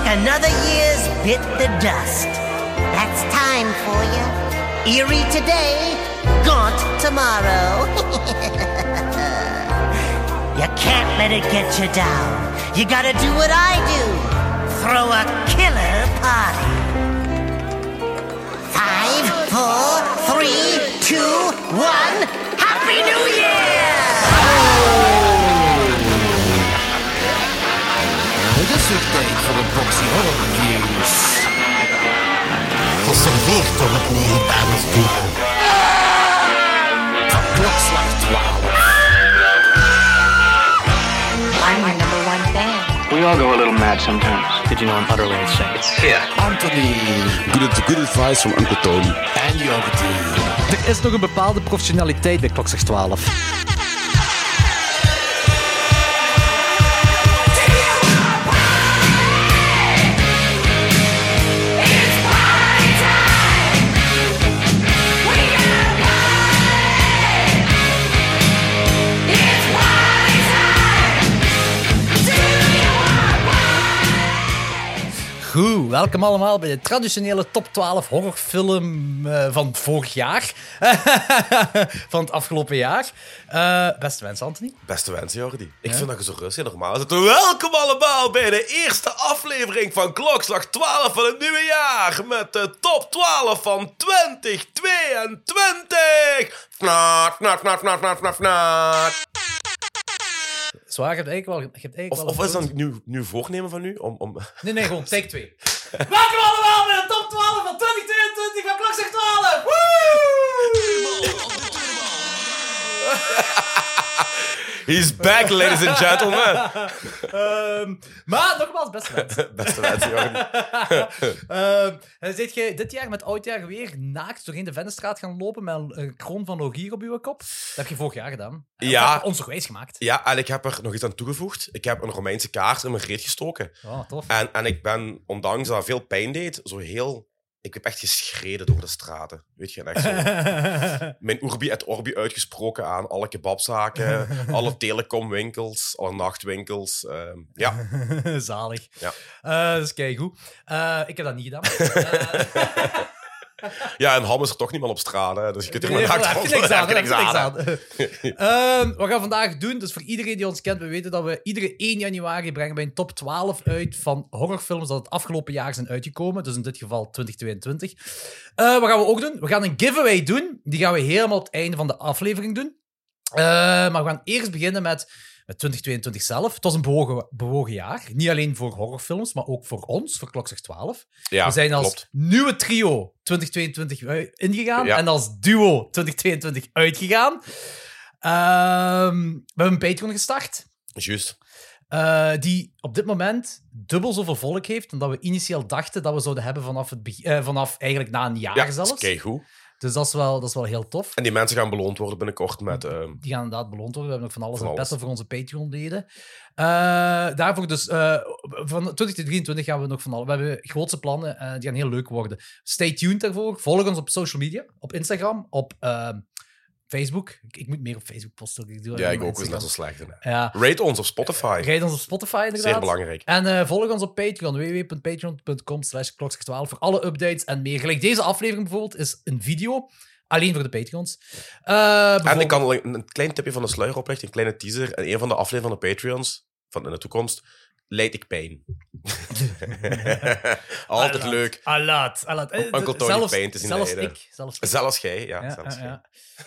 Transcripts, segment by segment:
Another year's bit the dust. That's time for you. Eerie today, gaunt tomorrow. You can't let it get you down. You gotta do what I do. Throw a killer party. 5, 4, 3, 2, 1. Happy New Year! Het is weer tijd voor een boxy horror reviews. Geserveerd door het legendarische duo van klokslag 12. I'm your number one fan. We all go a little mad sometimes. Did you know I'm utterly insane? It's here. Anthony Good advice from Uncle Tony. en Jordi. Er is nog een bepaalde professionaliteit bij Klokslag 12. Goed, welkom allemaal bij de traditionele top 12 horrorfilm van vorig jaar. Van het afgelopen jaar. Beste wens, Anthony. Beste wensen, Jordi. Ik vind dat je zo rustig en normaal zit. Welkom allemaal bij de eerste aflevering van Klokslag 12 van het nieuwe jaar. Met de top 12 van 2022. Fnaat, fnaat, fnaat, fnaat, fnaat, fnaat, fnaat. Zwaar, je hebt eigenlijk wel... Of is dat een nieuw voornemen van u? Om... Nee, gewoon take 2. Welkom allemaal bij de top 12 van 2022 van Klokslag 12. He's back, ladies and gentlemen. Maar nogmaals, beste wens. Beste wensen, Jordi. Zit je dit jaar met oudjaar weer naakt doorheen de Vennestraat gaan lopen met een kroon van Logier op je kop? Dat heb je vorig jaar gedaan. Ja. Dat heb je ons toch wijs gemaakt? Ja, en ik heb er nog iets aan toegevoegd. Ik heb een Romeinse kaars in mijn reet gestoken. Oh, tof. En ik ben, ondanks dat het veel pijn deed, zo heel... Ik heb echt geschreden door de straten. Weet je, echt zo. Mijn urbi et orbi uitgesproken aan alle kebabzaken, alle telecomwinkels, alle nachtwinkels. Ja. Zalig. Ja. Dat is keigoed. Ik heb dat niet gedaan. Ja, en ham is er toch niemand op straat, hè? Dus je kunt er maar Nee, naakt daar heb je rond- niks aan, daar heb je daar niks heb je niks aan. Wat we gaan vandaag doen, dus voor iedereen die ons kent, we weten dat we iedere 1 januari brengen wij een top 12 uit van horrorfilms dat het afgelopen jaar zijn uitgekomen. Dus in dit geval 2022. Wat gaan we ook doen? We gaan een giveaway doen. Die gaan we helemaal op het einde van de aflevering doen. Maar we gaan eerst beginnen met 2022 zelf. Het was een bewogen jaar. Niet alleen voor horrorfilms, maar ook voor ons, voor Klokslag 12. Ja, we zijn als klopt. nieuwe trio 2022 ingegaan Ja. en als duo 2022 uitgegaan. We hebben een Patreon gestart, Juist. die op dit moment dubbel zoveel volk heeft dan dat we initieel dachten dat we zouden hebben vanaf eigenlijk na een jaar Ja, dat zelfs. is keigoed. Dus dat is wel heel tof. En die mensen gaan beloond worden binnenkort met... Die gaan inderdaad beloond worden. We hebben nog van alles Van in alles. petten voor onze Patreon-leden. Daarvoor dus... van 2023 gaan we nog van alles... We hebben grootste plannen. Die gaan heel leuk worden. Stay tuned daarvoor. Volg ons op social media. Op Instagram. Op Facebook. Ik moet meer op Facebook posten. Ik doe Ja, alleen ik maar ook. Is net Instagram. zo slecht. Hè. Ja. Rate ons op Spotify. Rijd ons op Spotify, inderdaad. Zeer belangrijk. En volg ons op Patreon. www.patreon.com/klokslag12 voor alle updates en meer. Gelijk deze aflevering bijvoorbeeld is een video. Alleen voor de Patreons. En ik kan een klein tipje van de sluier oplichten, een kleine teaser. En een van de afleveringen van de Patreons, van in de toekomst, leid ik pijn. Altijd leuk. Alat. Uncle Tony pijn te zien zelfs lijden. Zelfs Zelfs jij, ja. Ja, zelfs jij.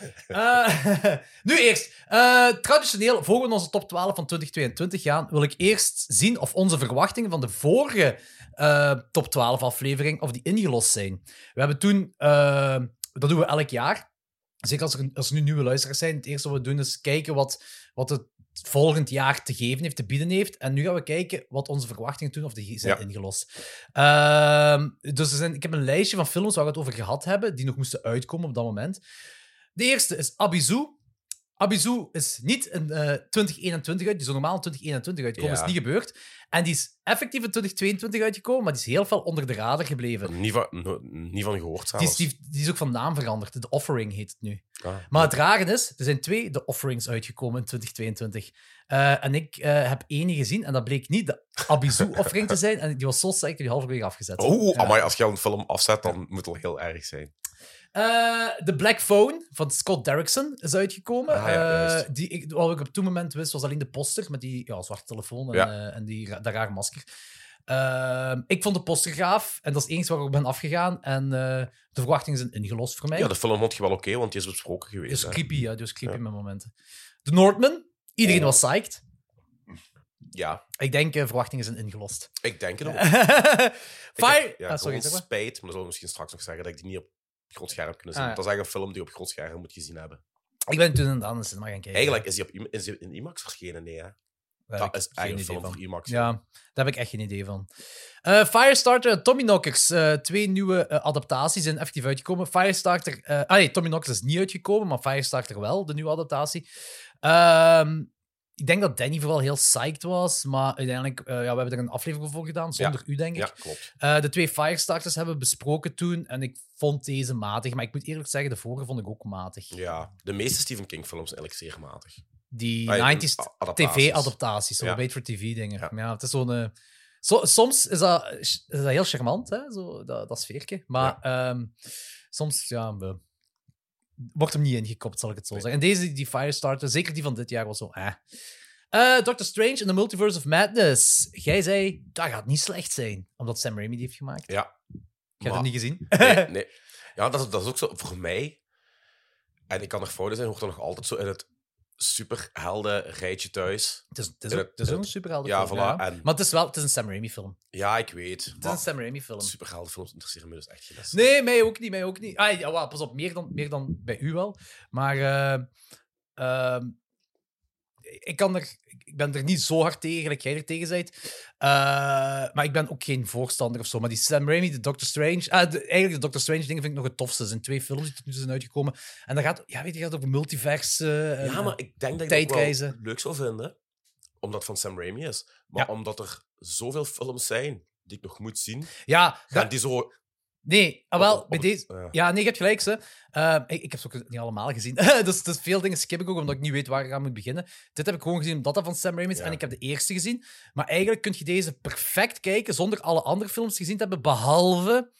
Nu eerst. Traditioneel, voor we in onze top 12 van 2022 gaan, wil ik eerst zien of onze verwachtingen van de vorige top 12 aflevering, of die ingelost zijn. We hebben toen... dat doen we elk jaar. Zeker als er nu nieuwe luisteraars zijn. Het eerste wat we doen is kijken wat het volgend jaar te geven heeft, te bieden heeft. En nu gaan we kijken wat onze verwachtingen toen of die zijn ingelost. Dus ik heb een lijstje van films waar we het over gehad hebben, die nog moesten uitkomen op dat moment. De eerste is Abizu. Abizu is niet in 2021 uit. Die zou normaal in 2021 uitkomen. Ja. Is niet gebeurd. En die is effectief in 2022 uitgekomen, maar die is heel veel onder de radar gebleven. Niet van gehoord zelfs. Die is ook van naam veranderd. The Offering heet het nu. Ah. Maar het rare is, er zijn 2 The Offerings uitgekomen in 2022. En ik heb één gezien en dat bleek niet de Abizu-offering te zijn. En die was zo sterk, die halverwege afgezet. Amai, als je al een film afzet, dan moet het wel heel erg zijn. The Black Phone van Scott Derrickson is uitgekomen. Ah, ja, juist. Wat ik op toen moment wist, was alleen de poster met die zwarte telefoon en dat rare masker. Ik vond de poster gaaf en dat is het enige waar ik ben afgegaan. En de verwachtingen zijn ingelost voor mij. Ja, de film vond je wel oké, want die is besproken Die geweest. is creepy, ja. Die is creepy met momenten. The Northman. Iedereen was psyched. Ja, Ik denk, verwachtingen zijn ingelost. ik denk het ook. Fire... Ja, sorry, zeg maar. spijt, maar dan zullen we misschien straks nog zeggen dat ik die niet op groot scherm kunnen zien. Ah, ja. Dat is eigenlijk een film die je op groot scherm moet gezien hebben. Ik ben toen inderdaad in de cinema gaan kijken. Eigenlijk is die in IMAX verschenen, nee hè? Daar heb Dat ik is geen eigenlijk een idee film van. voor IMAX. Ja, daar heb ik echt geen idee van. Firestarter en Tommyknockers. 2 nieuwe adaptaties zijn effectief uitgekomen. Firestarter... Tommyknockers is niet uitgekomen, maar Firestarter wel, de nieuwe adaptatie. Ik denk dat Danny vooral heel psyched was, maar uiteindelijk... we hebben er een aflevering voor gedaan, zonder u, denk ik. Ja, klopt. De 2 Firestarters hebben we besproken toen en ik vond deze matig. Maar ik moet eerlijk zeggen, de vorige vond ik ook matig. Ja, de meeste Stephen King films zijn eigenlijk zeer matig. Die Ah, 90s adaptaties. TV-adaptaties, zo Ja. made-for-TV-dingen. Ja. Ja, het is zo'n... soms is dat heel charmant, hè? Zo, dat sfeertje. Maar soms, wordt hem niet ingekopt, zal ik het zo zeggen. En deze, die Firestarter, zeker die van dit jaar, was zo... Doctor Strange in the Multiverse of Madness. Jij zei, dat gaat niet slecht zijn, omdat Sam Raimi die heeft gemaakt. Ja. Ik heb het niet gezien. Nee. Ja, dat is ook zo voor mij. En ik kan nog fouten zijn, hoort er nog altijd zo in het superhelden rijtje thuis. Het is ook een superhelden Ja, film. voilà. Ja. En- Maar het is een Sam Raimi film. Ja, ik weet. Het is een Sam Raimi film. Superheldenfilms interesseren me dus echt geen les. Nee, mij ook niet. Pas op, meer dan bij u wel. Maar ik ben er niet zo hard tegen, like jij er tegen bent. Maar ik ben ook geen voorstander of zo. Maar die Sam Raimi, de Doctor Strange... eigenlijk de Doctor Strange dingen vind ik nog het tofste. Er zijn 2 films die tot nu toe zijn uitgekomen. En dat gaat over multiverse... Ja, maar ik denk dat ik dat ook tijdreizen. wel leuk zou vinden. Omdat het van Sam Raimi is. Maar omdat er zoveel films zijn die ik nog moet zien. Ja, Gaan die zo... nee, bij deze... Ja. Ja, nee, je hebt gelijk, ze. Ik heb ze ook niet allemaal gezien. dus veel dingen skip ik ook, omdat ik niet weet waar ik aan moet beginnen. Dit heb ik gewoon gezien omdat dat van Sam Raimi is. Ja. En ik heb de eerste gezien. Maar eigenlijk kun je deze perfect kijken zonder alle andere films gezien te hebben, behalve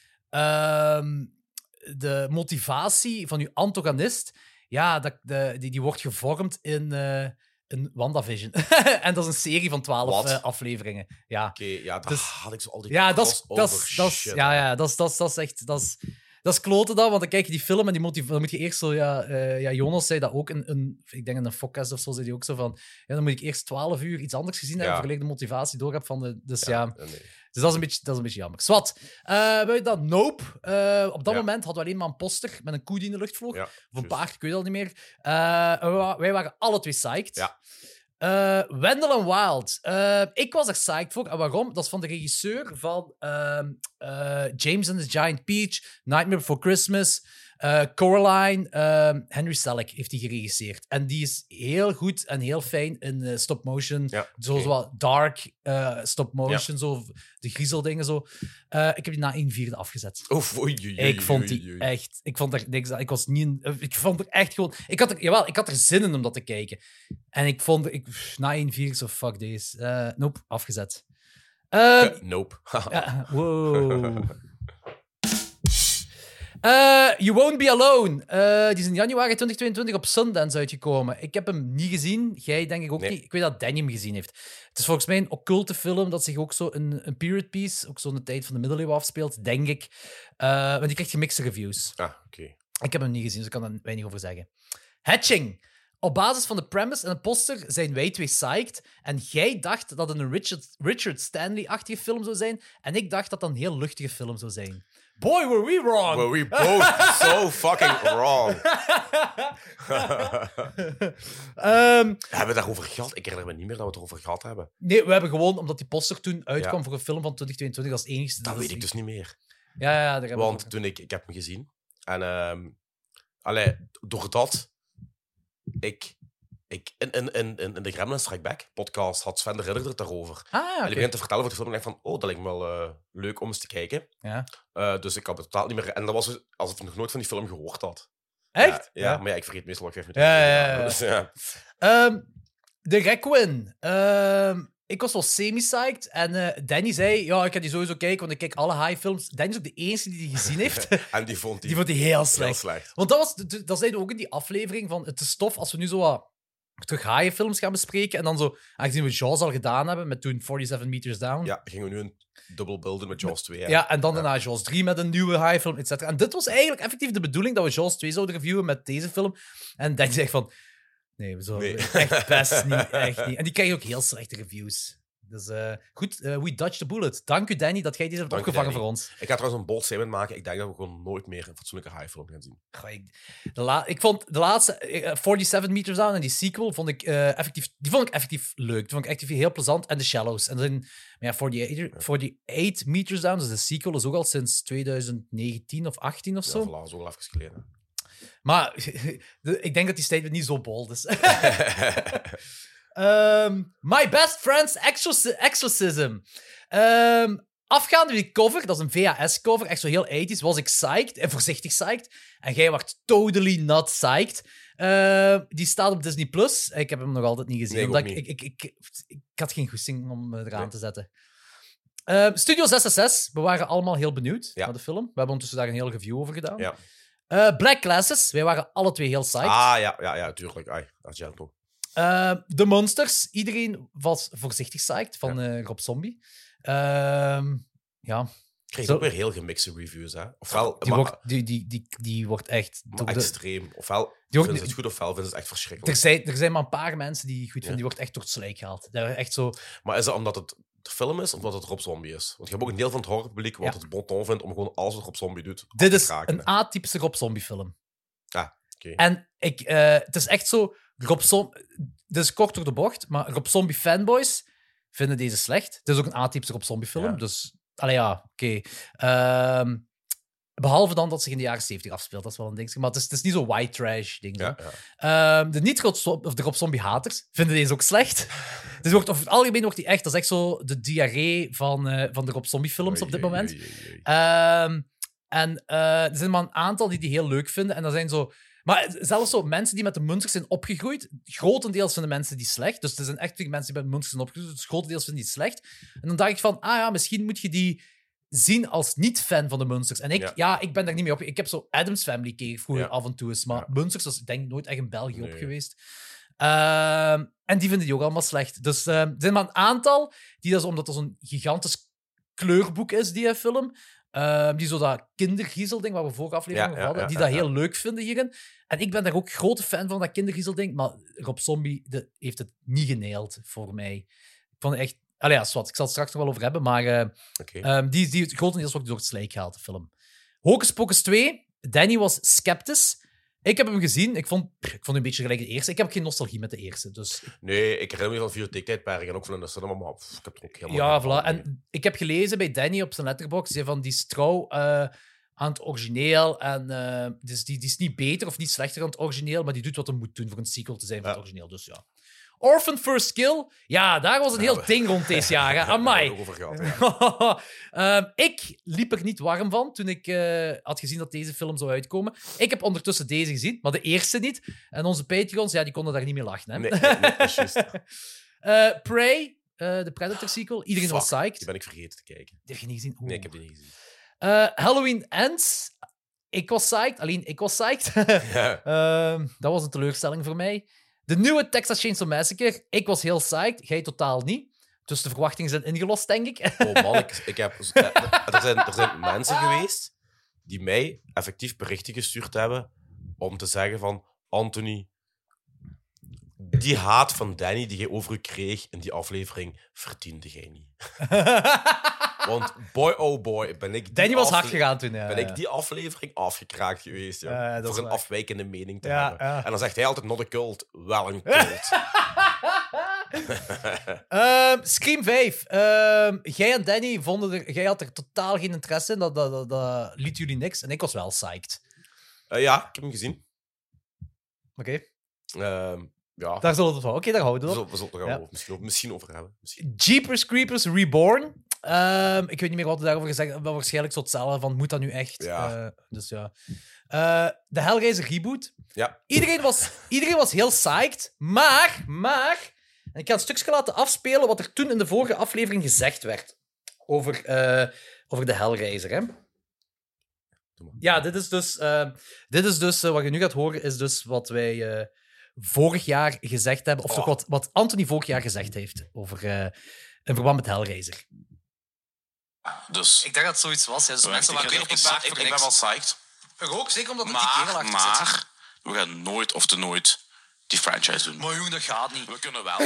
de motivatie van je antagonist. Ja, die wordt gevormd in WandaVision. En dat is een serie van 12 Wat? afleveringen. Ja. Oké, ja, daar Dus- had ik zo al die Ja, dat crossover is shit. dat is echt... Dat is kloten dan, want dan kijk je die film en dan moet je eerst zo... Jonas zei dat ook, ik denk in een podcast of zo, zei hij ook zo van... Ja, dan moet ik eerst 12 uur iets anders gezien hebben, voordat ik de motivatie door heb van de... Dus ja, Nee. dus dat is een beetje jammer. Zwat, weet dat? Nope. Op dat moment hadden we alleen maar een poster met een koe die in de lucht vloog. Ja, Of een juist. paard, ik weet het al niet meer. Wij waren alle 2 psyched. Ja. Wendell and Wild. Ik was er psyched voor. En waarom? Dat is van de regisseur van James and the Giant Peach, Nightmare Before Christmas, Coraline. Henry Selick heeft die geregisseerd. En die is heel goed en heel fijn in stop-motion. Ja, Zoals oké. wat dark stop-motion, zo, de griezeldingen zo. Ik heb die na 1/4 afgezet. Oef, oei. Ik vond die echt... Ik vond er niks aan. Ik was niet... Ik vond er echt gewoon... Ik had er zin in om dat te kijken. En ik vond... Na 1/4 zo, fuck deze. Nope, afgezet. Nope. Wow. You Won't Be Alone. Die is in januari 2022 op Sundance uitgekomen. Ik heb hem niet gezien. Jij denk ik ook Nee. niet. Ik weet dat Danny hem gezien heeft. Het is volgens mij een occulte film dat zich ook zo een period piece, ook zo in de tijd van de middeleeuwen afspeelt, denk ik. Want die krijgt gemixte reviews. Ah, oké. Ik heb hem niet gezien, dus ik kan er weinig over zeggen. Hatching. Op basis van de premise en het poster zijn wij 2 psyched. En jij dacht dat het een Richard Stanley-achtige film zou zijn. En ik dacht dat dat een heel luchtige film zou zijn. Boy, were we wrong! Were we both so fucking wrong. Hebben we daarover gehad? Ik herinner me niet meer dat we het erover gehad hebben. Nee, we hebben gewoon, omdat die poster toen uitkwam Ja. voor een film van 2022, als enigste. Dat weet ik dus niet meer. Ja, daar hebben we Want over. toen ik heb hem gezien. En doordat In de Gremlins Strike Back podcast had Sven de Ridder het daarover. Ah, En die begint te vertellen over de film en ik dacht van, dat lijkt me wel leuk om eens te kijken. Ja. Dus ik had het totaal niet meer... En dat was alsof ik nog nooit van die film gehoord had. Echt? Ja, maar ik vergeet meestal ook 5 minuten. Ja. Dus, ja. De Requin. Ik was wel semi-psyched. En Danny zei, ja, ik ga die sowieso kijken, want ik kijk alle high-films. Danny is ook de enige die gezien heeft. En die vond Die vond hij heel slecht. heel slecht. Want dat zeiden we ook in die aflevering van het is tof als we nu zo wat terug high-films gaan bespreken. En dan zo, aangezien we Jaws al gedaan hebben, met toen 47 Meters Down. Ja, gingen we nu een dubbel builden met Jaws 2. Ja, en dan daarna Jaws 3 met een nieuwe high-film, et cetera. En dit was eigenlijk effectief de bedoeling dat we Jaws 2 zouden reviewen met deze film. En Danny zegt van, nee, we zouden echt best niet, echt niet. En die krijgen ook heel slechte reviews. Dus goed, we dodged the bullet. Dank u, Danny, dat jij deze hebt Dank u, opgevangen Danny. voor ons. Ik ga trouwens een bold statement maken. Ik denk dat we gewoon nooit meer een fatsoenlijke high-film gaan zien. Goh, ik vond de laatste 47 Meters Down en die sequel vond ik effectief leuk. Die vond ik echt heel plezant. En The Shallows. En dan, ja, 48 Meters Down, dus de sequel, is ook al sinds 2019 of 18 of zo. Ja, voilà, zo wel even geleden. Maar ik denk dat die statement niet zo bold is. My Best Friend's Exorcism. Afgaande die cover, dat is een VHS-cover, echt zo heel 80's, was ik psyched, en voorzichtig psyched. En jij wordt totally not psyched. Die staat op Disney+. Ik heb hem nog altijd niet gezien, Nee, omdat ook ik had geen goesting om eraan te zetten. Studio 666, we waren allemaal heel benieuwd naar de film. We hebben ondertussen daar een hele review over gedaan. Ja. Black Classes, wij waren alle twee heel psyched. Ja, tuurlijk. Argento. The Monsters, iedereen was voorzichtig psyched van Rob Zombie. Ja. Kreeg ook weer heel gemixte reviews, hè? Ofwel, Die wordt echt... extreem. Ofwel wordt vinden ze het goed, ofwel vinden ze het echt verschrikkelijk. Er zijn maar een paar mensen die goed vinden, die wordt echt door het slijk gehaald. Dat is echt zo... Maar is dat omdat het de film is, of omdat het Rob Zombie is? Want je hebt ook een deel van het horrorpubliek wat het bon ton vindt om gewoon alles wat Rob Zombie doet Dit is kraken. een atypische Rob Zombie film. Oké. En het is echt zo... Dit is kort door de bocht, maar Rob Zombie fanboys vinden deze slecht. Het is ook een atypische Rob Zombie film, dus... oké. Behalve dan dat zich in de jaren 70 afspeelt, dat is wel een ding. Maar het is niet zo white trash ding. De Rob Zombie haters vinden deze ook slecht. Dus over het algemeen wordt die echt... Dat is echt zo de diarree van de Rob Zombie films op dit moment. Er zijn maar een aantal die heel leuk vinden. En dat zijn zo... Maar zelfs zo mensen die met de Munsters zijn opgegroeid, grotendeels vinden mensen die slecht. Dus er zijn echt mensen die met de Munsters zijn opgegroeid, dus grotendeels vinden die slecht. En dan dacht ik van, misschien moet je die zien als niet-fan van de Munsters. En ik ben daar niet mee op. Ik heb zo Addams Family keek vroeger af en toe eens, maar Munsters was denk ik nooit echt in België op geweest. En die vinden die ook allemaal slecht. Dus er zijn maar een aantal, omdat er zo'n gigantisch kleurboek is, die film... die zo dat kindergriezelding, waar we vorige aflevering over hadden, die dat heel leuk vinden hierin. En ik ben daar ook grote fan van, dat kindergriezelding, maar Rob Zombie heeft het niet geneeld voor mij. Ik vond het echt... ik zal het straks nog wel over hebben, maar die grotendeels wordt door het slijk gehaald, de film. Hocus Pocus 2, Danny was sceptisch. Ik heb hem gezien, ik vond hem een beetje gelijk de eerste. Ik heb geen nostalgie met de eerste, dus... Nee, ik herinner me van Videotheektijdperk en ook van in de cinema, maar ik heb er ook helemaal... Ja, voilà. En ik heb gelezen bij Danny op zijn letterbox, die is trouw aan het origineel. En dus die is niet beter of niet slechter aan het origineel, maar die doet wat hij moet doen voor een sequel te zijn van het origineel. Dus ja. Orphan First Kill, ja, daar was een heel ding rond deze jaar. Hè. Amai. Daar hebben we het ook over gehad, ik liep er niet warm van toen ik had gezien dat deze film zou uitkomen. Ik heb ondertussen deze gezien, maar de eerste niet. En onze Patreons, die konden daar niet mee lachen. Hè. Nee, dat is juist. Prey, de Predator sequel. Iedereen was psyched. Die ben ik vergeten te kijken. Die heb je niet gezien? Nee, ik heb die niet gezien. Halloween Ends. Ik was psyched. Alleen ik was psyched. Dat was een teleurstelling voor mij. De nieuwe Texas Chainsaw Massacre. Ik was heel psyched. Jij totaal niet. Dus de verwachtingen zijn ingelost, denk ik. Oh man, er zijn mensen geweest die mij effectief berichten gestuurd hebben om te zeggen van... Anthony, die haat van Danny die jij over u kreeg in die aflevering, verdiende jij niet. Want boy, oh boy, ben ik... Danny was hard gegaan toen, ja. Ben ik die aflevering afgekraakt geweest, ja. Voor een afwijkende mening te hebben. Ja. En dan zegt hij altijd, not a cult, wel een cult. Scream 5. Jij en Danny jij had er totaal geen interesse in. Dat liet jullie niks. En ik was wel psyched. Ja, ik heb hem gezien. Oké. Ja, Daar zullen we het van. Oké, daar houden we we het op. zullen het er misschien over hebben. Misschien. Jeepers Creepers Reborn. Ik weet niet meer wat we daarover gezegd hebben. Waarschijnlijk zo hetzelfde van, moet dat nu echt? Ja. Dus ja. De Hellraiser reboot. Ja. Iedereen was heel psyched, maar... En ik ga een stukje laten afspelen wat er toen in de vorige aflevering gezegd werd over de Hellraiser, hè. Ja, dit is dus wat je nu gaat horen, is dus wat wij vorig jaar gezegd hebben, of toch wat Anthony vorig jaar gezegd heeft over in verband met Hellraiser. Dus, Ik dacht dat het zoiets was. Ja, dus mensen waren weer ik ben wel psyched. ook, zeker omdat het die kerel achter zit. Maar we gaan nooit of te nooit die franchise doen. Maar jongen, dat gaat niet. We kunnen wel.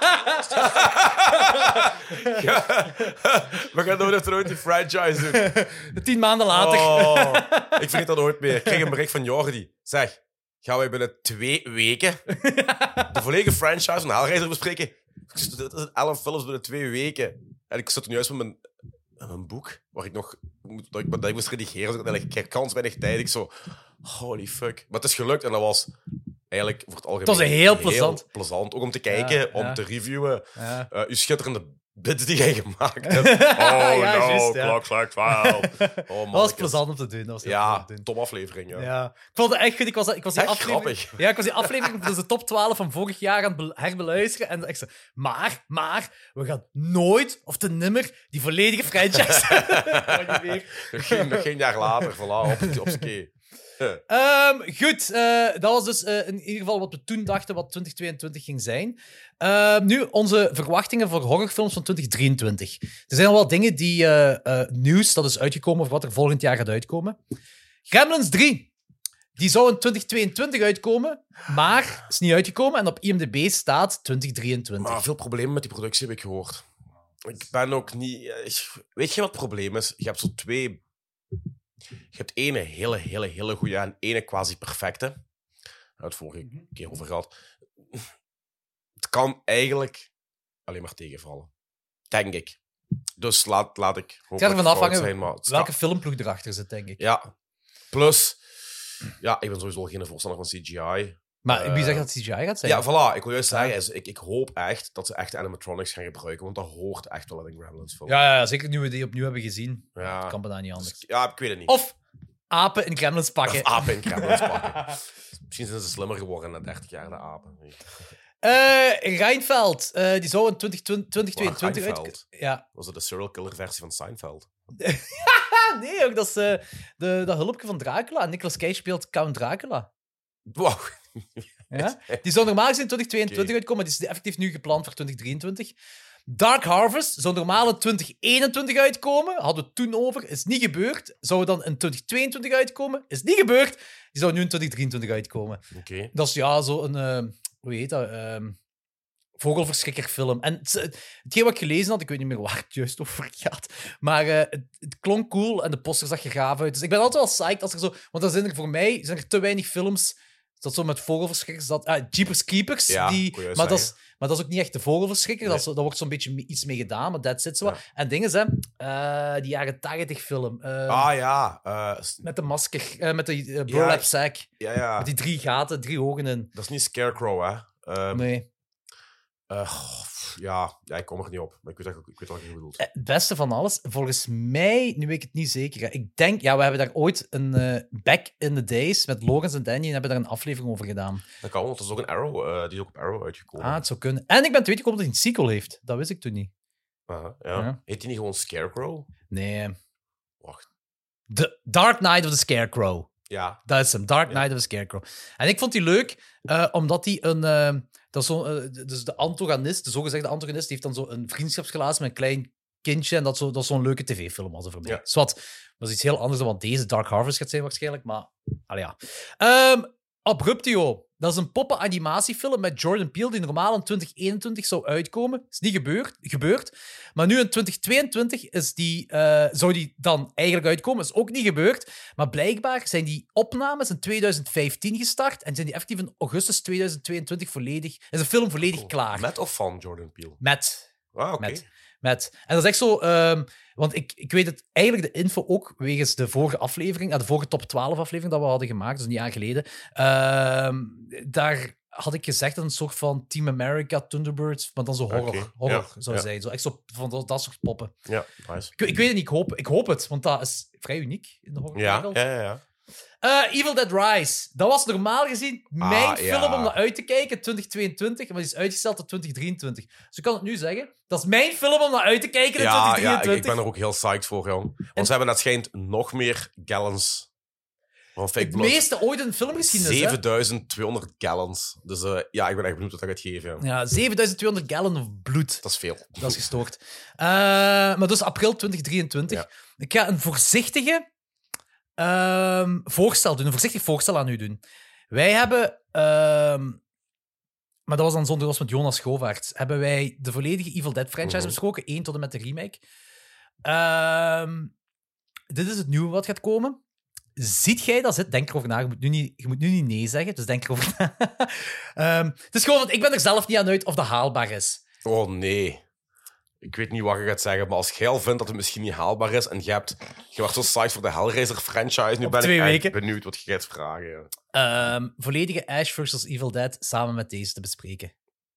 We gaan nooit die franchise doen. 10 maanden later. Oh, ik vergeet dat nooit meer. Ik kreeg een bericht van Jordi. Zeg, gaan wij binnen 2 weken de volledige franchise van Hellraiser bespreken? Dit is 11 films binnen 2 weken. En ik zat er nu juist met mijn boek, waar ik nog dat ik moest redigeren. Dus ik kreeg kans weinig tijd. Ik zo, holy fuck. Maar het is gelukt en dat was eigenlijk voor het algemeen Het was heel plezant. Ook om te kijken, om te reviewen. Ja. Uw schitterende bits die jij gemaakt hebt. juist, ja. klok slaagt 12. Dat was plezant om te doen. Dat was heel plezant om te doen. top aflevering. Ja. Ja. Ik vond het echt goed. Ik was die Echt aflevering... grappig. Ja, ik was die aflevering, dus de top 12 van vorig jaar aan het herbeluisteren. En echt zo, maar, we gaan nooit of te nimmer die volledige franchise hebben. Niet meer. Nog geen jaar later, voilà, op ski. Goed, dat was dus in ieder geval wat we toen dachten wat 2022 ging zijn. Nu, onze verwachtingen voor horrorfilms van 2023. Er zijn al wel dingen die nieuws dat is uitgekomen over wat er volgend jaar gaat uitkomen. Gremlins 3. Die zou in 2022 uitkomen, maar is niet uitgekomen en op IMDb staat 2023. Maar veel problemen met die productie heb ik gehoord. Ik ben ook niet... Weet je wat het probleem is? Je hebt zo 2... Je hebt ene hele goede en ene quasi perfecte. Daar hebben we het vorige keer over gehad. Het kan eigenlijk alleen maar tegenvallen. Denk ik. Dus laat ik Het gaat hopelijk ervan fout afhangen zijn, maar het welke filmploeg erachter zit, denk ik. Ja. Plus... Ja, ik ben sowieso geen voorstander van CGI. Maar wie zegt dat het CGI gaat zijn? Ja, voilà. Ik wil juist zeggen, ik hoop echt dat ze echt animatronics gaan gebruiken, want dat hoort echt wel in een Gremlins film. Ja, zeker nu we die opnieuw hebben gezien. Ja. Kan bijna niet anders. Ja, ik weet het niet. Of apen in Gremlins pakken. Of apen in Gremlins pakken. Misschien zijn ze slimmer geworden na 30 jaar, de apen. Reinfeldt, die zou in 2022 Reinfeldt? uitkomen. Ja. Was het de serial killer versie van Seinfeld? Nee, ook, dat is dat hulpje van Dracula. Nicolas Cage speelt Count Dracula. Wow. Ja? Die zou normaal gezien in 2022 uitkomen, maar die is effectief nu gepland voor 2023. Dark Harvest zou normaal in 2021 uitkomen. Hadden we het toen over. Is niet gebeurd. Zou dan in 2022 uitkomen. Is niet gebeurd. Die zou nu in 2023 uitkomen. Oké. Dat is ja, zo een... hoe heet dat? Vogelverschrikkerfilm. En hetgeen wat ik gelezen had, ik weet niet meer waar het juist over gaat, maar het klonk cool en de poster zag er gaaf uit. Dus ik ben altijd wel psyched als er zo... Want dan zijn er voor mij te weinig films dat zo met vogelverschrikkers... Jeepers Creepers. Ja, maar dat is ook niet echt de vogelverschrikker. Nee. Daar wordt zo'n beetje iets mee gedaan, maar that's it zo. Ja. En dingen zijn... die jaren 80 film. Met de masker. Met de burlap sack. Ja. Met die 3 gaten, 3 ogen in. Dat is niet Scarecrow, hè? Nee. Ik kom er niet op. Maar ik weet wat je bedoelt. Het beste van alles, volgens mij, nu weet ik het niet zeker. Hè. Ik denk, we hebben daar ooit een Back in the Days met Logans en Danny en hebben daar een aflevering over gedaan. Dat kan, want dat is ook een Arrow. Die is ook op Arrow uitgekomen. Het zou kunnen. En ik ben te weten gekomen dat hij een sequel heeft. Dat wist ik toen niet. Ja. Heet die niet gewoon Scarecrow? Nee. Wacht. The Dark Knight of the Scarecrow. Ja. Dat is hem. Dark Knight of the Scarecrow. En ik vond die leuk, omdat hij een... dus de antagonist, de zogezegde antagonist, die heeft dan zo een vriendschapsrelatie met een klein kindje. En dat is zo'n leuke tv-film was er voor mij. Ja. Dat is iets heel anders dan wat deze Dark Harvest gaat zijn waarschijnlijk. Maar, ja. Abruptio. Dat is een poppen-animatiefilm met Jordan Peele die normaal in 2021 zou uitkomen. Is niet gebeurd. Maar nu in 2022 zou die dan eigenlijk uitkomen. Is ook niet gebeurd. Maar blijkbaar zijn die opnames in 2015 gestart en zijn die effectief in augustus 2022 volledig... Is de film volledig klaar. Met of van Jordan Peele? Met. Ah, oké. Met. En dat is echt zo... want ik weet het eigenlijk de info ook wegens de vorige aflevering, de vorige top 12 aflevering dat we hadden gemaakt, dus een jaar geleden. Daar had ik gezegd dat het een soort van Team America, Thunderbirds, maar dan zo horror, Oké, ja, zou ja. zijn. Zo echt zo van dat soort poppen. Ja, nice. Ik weet het niet, ik hoop het, want dat is vrij uniek in de horrorwereld. Ja. Evil Dead Rise. Dat was normaal gezien mijn film om naar uit te kijken, 2022, maar die is uitgesteld tot 2023. Dus ik kan het nu zeggen. Dat is mijn film om naar uit te kijken in Ja, 2023. ik ben er ook heel psyched voor, jong. Want ze hebben net schijnt nog meer gallons van fake Het blood. meeste ooit in de filmgeschiedenis, hè? 7200 gallons. Dus ik ben echt benieuwd wat dat gaat geven. Ja. Ja, 7200 gallon of bloed. Dat is veel. Dat is gestoord. Maar dus april 2023. Ja. Ik ga een voorzichtige voorstel doen. Een voorzichtig voorstel aan u doen. Wij hebben... maar dat was dan zonder, dat was met Jonas Govaerts. Hebben wij de volledige Evil Dead franchise besproken. 1 tot en met de remake. Dit is het nieuwe wat gaat komen. Ziet jij dat zit? Denk erover na. Je moet nu niet nee zeggen, dus denk erover na. Het is gewoon, want ik ben er zelf niet aan uit of dat haalbaar is. Oh nee. Ik weet niet wat je gaat zeggen, maar als jij al vindt dat het misschien niet haalbaar is en je wordt zo psyched voor de Hellraiser franchise, nu Op ben 2 ik echt weken. benieuwd wat je gaat vragen. Ja. Volledige Ash vs. Evil Dead samen met deze te bespreken.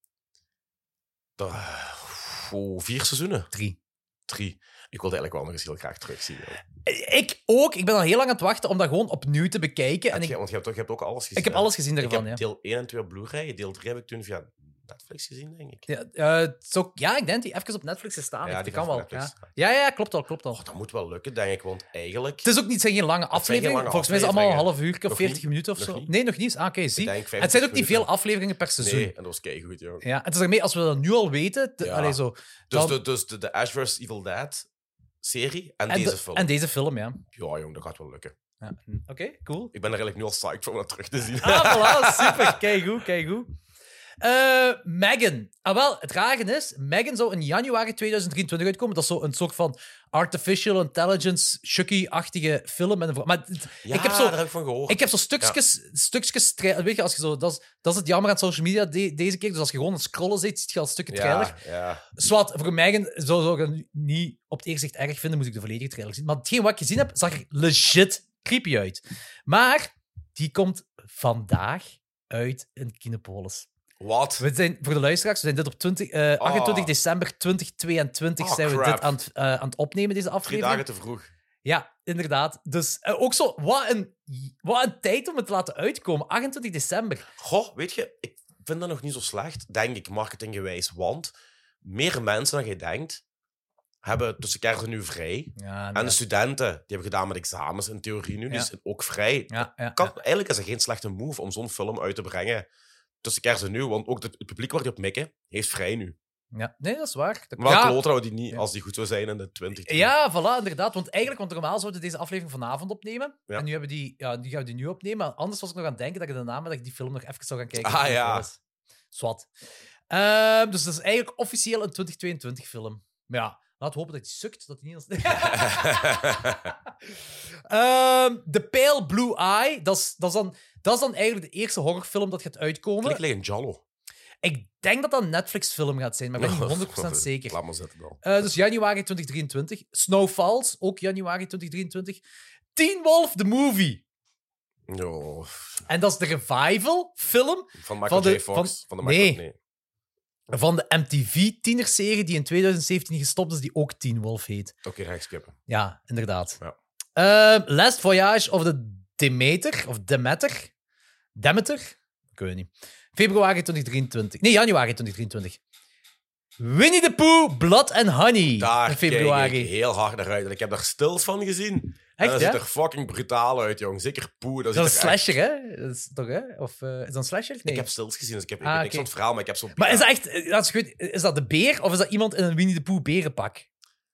4 seizoenen? 3. 3. Ik wilde eigenlijk wel nog eens heel graag terugzien. Ja. Ik ook. Ik ben al heel lang aan het wachten om dat gewoon opnieuw te bekijken. En Want je hebt ook alles gezien. ik heb hè? alles gezien Ik daarvan, heb ja. deel 1 en 2 op Blu-ray. Deel 3 heb ik toen via Netflix gezien, denk ik. Ja, ik denk die even op Netflix gestaan. Ja, Ja, die kan heeft wel. op Netflix Ja, klopt al. Dat moet wel lukken, denk ik, want eigenlijk... Het is ook niet, zijn geen lange zijn geen afleveringen. lange Volgens mij is het allemaal een half afleveringen. uur of Nog 40 niet? minuten of Nog zo. niet? Nee, nog niet. Ah, oké, zie. denk Het 50 zijn ook niet minuten. veel afleveringen per seizoen. Nee, en dat was keigoed, joh. Ja, en het is ermee, als we dat nu al weten... Ja. Allee, zo, Dus, dan- de Ash vs. Evil Dead serie en, en deze de- film. En deze film, ja. Ja, jong, dat gaat wel lukken. Ja. Oké, cool. Ik ben er eigenlijk nu al psyched om dat terug te zien. Ah, voilà, super. Keigoed. Megan. Wel, het rare is, Megan zou in januari 2023 uitkomen. Dat is zo een soort van artificial intelligence, Chucky-achtige film. Maar Ja, ik heb zo... daar heb ik van gehoord. Ik heb zo stukjes weet je, als je zo, dat is het jammer aan social media deze keer. Dus als je gewoon aan het scrollen zit, zie je al stukken trailer. Ja. Zwat, voor Megan zou ik het niet op het eerst zicht erg vinden, moet ik de volledige trailer zien. Maar hetgeen wat ik gezien heb, zag er legit creepy uit. Maar die komt vandaag uit in Kinepolis. Wat? We zijn, voor de luisteraars, we zijn dit op 28 december 2022 zijn we crap. dit aan het opnemen, deze 3 aflevering. dagen te vroeg. Ja, inderdaad. Dus ook zo, wat een tijd om het te laten uitkomen. 28 december. Goh, weet je, ik vind dat nog niet zo slecht, denk ik, marketinggewijs. Want meer mensen dan je denkt, hebben tussen kerst en nu vrij. Ja, En de studenten, die hebben gedaan met examens in theorie nu, die Ja. zijn ook vrij. Eigenlijk is het geen slechte move om zo'n film uit te brengen tussen kerst en nu, want ook het publiek waar die op mikken, heeft vrij nu. Ja, nee, dat is waar. Maar ja, kloten houden die niet, als die goed zou zijn in de 20. ja, voilà, inderdaad. Want normaal zouden we deze aflevering vanavond opnemen. Ja. En nu hebben die gaan we die nu opnemen. Maar anders was ik nog aan het denken dat ik de namiddag die film nog even zou gaan kijken. Ah, ja. Zwat. Dus dat is eigenlijk officieel een 2022 film. Maar ja, laten we hopen dat hij sukt. Dat hij niet... The Pale Blue Eye, dat is dan eigenlijk de eerste horrorfilm dat gaat uitkomen. Klinkt like een Jallo. Ik denk dat dat een Netflix-film gaat zijn, maar ik ben niet 100% zeker. Laat maar zitten dan. Dus januari 2023. Snow Falls, ook januari 2023. Teen Wolf, the movie. Jo. En dat is de revival-film Van Michael Van de- J. Fox. van- Van de Michael... nee. van de MTV-tienerserie die in 2017 gestopt is, die ook Teen Wolf heet. Oké, dan ga ik skippen. Ja, inderdaad. Ja. Last Voyage of the Demeter. Demeter? Ik weet het niet. Februari 2023. Nee, januari 2023. Winnie the Pooh, Blood and Honey. Daar in kijk februari. ik heel hard naar uit. En ik heb daar stils van gezien. Echt, en dat ja? ziet er fucking brutaal uit, jong. Zeker Poe. Dat is een slasher, hè? Dat is toch, hè? Of is dat een slasher? Nee. Ik heb stils gezien, dus ik heb Ah, niks oké. van het verhaal, maar ik heb zo... Maar is dat echt... Is dat de beer of is dat iemand in een Winnie the Pooh berenpak?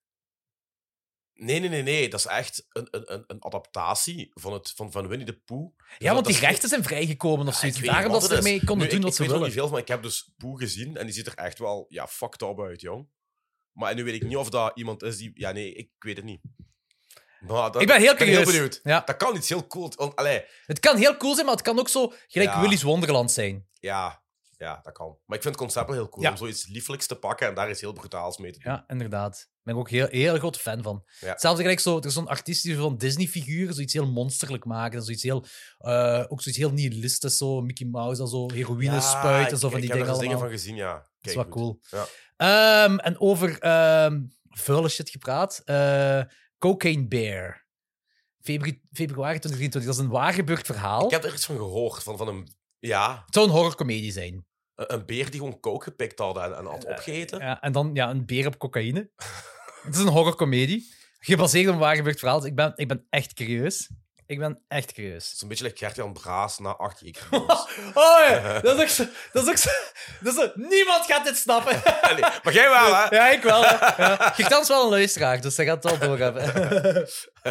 Nee. Dat is echt een adaptatie van Winnie the Pooh. Ja, want dat die is- rechten zijn vrijgekomen of Ja, zoiets. ik weet niet Daarom dat wat ze het is. ermee konden Nu, doen wat ik ze weet nog willen. niet veel, maar ik heb dus Pooh gezien en die ziet er echt wel fucked up uit, jong. Maar nu weet ik niet of dat iemand is die... Ja, nee, ik weet het niet. Maar dat, Ik ben heel ik ben heel curieus. benieuwd. Ja. Dat kan iets heel cool... Allee, Het kan heel cool zijn, maar het kan ook zo gelijk Ja. Willy's Wonderland zijn. ja, dat kan. Maar ik vind het concept wel heel cool Ja. om zoiets liefelijks te pakken en daar iets heel brutaals mee te doen. Ja, inderdaad. ben ik ook heel groot fan van. Ja. Hetzelfde gelijk zo, er is zo'n artiest die van Disney-figuren zoiets heel monsterlijk maken. En zoiets heel, ook zoiets heel nihilistisch, zo Mickey Mouse, dat zo heroïne spuit en zo van die dingen Ik heb er allemaal. dingen van gezien, ja. Dat is Kijk, wel goed. cool. Ja. En over vuile shit gepraat. Cocaine Bear. Februari 2023. Dat is een waar gebeurd verhaal. Ik heb er iets van gehoord, van een... Ja, Het zou een horrorcomedie zijn. een beer die gewoon coke gepikt had en had opgegeten. Ja, en dan een beer op cocaïne. Het is een horrorcomedie. Gebaseerd op een waar gebeurd verhaal. Dus ik ben echt curieus. Ik ben echt curieus. Het is een beetje like Gert-Jan Braas na 8 jaar. Oh ja, dat is ook zo... Niemand gaat dit snappen. Nee, maar jij wel, hè? Ja, ik wel. Ja. Geert-Jan is wel een luisteraar, dus hij gaat het wel doorhebben.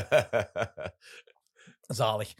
Zalig.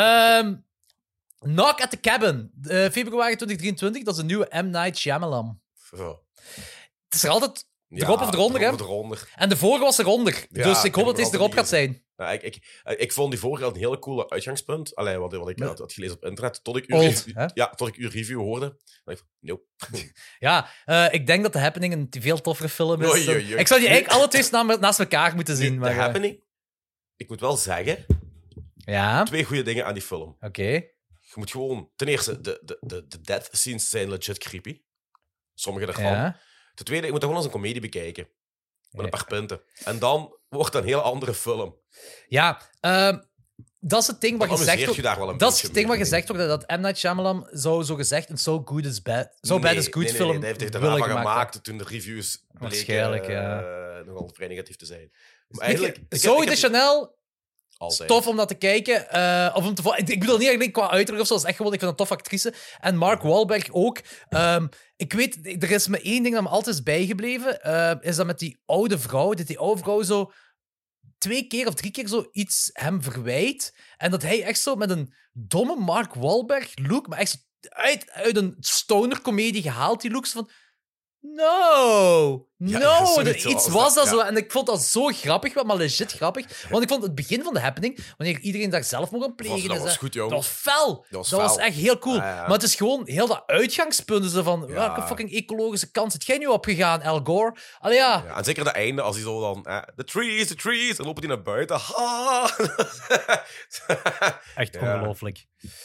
Knock at the Cabin. Februari 2023, dat is een nieuwe M. Night Shyamalan. Zo. Het is er altijd Ja, erop of eronder, hè? erop of eronder. En de vorige was eronder. Ja, Dus ik ik hoop heb dat deze er erop altijd gaat niet zijn. Ja, ik vond die vorige al een hele coole uitgangspunt. Allee, wat ik had gelezen op internet. Tot ik Old, hè? tot ik uw review hoorde. Dan dacht ik, nope. Ja, ik denk dat The Happening een veel toffere film is. Oei, oei, oei. Ik zou die eigenlijk alle twee naast elkaar moeten zien. Nu, Maar, The Happening. Ik moet wel zeggen, Ja, 2 goede dingen aan die film. oké. Je moet gewoon... Ten eerste, de death scenes zijn legit creepy. Sommige daarvan. Ja. Ten tweede, je moet dat gewoon als een comedie bekijken. Met Ja. een paar punten. En dan wordt het een heel andere film. Ja, dat is het ding wat Dan gezegd amuseert wordt. je daar wel een Dat is beetje het ding wat mee, gezegd wordt, dat M. Night Shyamalan zou zo gezegd een So Good Is Bad, Bad Is Good nee, film hij heeft er willen daarna van gemaakt gemaakt toen de reviews Waarschijnlijk, bleken nogal vrij negatief te zijn. Maar hebben. eigenlijk... Zoe de Chanel, Altijd. tof om dat te kijken. Of om te ik bedoel niet eigenlijk qua uiterlijk of zo, dat is echt gewoon, ik vind een toffe actrice. En Mark Wahlberg ook. Ik weet, er is me één ding dat me altijd is bijgebleven, is dat met die oude vrouw, dat die oude vrouw zo 2 keer of 3 keer zo iets hem verwijt. En dat hij echt zo met een domme Mark Wahlberg look, maar echt zo uit een stoner-comedie gehaald, die looks van... No, Ja, zoiets iets zoals was dat, dat ja. zo. En ik vond dat zo grappig, maar legit grappig. Want ik vond het begin van de happening, wanneer iedereen daar zelf mocht aan plegen... Dat en was zo, goed, jong. dat was fel. Dat was Dat was fel. echt heel cool. Ja, ja. Maar het is gewoon heel dat uitgangspunt. Is van, Ja. welke fucking ecologische kant zit jij nu opgegaan, Al Gore? Allee, ja. Ja, en zeker het einde, als hij zo dan... the trees, dan lopen die naar buiten. Ha! Echt Ja. ongelooflijk.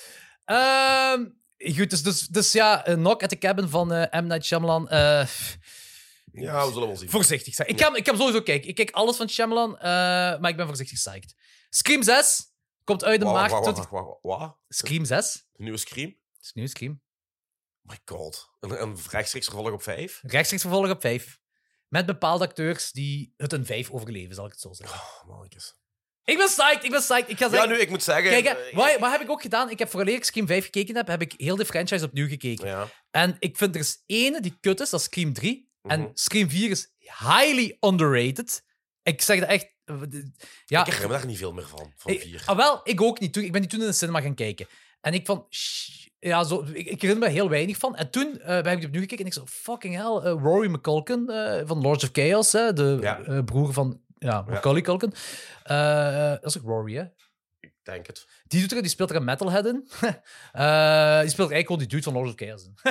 Goed, dus ja, Knock at the Cabin van M. Night Shyamalan. Ja, we zullen wel zien. Voorzichtig zijn. Ik ga sowieso kijken. Ik kijk alles van Shyamalan, maar ik ben voorzichtig psyched. Scream 6 komt uit in maart 20... Wat? Scream 6? Een nieuwe Scream? Dat is nieuw Scream. My god. Een rechtstreeks vervolg op 5? Rechtstreeks vervolg op 5. Met bepaalde acteurs die het een 5 overleven, zal ik het zo zeggen. Oh, mannetjes. Ik ben psyched. Ik ga Ja, zeggen... nu, ik moet zeggen... Kijk, hè, wat heb ik ook gedaan? Ik heb vooraleer ik Scream 5 gekeken heb ik heel de franchise opnieuw gekeken. Ja. En ik vind er is ene die kut is, dat is Scream 3. En Mhm. Scream 4 is highly underrated. Ik zeg dat echt... Ja, Ik herinner me daar niet veel meer van 4. Wel, ik ook niet. Ik ben die toen in de cinema gaan kijken. En ik van... Ja, ik herinner me heel weinig van. En toen heb ik die opnieuw gekeken en ik zo... Fucking hell, Rory McCulkin van Lords of Chaos, de Ja. broer van Macaulay Culkin. Dat is ook Rory, hè? Ik denk het. Die speelt er een metalhead in. Die speelt eigenlijk gewoon die dude van Lords of Chaos in.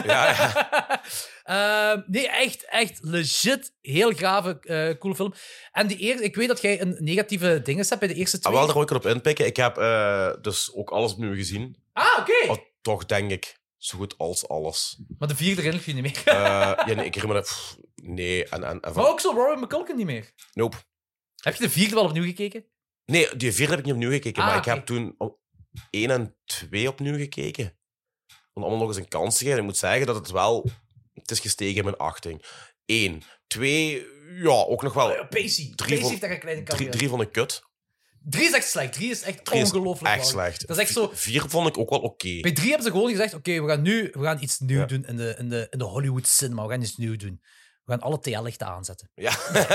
Ja. Nee, echt legit heel grave, coole film. En die eerste, ik weet dat jij een negatieve dinges hebt bij de eerste 2. Wel, daar wil ik op inpikken. Ik heb dus ook alles opnieuw gezien. Oké. Oh, toch denk ik, zo goed als alles. Maar de 4 herinner je niet meer. Ja, nee, ik herinner me... nee, en Maar van... ook zo Rory McCulkin niet meer. Nope. Heb je de 4 wel opnieuw gekeken? Nee, die 4 heb ik niet opnieuw gekeken, Ah, maar oké. ik heb toen 1 en 2 opnieuw gekeken. Om allemaal nog eens een kans te geven. Ik moet zeggen dat het wel... Het is gestegen in mijn achting. 1. 2, ja, ook nog wel... Pacey. Drie Pacey van- heeft daar een kleine cameo. 3 vond ik kut. 3 is echt slecht. 3 is echt 3 is ongelooflijk echt lang. slecht. Dat is echt zo... 4 vond ik ook wel oké. Bij 3 hebben ze gewoon gezegd, oké, we gaan iets nieuws Ja. doen in de Hollywood cinema. We gaan iets nieuws doen. We gaan alle TL-lichten aanzetten. Ja.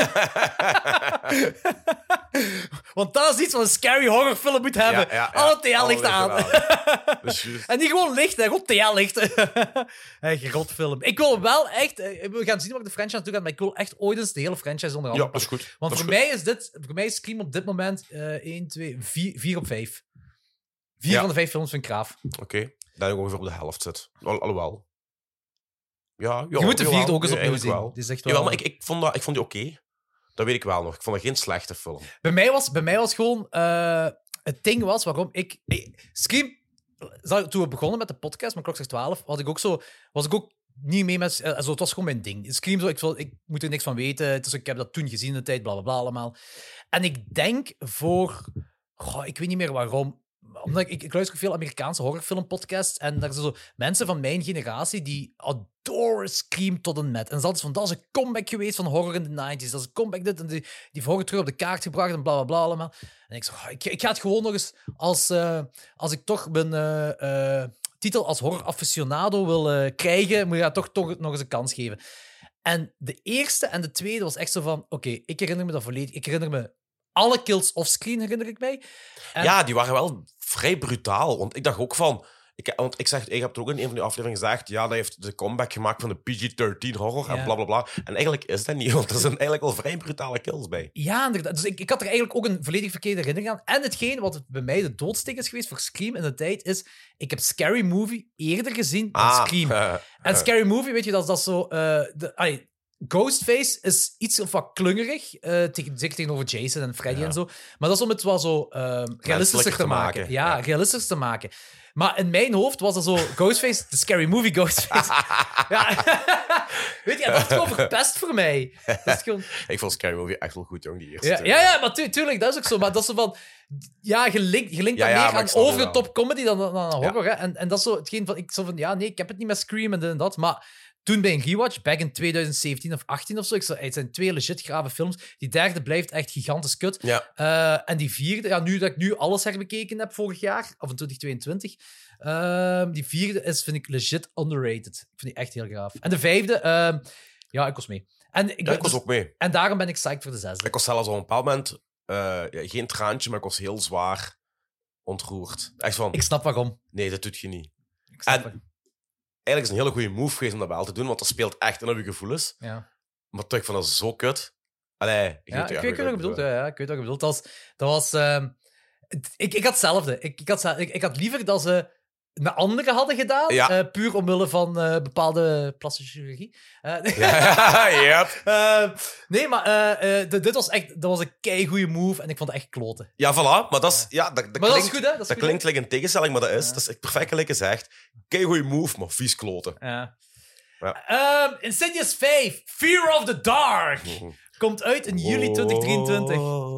Want dat is iets wat een scary horrorfilm moet hebben. Ja, ja, ja. Alle TL-lichten Alle aan. lichten Dat is juist. En niet gewoon lichten, gewoon TL-lichten. Echt rotfilm. Ik wil wel echt... We gaan zien wat de franchise naartoe gaat, maar ik wil echt ooit eens de hele franchise onder Ja, handen dat is pakken. goed. Want Dat is voor mij is Scream op dit moment 1, 2, 4 op 5. 4 Ja. van de 5 films vind ik gaaf. goed. Oké. Dat ik ongeveer op de helft zit. Alhoewel. Ja, Je moet de 4 ook eens opnieuw eigenlijk zien. wel. Het is echt wel... Jawel, maar ik vond die oké. Dat weet ik wel nog. Ik vond het geen slechte film. Bij mij was gewoon... het ding was waarom ik... Scream... Toen we begonnen met de podcast, met Klok 12, was ik ook niet mee met... het was gewoon mijn ding. Scream, ik moet er niks van weten. Ik heb dat toen gezien in de tijd, blablabla allemaal. En ik denk voor... ik weet niet meer waarom. Omdat ik luister veel Amerikaanse horrorfilmpodcasts en daar zijn zo mensen van mijn generatie die adoren Scream tot en met. En dat is altijd van, dat is een comeback geweest van horror in de 90s. Dat is een comeback dit en die heeft horror terug op de kaart gebracht en blablabla allemaal. En ik zeg, ik ga het gewoon nog eens, als ik toch mijn titel als horror aficionado wil krijgen, moet je dat toch nog eens een kans geven. En de eerste en de tweede was echt zo van, oké, ik herinner me dat volledig. Ik herinner me alle kills offscreen, herinner ik mij. En... Ja, die waren wel vrij brutaal. Want ik dacht ook van... Ik heb het ook in een van die afleveringen gezegd, ja, dat heeft de comeback gemaakt van de PG-13 horror en blablabla. En eigenlijk is dat niet, want er zijn eigenlijk wel vrij brutale kills bij. Ja, inderdaad. Dus ik had er eigenlijk ook een volledig verkeerde herinnering aan. En hetgeen wat bij mij de doodsteek is geweest voor Scream in de tijd, is... Ik heb Scary Movie eerder gezien dan Scream. En Scary Movie, weet je, dat is zo... Ghostface is iets of wat klungerig, zeker tegenover Jason en Freddy en zo. Maar dat is om het wel zo realistischer te maken. Ja, realistischer te maken. Maar in mijn hoofd was dat zo Ghostface, de Scary Movie Ghostface. Ja. Weet je, dat is gewoon verpest voor mij. Dat is gewoon... Ik vond Scary Movie echt wel goed, jong, die eerste. Ja, maar tuurlijk, dat is ook zo. Maar dat is zo van... Ja, je linkt dat meer aan over de top comedy dan horror. Hè? En dat is zo hetgeen van... Ik zo van, ja, nee, ik heb het niet met Scream en dit en dat, maar... Toen bij een rewatch, back in 2017 of 18 of zo, het zijn 2 legit grave films. Die derde blijft echt gigantisch kut. Ja. En die vierde, ja, nu dat ik nu alles herbekeken heb vorig jaar, of in 2022, die vierde vind ik legit underrated. Ik vind die echt heel gaaf. En de vijfde, ja, ik was mee. Ik was ook mee. En daarom ben ik psyched voor de zesde. Ik was zelfs op een bepaald moment, geen traantje, maar ik was heel zwaar ontroerd. Echt van... Ik snap waarom. Nee, dat doet je niet. Ik snap waarom. Eigenlijk is het een hele goede move geweest om dat wel te doen, want dat speelt echt in op je gevoelens. Ja. Maar toch, ik vond dat zo kut. Allee, ik weet wat je bedoelt. Ja, ik weet wat je bedoelt. Dat was ik had hetzelfde. Ik had liever dat ze met anderen hadden gedaan, puur omwille van bepaalde plastische chirurgie. Nee, maar dit was echt... Dat was een keigoeie move en ik vond het echt kloten. Ja, voilà. Maar dat is... Ja, dat klinkt, is goed, hè? Dat klinkt like een tegenstelling, maar dat is perfect gelijk gezegd. Keigoeie move, maar vies kloten. Ja. Insidious 5, Fear of the Dark, komt uit in juli 2023.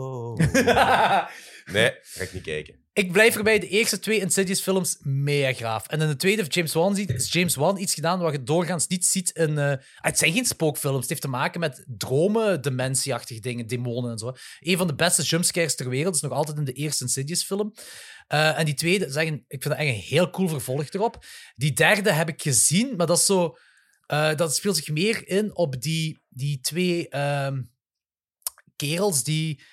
Nee, ga ik niet kijken. Ik blijf erbij, de eerste 2 Insidious-films mega graaf. En in de tweede, is James Wan iets gedaan wat je doorgaans niet ziet in... het zijn geen spookfilms, het heeft te maken met dromen, dementieachtige dingen, demonen en zo. Een van de beste jumpscares ter wereld is nog altijd in de eerste Insidious-film. En die tweede, ik vind dat echt een heel cool vervolg erop. Die derde heb ik gezien, maar dat is zo... dat speelt zich meer in op die 2 kerels die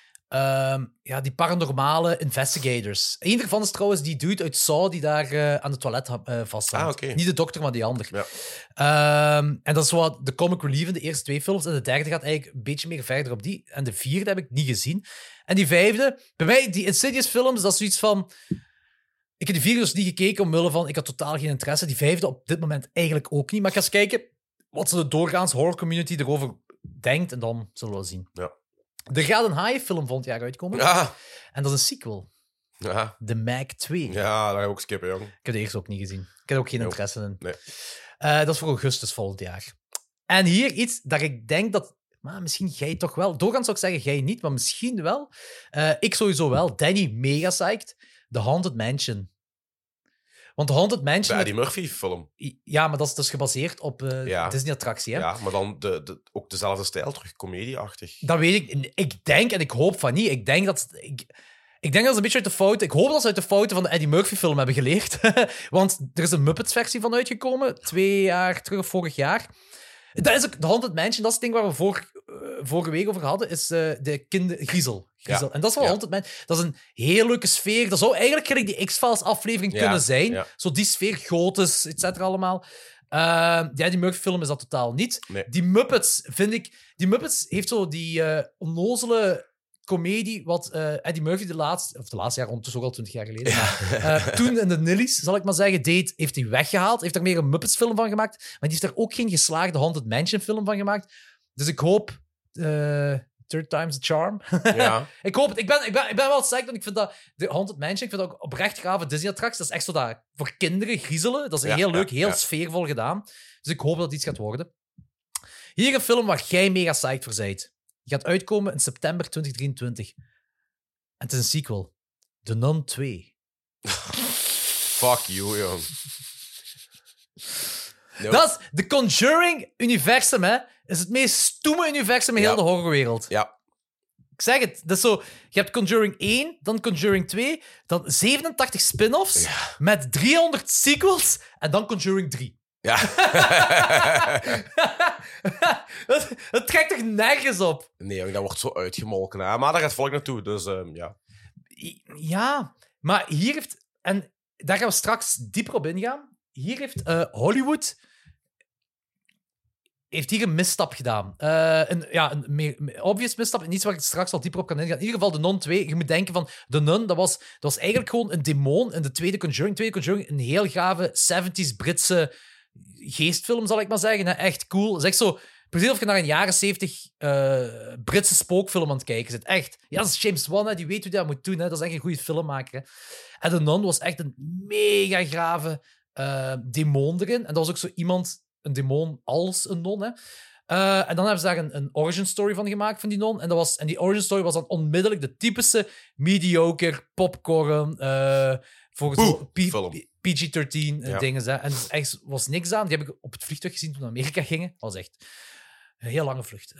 paranormale investigators. Eén daarvan is trouwens die dude uit Saw die daar aan het toilet vasthangt. Okay. Niet de dokter, maar die ander. Ja. En dat is wat de comic relief in de eerste 2 films. En de derde gaat eigenlijk een beetje meer verder op die. En de vierde heb ik niet gezien. En die vijfde, bij mij, die Insidious-films, dat is zoiets van... Ik heb die vierde dus niet gekeken omwille van... Ik had totaal geen interesse. Die vijfde op dit moment eigenlijk ook niet. Maar ik ga eens kijken wat de doorgaans horror community erover denkt. En dan zullen we zien. Ja. Er gaat een Haai-film volgend jaar uitkomen. Ja. En dat is een sequel. Ja. The Meg 2. Ja, daar ga ik ook skippen, jong. Ik heb de eerste ook niet gezien. Ik heb er ook geen interesse in. Nee. Dat is voor augustus volgend jaar. En hier iets dat ik denk dat... Maar misschien jij toch wel. Doorgaans zou ik zeggen, jij niet, maar misschien wel. Ik sowieso wel. Danny, mega psyched. The Haunted Mansion. Want The Haunted Mansion... De Eddie Murphy-film. Ja, maar dat is dus gebaseerd op Disney-attractie, hè? Ja, maar dan ook dezelfde stijl, terug comedieachtig. Dat weet ik. Ik denk, en ik hoop van niet, ik denk dat ze een beetje uit de fouten... Ik hoop dat ze uit de fouten van de Eddie Murphy-film hebben geleerd. Want er is een Muppets-versie van uitgekomen, 2 jaar terug of vorig jaar. Dat is ook The Haunted Mansion, dat is het ding waar we vorige week over hadden, is de Griezel. Ja. En dat is wel Haunted Mansion. Dat is een heel leuke sfeer. Dat zou eigenlijk gelijk die X-Files aflevering kunnen zijn. Ja. Zo die sfeer, gotes, et cetera allemaal. Die Murphy-film is dat totaal niet. Nee. Die Muppets, vind ik... Die Muppets heeft zo die onnozele comedie wat Eddie Murphy de laatste jaar, ondertussen ook al 20 jaar geleden, maar, toen in de Nillies, zal ik maar zeggen, heeft hij weggehaald. Heeft er meer een Muppets-film van gemaakt, maar die heeft er ook geen geslaagde Haunted Mansion-film van gemaakt. Dus ik hoop Third time's the charm. Ja. Ik hoop het. Ik ben wel psyched, want ik vind dat... De Haunted Mansion, ik vind dat ook oprecht gave Disney-attracties. Dat is echt zo dat voor kinderen griezelen. Dat is heel leuk, heel sfeervol gedaan. Dus ik hoop dat het iets gaat worden. Hier een film waar jij mega psyched voor bent. Die gaat uitkomen in september 2023. En het is een sequel. The Nun 2. Fuck you, jong. Nope. Dat is de Conjuring-universum, hè. Is het meest stoeme universum in heel de horrorwereld. Ja. Ik zeg het. Dat is zo, je hebt Conjuring 1, dan Conjuring 2, dan 87 spin-offs met 300 sequels en dan Conjuring 3. Ja. dat trekt toch nergens op? Nee, jong, dat wordt zo uitgemolken. Hè? Maar daar gaat volk naartoe, dus ja. Ja, maar hier heeft... En daar gaan we straks dieper op ingaan. Hier heeft Hollywood... Heeft hier een misstap gedaan. Een meer obvious misstap. En iets waar ik straks al dieper op kan ingaan. In ieder geval de Nun 2. Je moet denken van... De Nun, dat was eigenlijk gewoon een demon in de tweede Conjuring. Tweede Conjuring, een heel gave 70s Britse geestfilm, zal ik maar zeggen. Hè. Echt cool. Het is echt zo... Precies of je naar een jaren 70 Britse spookfilm aan het kijken zit. Echt. Ja, dat is James Wan, hè. Die weet hoe hij dat moet doen. Hè. Dat is echt een goede filmmaker. Hè. En de Nun was echt een mega grave demon erin. En dat was ook zo iemand... Een demon als een non. Hè. En dan hebben ze daar een origin story van gemaakt, van die non. En die origin story was dan onmiddellijk de typische mediocre popcorn voor PG-13 dingen. Hè. En er was niks aan. Die heb ik op het vliegtuig gezien toen we naar Amerika gingen. Dat was echt een heel lange vlucht.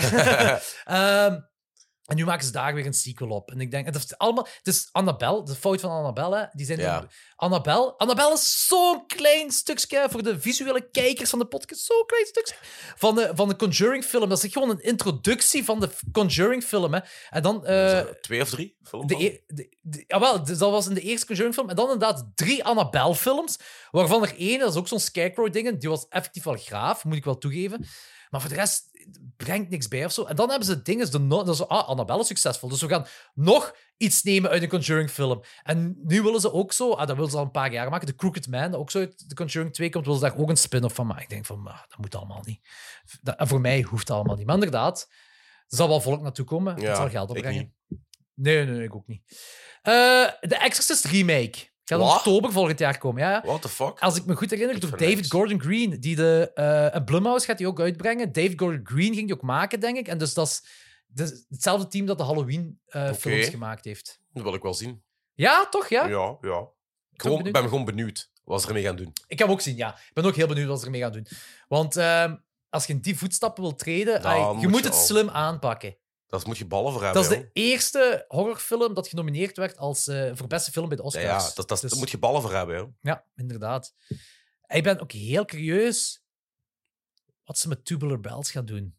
En nu maken ze daar weer een sequel op. En ik denk, het is Annabelle, de fout van Annabelle. Hè. Die zijn Annabelle is zo'n klein stukje voor de visuele kijkers van de podcast. Zo'n klein stukje van de Conjuring-film. Dat is gewoon een introductie van de Conjuring-film. Hè. En dan... 2 of 3 films? Dat was in de eerste Conjuring-film. En dan inderdaad 3 Annabelle-films. Waarvan er één, dat is ook zo'n Scarecrow-ding. Die was effectief wel graaf, moet ik wel toegeven. Maar voor de rest brengt niks bij of zo. En dan hebben ze dingen... Dat is Annabelle is succesvol. Dus we gaan nog iets nemen uit een Conjuring-film. En nu willen ze ook zo... dat willen ze al een paar jaar maken. The Crooked Man, dat ook zo uit de Conjuring 2 komt, willen ze daar ook een spin-off van maken. Ik denk van, dat moet allemaal niet. En voor mij hoeft het allemaal niet. Maar inderdaad, er zal wel volk naartoe komen. Het zal geld opbrengen. Nee, ik ook niet. The Exorcist remake. Gaat in oktober volgend jaar komen. Ja. What the fuck? Als ik me goed herinner, door David Gordon Green. En Blumhouse gaat die ook uitbrengen. David Gordon Green ging die ook maken, denk ik. En dus dat is hetzelfde team dat de Halloween-films gemaakt heeft. Dat wil ik wel zien. Ja, toch? Ja? Ja. Ik ben gewoon benieuwd wat ze ermee gaan doen. Ik ga hem ook zien, ja. Ik ben ook heel benieuwd wat ze ermee gaan doen. Want als je in die voetstappen wilt treden, je moet het slim aanpakken. Daar moet je ballen voor hebben. Dat is de eerste horrorfilm dat genomineerd werd voor beste film bij de Oscars. Ja, daar moet je ballen voor hebben. Joh. Ja, inderdaad. Ik ben ook heel curieus wat ze met Tubular Bells gaan doen.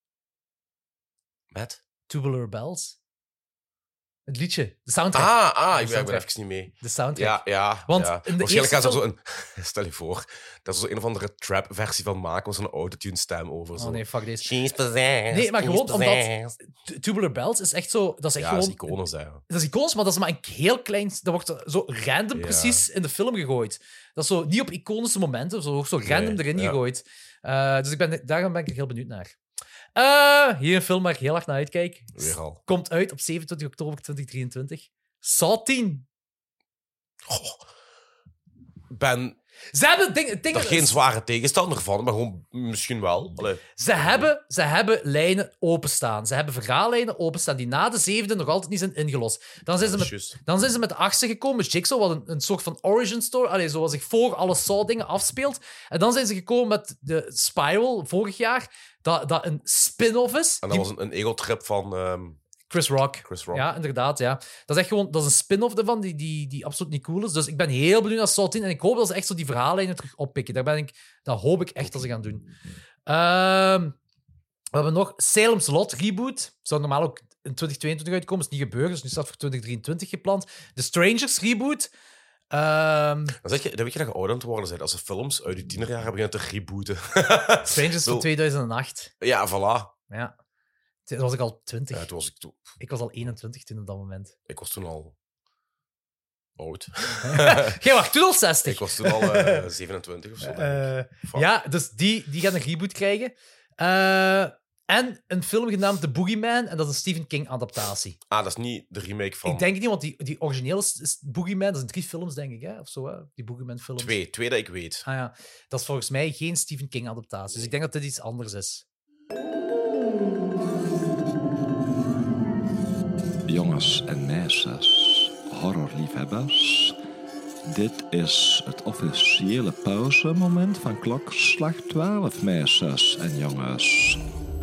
Met? Tubular Bells. Het liedje, de soundtrack. Ik ben even niet mee. De soundtrack. Ja. Want in de waarschijnlijk gaan ze er zo een... Stel je voor, dat ze zo een of andere trap-versie van maken met zo'n autotune-stem over. Zo. Oh nee, fuck deze. She's possessed. Nee, maar gewoon omdat Tubular Bells is echt zo... Dat is echt gewoon... Dat is iconisch, hè. Dat is iconisch, maar dat is maar een heel klein... Dat wordt zo random precies in de film gegooid. Dat is zo niet op iconische momenten, zo random erin gegooid. Dus daarom ben ik er heel benieuwd naar. Hier een film waar ik heel erg naar uitkijk. Weer al. Komt uit op 27 oktober 2023. Saw 10. Ze hebben dingen... Er geen zware tegenstander van, maar gewoon misschien wel. Allee. Ze hebben lijnen openstaan. Ze hebben verhaallijnen openstaan die na de 7e nog altijd niet zijn ingelost. Dan zijn ze met de 8e gekomen. Jigsaw, wat een soort van origin story, zoals zich voor alle Saw-dingen afspeelt. En dan zijn ze gekomen met de Spiral, vorig jaar, dat een spin-off is. En dat was een ego-trip van... Chris Rock. Ja, inderdaad. Ja. Dat is echt gewoon een spin-off ervan die absoluut niet cool is. Dus ik ben heel benieuwd naar Saw 10 en ik hoop dat ze echt zo die verhaallijnen terug oppikken. Dat hoop ik echt dat ze gaan doen. We hebben nog Salem's Lot reboot. Zou normaal ook in 2022 uitkomen. Is niet gebeurd, dus nu staat voor 2023 gepland. The Strangers reboot. Dan weet je dat je ouder aan het worden bent. Als ze films uit je tienerjaren beginnen te rebooten. Strangers van 2008. Ja, voilà. Ja. Toen was ik al 20. Ja, toen was ik was al 21 toen op dat moment. Ik was toen al oud. Jij was toen al 60. Ik was toen al 27 of zo. Ja, dus die gaan een reboot krijgen. En een film genaamd The Boogeyman, en dat is een Stephen King-adaptatie. Dat is niet de remake van... Ik denk het niet, want die originele Boogeyman, dat zijn 3 films, denk ik, hè? Of zo, hè? Die Boogeyman-films. Twee dat ik weet. Ah ja, dat is volgens mij geen Stephen King-adaptatie. Dus ik denk dat dit iets anders is. Jongens en meisjes, horrorliefhebbers. Dit is het officiële pauzemoment van klokslag 12, meisjes en jongens.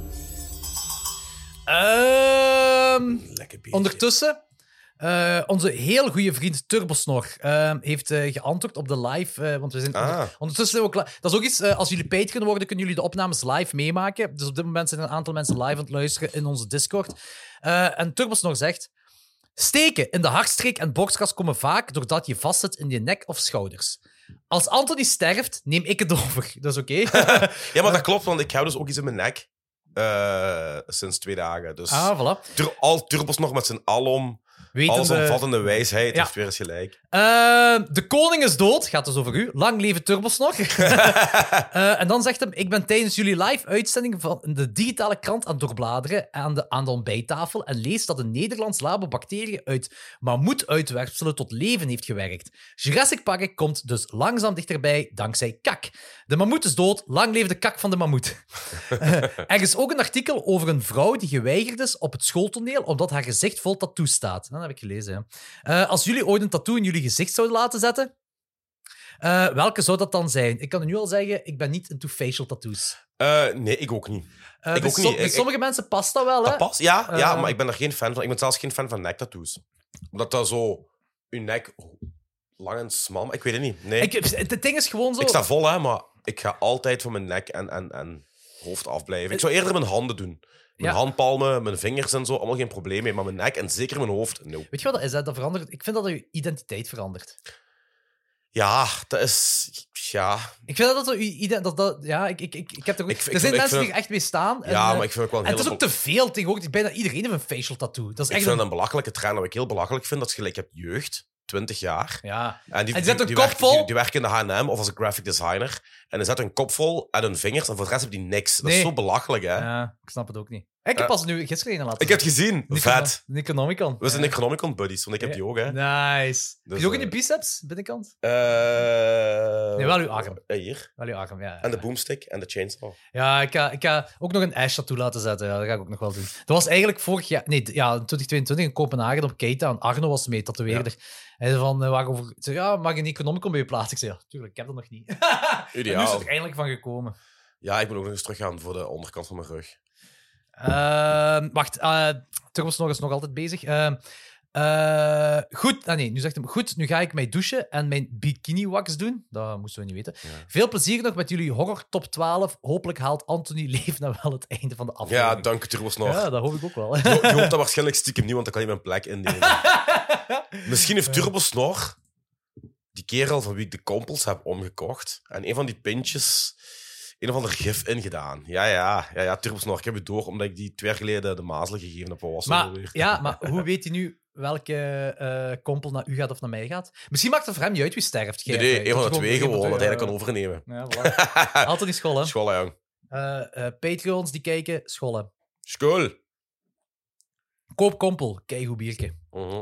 Lekker bezig. Ondertussen, onze heel goede vriend Turbosnor heeft geantwoord op de live. Want we zijn ondertussen zijn we ook klaar. Dat is ook iets, als jullie Patreon worden, kunnen jullie de opnames live meemaken. Dus op dit moment zijn er een aantal mensen live aan het luisteren in onze Discord. En Turbosnor zegt... Steken in de hartstreek en borstkas komen vaak doordat je vastzit in je nek of schouders. Als Anthony sterft, neem ik het over. Dat is oké. Ja, maar dat klopt, want ik hou dus ook iets in mijn nek. Sinds 2 dagen. Dus Voilà. al Turbos nog met zijn allesomvattende wijsheid Ja. heeft weer eens gelijk. De koning is dood. Gaat dus over u. Lang leven Turbosnor. En dan zegt hem... Ik ben tijdens jullie live-uitzending van de digitale krant aan het doorbladeren aan de ontbijttafel en lees dat een Nederlands labo bacteriën uit mammoetuitwerpselen tot leven heeft gewerkt. Jurassic Park komt dus langzaam dichterbij dankzij kak. De mammoet is dood. Lang leven de kak van de mammoet. Er is ook een artikel over een vrouw die geweigerd is op het schooltoneel omdat haar gezicht vol tattoos staat. Dat heb ik gelezen, ja. Als jullie ooit een tattoo in jullie gezicht zouden laten zetten, welke zou dat dan zijn? Ik kan nu al zeggen, ik ben niet into facial tattoos. Nee, ik ook niet. Bij sommige mensen past dat wel, hè? Dat past, ja, maar ik ben er geen fan van. Ik ben zelfs geen fan van nektattoos. Omdat dat zo... Je nek lang en smal... Maar ik weet het niet. Nee. Het ding is gewoon zo... Ik sta vol, hè, maar ik ga altijd van mijn nek en hoofd afblijven. Ik zou eerder mijn handen doen. Mijn handpalmen, mijn vingers en zo, allemaal geen probleem mee. Maar mijn nek en zeker mijn hoofd, no. Weet je wat dat is? Hè? Dat verandert... Ik vind dat je identiteit verandert. Ja, dat is... Ja. Ik vind dat ik heb er ook... Er zijn mensen die er echt mee staan. Ja, maar ik vind ook wel een en het is hele... ook te veel tegenwoordig. Bijna iedereen heeft een facial tattoo. Dat is Ik echt vind een belachelijke trend. Wat ik heel belachelijk vind, dat je gelijk hebt jeugd, 20 jaar. Ja. En die zet een kop vol. Die werken in de H&M of als een graphic designer. En dan zet een kop vol en hun vingers en voor de rest heb die niks. Dat is zo belachelijk, hè? Ja, ik snap het ook niet. Ik heb pas nu gisteren een laten Ik heb het gezien. Vet. Necronomicon. We zijn Necronomicon buddies, want ik heb die ook, hè. Nice. Dus, heb je ook in je biceps, binnenkant? Nee, wel uw arm. Hier. Wel uw arm, ja. En de boomstick en de chainsaw. Ja, ik ga ook nog een Ash tattoo laten zetten. Ja, dat ga ik ook nog wel doen. Dat was eigenlijk vorig jaar... Nee, ja, in 2022 in Kopenhagen op Keita. En Arno was mee, tatoeëerder. Hij zei van, waarover... Ik zei, ja, mag je een Necronomicon bij je plaatsen? Ik zei, ja, tuurlijk, ik heb dat nog niet. Ideaal. En nu is het er eindelijk van gekomen. Ja, ik moet ook nog eens teruggaan voor de onderkant van mijn rug. Wacht, Turbosnor is nog altijd bezig. Goed, nu zegt hem, goed, nu ga ik mij douchen en mijn bikini-wax doen. Dat moesten we niet weten. Ja. Veel plezier nog met jullie horror top 12. Hopelijk haalt Anthony Leef nou wel het einde van de aflevering. Ja, dank u, Turbosnor. Ja, dat hoop ik ook wel. Je hoopt dat waarschijnlijk stiekem niet, want dan kan je mijn plek innemen. Misschien heeft Turbosnor die kerel van wie ik de kompels heb omgekocht en een van die pintjes een of ander gif ingedaan. Ja, Turbosnor, ik heb het door, omdat ik die 2 jaar geleden de mazelen gegeven heb. Maar hoe weet hij nu welke kompel naar u gaat of naar mij gaat? Misschien maakt het voor hem niet uit wie sterft. Nee, een van de 2 gewoon, dat hij dat kan overnemen. Ja, voilà. Altijd school, hè? School, jong. Patreons die kijken, scholen. School. Koop kompel, keigoed biertje.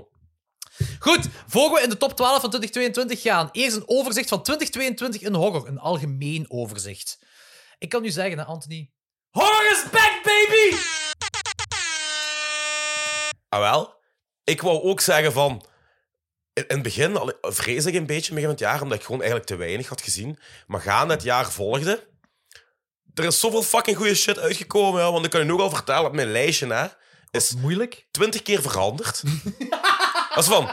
Goed, voor we in de top 12 van 2022 gaan, eerst een overzicht van 2022 in horror. Een algemeen overzicht. Ik kan nu zeggen, hè, Anthony... Horror is back, baby! Wel, ik wou ook zeggen van... In het begin vrees ik een beetje begin van het jaar, omdat ik gewoon eigenlijk te weinig had gezien. Maar gaande het jaar volgde... Er is zoveel fucking goede shit uitgekomen, ja, want ik kan je nu al vertellen dat mijn lijstje hè, is moeilijk 20 keer veranderd. Dat is van...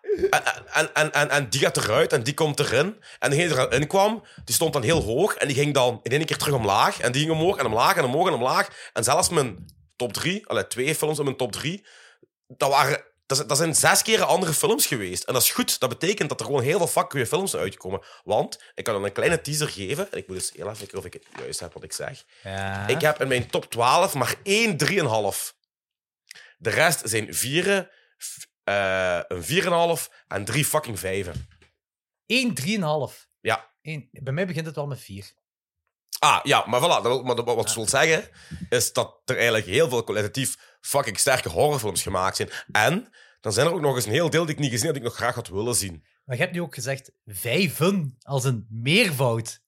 En die gaat eruit en die komt erin. En degene die erin kwam, die stond dan heel hoog. En die ging dan in één keer terug omlaag. En die ging omhoog en omlaag en omhoog en omlaag. En zelfs mijn top 3, 2 films in mijn top 3, dat zijn 6 keer andere films geweest. En dat is goed. Dat betekent dat er gewoon heel veel fucking goede films zijn uitgekomen. Want, ik kan dan een kleine teaser geven. En ik moet dus heel even kijken of ik het juist heb wat ik zeg. Ja. Ik heb in mijn top 12 maar 1 3,5. De rest zijn 4... een 4,5 en 3 fucking 5. 1 3,5. Ja. Bij mij begint het wel met 4. Ja, maar voilà. Maar wat ik wil zeggen, is dat er eigenlijk heel veel kwalitatief fucking sterke horrorfilms gemaakt zijn. En dan zijn er ook nog eens een heel deel die ik niet gezien heb, die ik nog graag had willen zien. Maar je hebt nu ook gezegd 5 als een meervoud.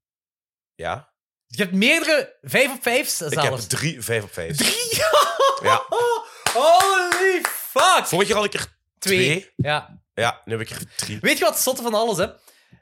Ja? Je hebt meerdere 5 op 5 zelfs. Ik heb 3 5 op 5. 3? Ja. Holy fuck! Vorig jaar had ik er 2. Ja. Ja, nu heb ik er 3. Weet je wat het zotte van alles, hè?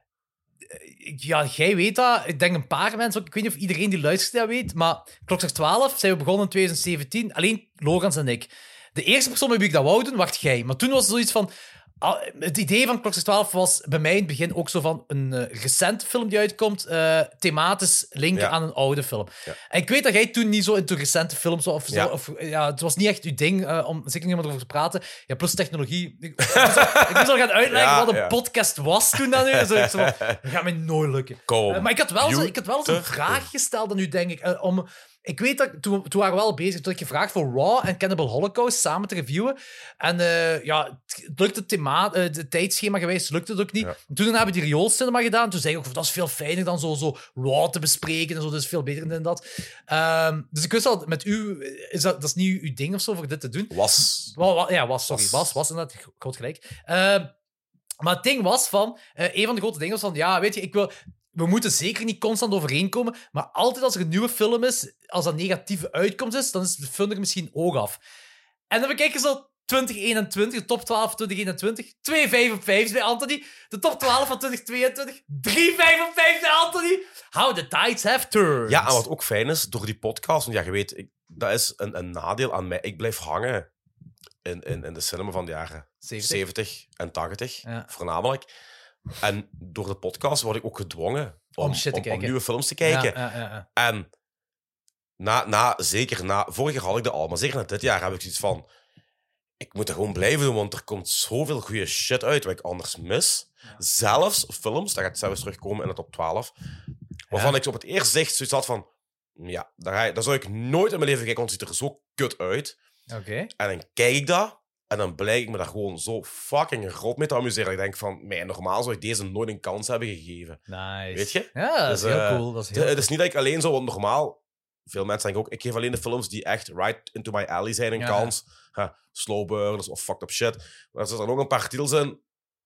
Ja, jij weet dat. Ik denk een paar mensen ook. Ik weet niet of iedereen die luistert dat weet, maar Klokslag 12 zijn we begonnen in 2017. Alleen Logans en ik. De eerste persoon met wie ik dat wou doen, was jij. Maar toen was het zoiets van... Het idee van Klokslag 12 was bij mij in het begin ook zo van een recente film die uitkomt, thematisch linken aan een oude film. Ja. En ik weet dat jij toen niet zo into recente films was. Ja. Het was niet echt uw ding om zeker niet meer over te praten. Ja, plus technologie. Ik moest al gaan uitleggen wat een podcast was toen dan nu. Dus ik zo van, dat gaat mij nooit lukken. Maar ik had wel eens een vraag gesteld aan u, denk ik. Ik weet dat toen waren we wel bezig. Toen had ik gevraagd voor Raw en Cannibal Holocaust samen te reviewen. En het lukte het tijdschema geweest, lukte het ook niet. Ja. En toen hebben we die rioolcinema gedaan. Toen zei ik ook, dat is veel fijner dan zo Raw te bespreken en zo. Dat is veel beter dan dat. Dus ik wist al, met u, dat is niet uw ding of zo voor dit te doen. Was Inderdaad, groot gelijk. Maar het ding was van, een van de grote dingen was van, ja, weet je, we moeten zeker niet constant overeenkomen, maar altijd als er een nieuwe film is, als dat negatieve uitkomst is, dan is de film er misschien oog af. En dan bekijk je zo 2021, de top 12 van 2021, 2 5 op 5 bij Anthony. De top 12 van 2022, 3 5 op 5 bij Anthony. How the tides have turned. Ja, en wat ook fijn is, door die podcast, want ja, je weet, dat is een nadeel aan mij. Ik blijf hangen in de cinema van de jaren 70 en 80, voornamelijk. En door de podcast word ik ook gedwongen om nieuwe films te kijken. Ja. En zeker na... Vorig jaar had ik dat al, maar zeker na dit jaar heb ik zoiets van... Ik moet dat gewoon blijven doen, want er komt zoveel goede shit uit wat ik anders mis. Ja. Zelfs films, dat gaat zelfs terugkomen in de top 12, waarvan ik op het eerste zicht zoiets had van... Ja, daar zou ik nooit in mijn leven kijken, want het ziet er zo kut uit. Okay. En dan kijk ik dat... En dan blijk ik me daar gewoon zo fucking rot mee te amuseren. Dat ik denk van, normaal zou ik deze nooit een kans hebben gegeven. Nice. Weet je? Ja, dat is heel cool. Het is niet dat ik alleen zo, want normaal... Veel mensen denken ook, ik geef alleen de films die echt right into my alley zijn een kans. Slow burners of fucked up shit. Maar er zitten er nog een paar titels in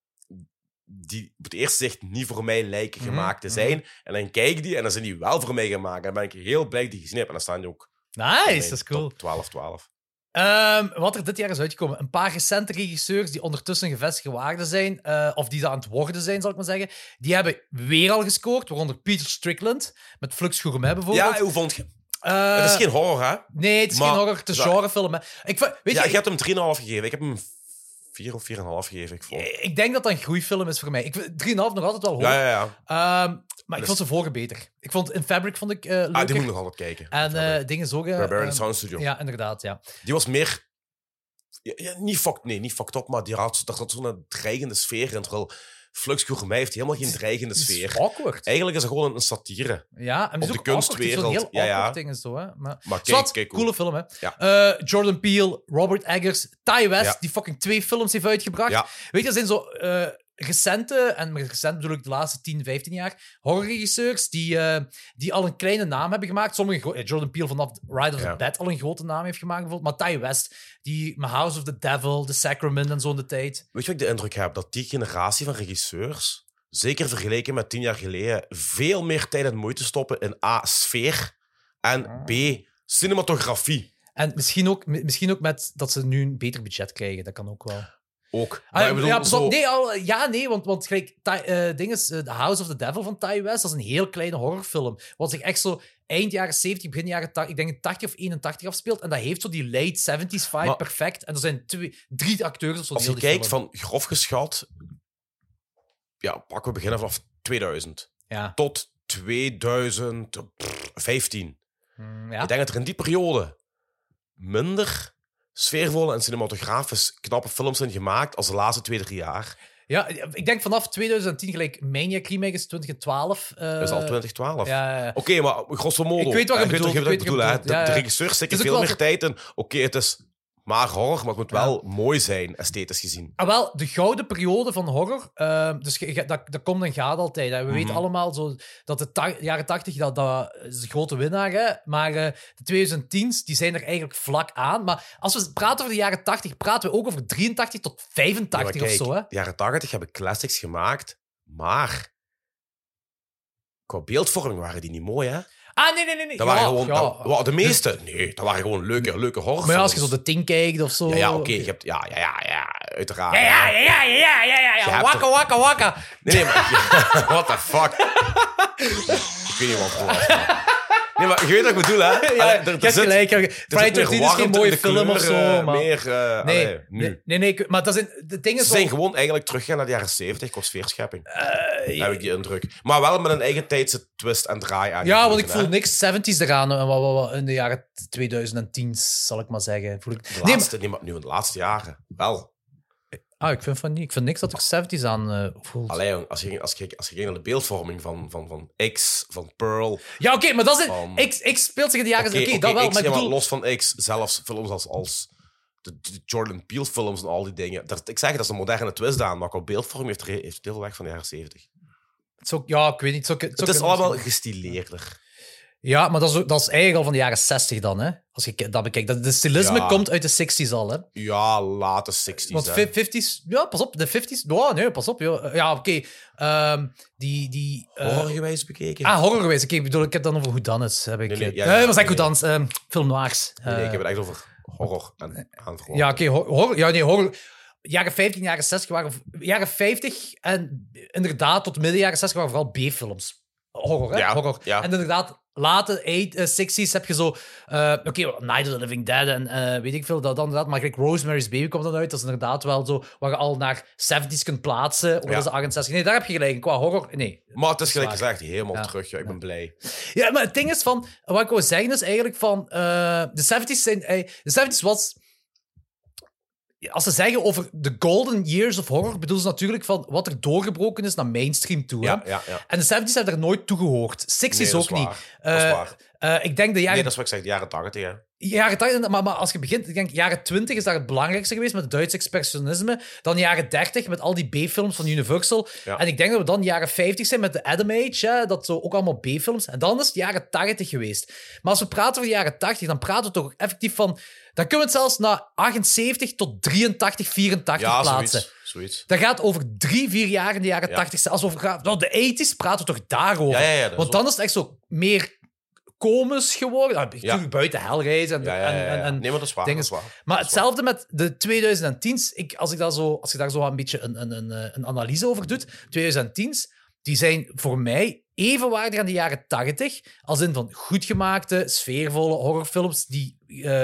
die op het eerste zicht niet voor mij lijken gemaakt te zijn. En dan kijk ik die en dan zijn die wel voor mij gemaakt. En dan ben ik heel blij die gezien heb. En dan staan die ook... Nice, dat is cool. 12. Wat er dit jaar is uitgekomen. Een paar recente regisseurs die ondertussen gevestigde waarden zijn, of die dat aan het worden zijn, zal ik maar zeggen, die hebben weer al gescoord, waaronder Peter Strickland, met Flux Gourmet bijvoorbeeld. Ja, hoe vond je? Het is geen horror, hè? Nee, het is geen horror, het is genrefilm. Je hebt hem 3,5 gegeven. Ik heb hem 4 of 4,5 gegeven. Ik denk dat dat een groeifilm is voor mij. 3,5 nog altijd wel hoog. Ja. Maar ik vond ze vorige beter. Ik vond In Fabric leuker. Die moet ik nog altijd kijken. En dingen zo... Barbarian Sound Studio. Ja, inderdaad, ja. Die was meer... niet fucked up, maar daar zat zo'n dreigende sfeer in. Terwijl Flux Gourmet heeft helemaal geen dreigende sfeer. Het is awkward. Eigenlijk is het gewoon een satire. Ja, en op de kunstwereld. Heel awkward dingen zo, hè. Maar kijk, coole film, hè. Ja. Jordan Peele, Robert Eggers, Ty West, die fucking 2 films heeft uitgebracht. Ja. Weet je, dat zijn zo... recente, en met recent bedoel ik de laatste 10, 15 jaar, horrorregisseurs die al een kleine naam hebben gemaakt. Jordan Peele vanaf Ride of the Dead al een grote naam heeft gemaakt, bijvoorbeeld. Maar Ty West, die met House of the Devil, The Sacrament en zo in de tijd. Weet je wat ik de indruk heb? Dat die generatie van regisseurs, zeker vergeleken met 10 jaar geleden, veel meer tijd en moeite stoppen in A, sfeer en B, cinematografie. En misschien ook met dat ze nu een beter budget krijgen. Dat kan ook wel. Ook. Want gelijk, The House of the Devil van Ty West, dat is een heel kleine horrorfilm. Wat zich echt zo eind jaren 70, begin jaren 80, ik denk in 80 of 81 afspeelt. En dat heeft zo die late 70s vibe perfect. En er zijn 3 acteurs of zo. Als je kijkt van grof geschat, pakken we beginnen vanaf 2000 tot 2015. Ik denk dat er in die periode minder sfeervolle en cinematografisch knappe films zijn gemaakt als de laatste 2-3 jaar. Ja, ik denk vanaf 2010, gelijk Maniac Remake is 2012. Dat is al 2012. Ja. Oké, maar grosso modo... Ik weet wat je bedoelt. De regisseurs steken veel meer tijd in. Oké, het is Maar horror, maar het moet wel mooi zijn, esthetisch gezien. Ah, wel, de gouden periode van horror, dus dat komt en gaat altijd. Hè. We weten allemaal zo, dat de jaren 80, dat is de grote winnaar. Hè. Maar de 2010's, die zijn er eigenlijk vlak aan. Maar als we praten over de jaren 80, praten we ook over 83 tot 85 Ja, of zo. Hè. de jaren 80 hebben classics gemaakt, maar qua beeldvorming waren die niet mooi, hè? Ah, nee. Dat waren gewoon... de meeste? Nee, dat waren gewoon leuke horrorfilms. Maar ja, als je zo de Ting kijkt of zo... Ja, oké. Je hebt... Ja, uiteraard. Ja. Wakka. Nee, maar... What the fuck? Ik weet niet wat het was. Nee, maar je weet wat ik bedoel, hè? Ja, je hebt gelijk. Friday 13 is geen mooie film of zo, maar... Nee, maar dat zijn... De dingen Ze zijn gewoon eigenlijk teruggegaan naar de jaren 70 qua sfeerschepping. Heb ik die indruk. Maar wel met een eigen tijdse twist en draai aan. Ja, want ik voel niks 70s eraan in de jaren 2010, zal ik maar zeggen. Nu in de laatste jaren. Wel. Ik vind van niet. Ik vind niks dat er 70s aan voelt. Allee, als je kijkt naar de beeldvorming van X, van Pearl... Ja, oké, maar dat is... X speelt zich in de jaren... Oké, dat wel, X, maar ik bedoel... los van X, zelfs films als de Jordan Peele films en al die dingen. Ik zeg, dat is een moderne twist aan, maar qua beeldvorming heeft heel veel weg van de jaren 70. Ja, ik weet niet. Het is allemaal gestileerder. Ja, maar dat is eigenlijk al van de jaren 60 dan, hè? Als je dat bekijkt. De stilisme komt uit de 60s al, hè? Ja, late 60s. Want 50s... Ja, pas op, de 50s... Oh, nee, pas op. Ja, oké. Horrorgewijs bekeken? Horrorgewijs. Oké, ik bedoel, ik heb dan over whodunits. Nee, wat zeg whodunits? Film noirs. Nee, ik heb het echt over horror en aanvragen. Ja, oké, horror... Ja, nee, horror... Jaren 50, jaren 60 waren... Jaren 50 en inderdaad tot midden jaren 60 waren vooral B-films. Horror, hè? Ja, horror. ja. En inderdaad, late 60s heb je zo... Night of the Living Dead en weet ik veel. Dat dan inderdaad, maar gelijk Rosemary's Baby komt dan uit. Dat is inderdaad wel zo... Waar je al naar 70s kunt plaatsen. Of dat is 68. Nee, daar heb je gelijk. Qua horror... Nee. Maar het is gelijk gezegd, helemaal terug. Ja, ik ben blij. Ja, maar het ding is van... Wat ik wou zeggen is eigenlijk van... de 70s zijn... de 70s was... Als ze zeggen over de golden years of horror, bedoelen ze natuurlijk van wat er doorgebroken is naar mainstream toe. Ja. En de 70s hebben er nooit toe gehoord. 60s ook niet. Dat is waar. Ik denk de jaren... Nee, dat is wat ik zeg, de jaren 80, hè. Jaren 80, maar als je begint, ik denk jaren 20 is daar het belangrijkste geweest met het Duits expressionisme. Dan jaren 30 met al die B-films van Universal. Ja. En ik denk dat we dan jaren 50 zijn met de Adam Age, hè, dat zo ook allemaal B-films. En dan is het jaren 80 geweest. Maar als we praten over de jaren 80, dan praten we toch effectief van... Dan kunnen we het zelfs naar 78 tot 83, 84 plaatsen. Zoiets. Dat gaat over 3-4 jaar in de jaren 80. Als we over de 80s praten we toch daarover. Ja, want dan is het echt zo meer komisch geworden. Natuurlijk buiten Hellraiser en nee, maar dat is waar. Dingen. Maar hetzelfde met de 2010's. Als je daar zo een beetje een analyse over doet, 2010's, die zijn voor mij evenwaardig aan de jaren 80, als in van goed gemaakte, sfeervolle horrorfilms die...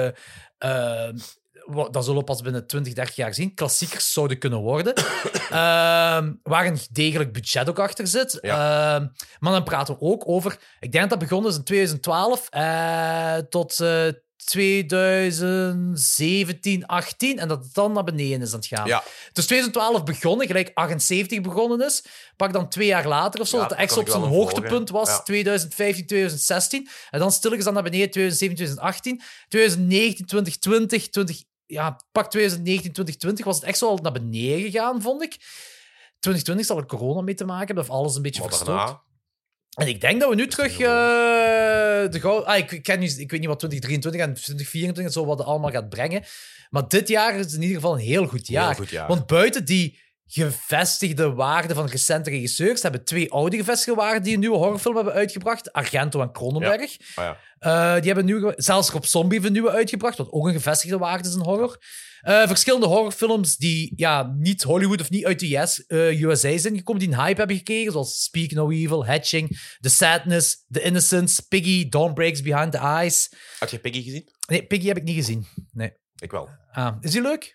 dat zullen we pas binnen 20, 30 jaar zien. Klassiekers zouden kunnen worden. Waar een degelijk budget ook achter zit. Ja. Maar dan praten we ook over... Ik denk dat dat begonnen is in 2012 tot 2017, 18. En dat het dan naar beneden is aan het gaan. Ja. Dus 2012 begonnen, gelijk 78 begonnen is. Pak dan 2 jaar later of zo, dat de echt op zijn hoogtepunt was. Ja. 2015, 2016. En dan stilletjes dan naar beneden 2017, 2018. 2019, 2020, pak 2019, 2020 was het echt zo al naar beneden gegaan, vond ik. 2020 zal er corona mee te maken hebben, of alles een beetje verstoord. En ik denk dat we nu terug ik weet niet wat 2023 en 2024 zo wat allemaal gaat brengen. Maar dit jaar is in ieder geval een heel goed jaar. Want buiten die gevestigde waarden van recente regisseurs hebben 2 oude gevestigde waarden die een nieuwe horrorfilm hebben uitgebracht. Argento en Cronenberg. Die hebben nu zelfs Rob Zombie heeft een nieuwe uitgebracht, wat ook een gevestigde waarde is in horror. Verschillende horrorfilms die niet Hollywood of niet uit de USA zijn gekomen, die een hype hebben gekregen, zoals Speak No Evil, Hatching, The Sadness, The Innocents, Piggy, Dawn Breaks Behind the Eyes. Had je Piggy gezien? Nee, Piggy heb ik niet gezien. Nee. Ik wel. Is die leuk?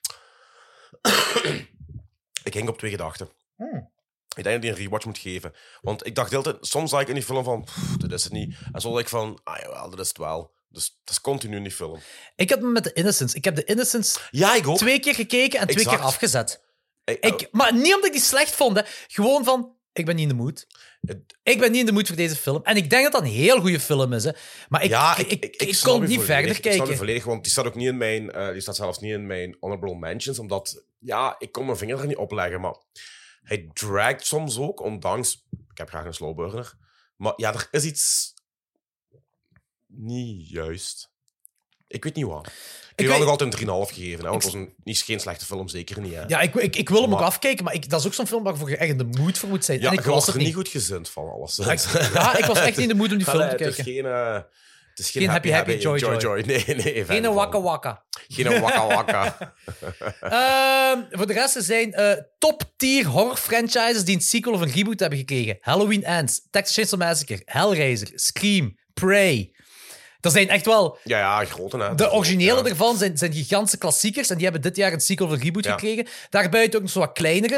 Ik hing op 2 gedachten. Ik denk dat hij een rewatch moet geven. Want ik dacht de hele tijd, soms zag ik in die film van, dit is het niet. En soms dacht ik van, jawel, dat is het wel. Dus dat is continu in die film. Ik heb me met The Innocents. Ik heb The Innocents ik ook. 2 keer gekeken en 2 keer afgezet. Maar Maar niet omdat ik die slecht vond. Hè. Gewoon van, Ik ben niet in de mood. Ik ben niet in de mood voor deze film. En ik denk dat dat een heel goede film is. Hè. Maar ik kon niet verder kijken. Ik snap je volledig, want die staat ook niet in mijn... die staat zelfs niet in mijn honorable mentions, omdat... Ja, ik kon mijn vinger er niet op leggen, maar... Hij dragt soms ook, ondanks... Ik heb graag een slow burner. Maar ja, er is iets... niet juist. Ik weet niet wat. Ik wil nog altijd een 3,5 gegeven, hè, want het was geen slechte film, zeker niet. Hè. Ja, ik wil hem ook afkijken, maar dat is ook zo'n film waarvoor je echt in de mood voor moet zijn. Ja, en ik was er niet goed gezind van alles. Ik was echt niet in de mood om die film te kijken. Het is geen happy, joy. Nee. Geen wakka wakka. Geen wakka wakka. Voor de rest zijn top-tier horror franchises die een sequel of een reboot hebben gekregen. Halloween Ends, Texas Chainsaw Massacre, Hellraiser, Scream, Prey. Er zijn echt wel... Ja, grote. Hè. De originele ervan zijn gigantische klassiekers en die hebben dit jaar een sequel of een reboot gekregen. Daarbuiten ook nog zo wat kleinere.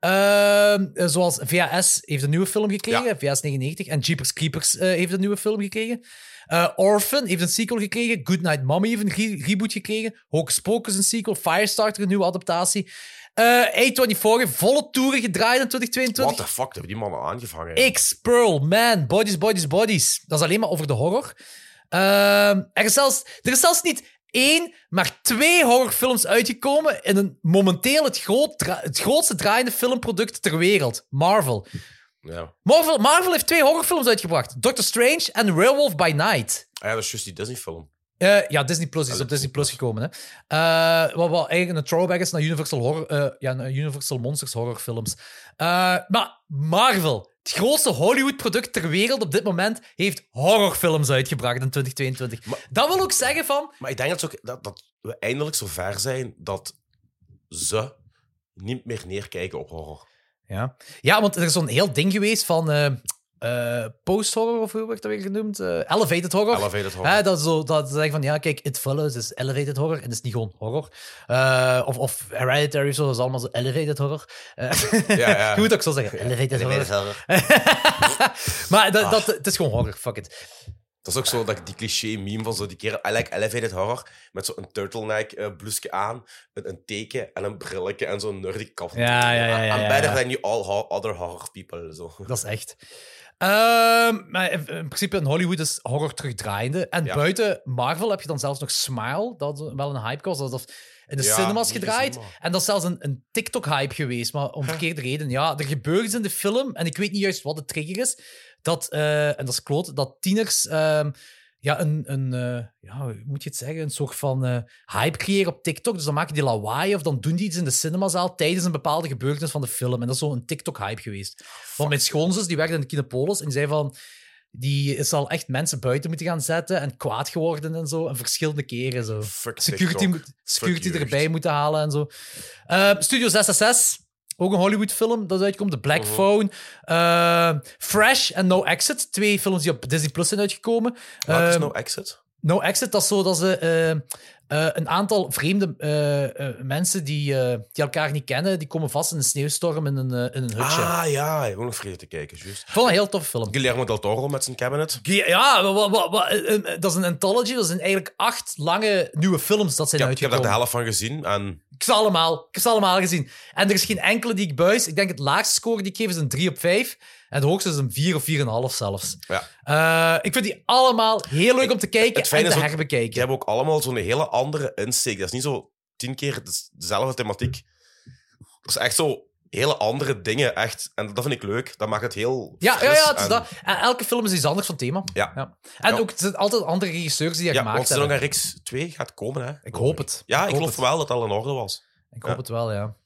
Zoals VHS heeft een nieuwe film gekregen, VHS 99. En Jeepers Creepers heeft een nieuwe film gekregen. Orphan heeft een sequel gekregen. Goodnight Mommy heeft een reboot gekregen. Hocus Pocus een sequel. Firestarter een nieuwe adaptatie. A24 heeft volle toeren gedraaid in 2022. What the fuck, hebben die mannen aangevangen? X-Pearl, Man, Bodies. Dat is alleen maar over de horror. Er is zelfs niet 1, maar 2 horrorfilms uitgekomen in momenteel het grootste draaiende filmproduct ter wereld. Marvel. Ja. Marvel heeft 2 horrorfilms uitgebracht. Doctor Strange en Werewolf by Night. Ah ja, dat is juist die Disney-film. Ja, Disney Plus is op Disney Plus gekomen. Hè. Wat eigenlijk een throwback is naar Universal Monsters horrorfilms. Maar Marvel, het grootste Hollywood-product ter wereld op dit moment, heeft horrorfilms uitgebracht in 2022. Dat wil ook zeggen van... Maar ik denk dat we eindelijk zo ver zijn dat ze niet meer neerkijken op horror. Ja, want er is zo'n heel ding geweest van... post-horror, of hoe werd dat weer genoemd? Elevated horror. Dat ze zeggen van, ja, kijk, It Follows is elevated horror en dat is niet gewoon horror. Of Hereditary, zo, dat is allemaal zo elevated horror. Je moet ook zo zeggen, elevated horror. Maar het is gewoon horror, fuck it. Dat is ook zo die cliché-meme van zo die kerel, I like elevated horror, met zo'n turtleneck blusje aan, met een teken en een brilletje en zo'n nerdy kap. I'm better than you all other horror people. Zo. Dat is echt. Maar in principe in Hollywood is horror terugdraaiende. En buiten Marvel heb je dan zelfs nog Smile, dat wel een hype was. Dat in de cinemas gedraaid. En dat is zelfs een TikTok-hype geweest, maar om verkeerde reden. Ja, er gebeurt iets in de film, en ik weet niet juist wat de trigger is, en dat is kloot, dat tieners hoe moet je het zeggen, een soort van hype creëren op TikTok. Dus dan maken die lawaai of dan doen die iets in de cinemazaal tijdens een bepaalde gebeurtenis van de film. En dat is zo'n TikTok-hype geweest. Want mijn schoonzus, die werkte in de Kinepolis en die zei van... Die is al echt mensen buiten moeten gaan zetten en kwaad geworden en zo. En verschillende keren zo. Security erbij moeten halen en zo. Studio 666. Ook een Hollywood-film dat uitkomt. The Black Phone. Fresh en No Exit. 2 films die op Disney Plus zijn uitgekomen. Wat is No Exit? No Exit, dat is zo dat ze een aantal vreemde mensen die elkaar niet kennen, die komen vast in een sneeuwstorm in een hutje. Ah ja, ik heb ook nog vergeten te kijken, juist. Ik vond een heel toffe film. Guillermo del Toro met zijn cabinet. Ja, dat is een anthology. Dat zijn eigenlijk 8 lange nieuwe films dat zijn uitgekomen. Ik heb daar de helft van gezien. En... Ik heb ze allemaal gezien. En er is geen enkele die ik buis. Ik denk het laagste score die ik geef is een 3 op 5. En de hoogste is een 4 of 4,5 zelfs. Ja. Ik vind die allemaal heel leuk om te kijken en te herbekijken. Die hebben ook allemaal zo'n hele andere insteek. Dat is niet zo 10 keer dezelfde thematiek. Dat is echt zo hele andere dingen, echt. En dat vind ik leuk. Dat maakt het heel fris. Het is dat. En elke film is iets anders van thema. Ja. En ook, het zijn altijd andere regisseurs die dat gemaakt hebben. Want er nog een Rix 2 gaat komen, hè. Ik hoop het. Ja, ik geloof wel dat het al in orde was. Ik hoop het wel, ja.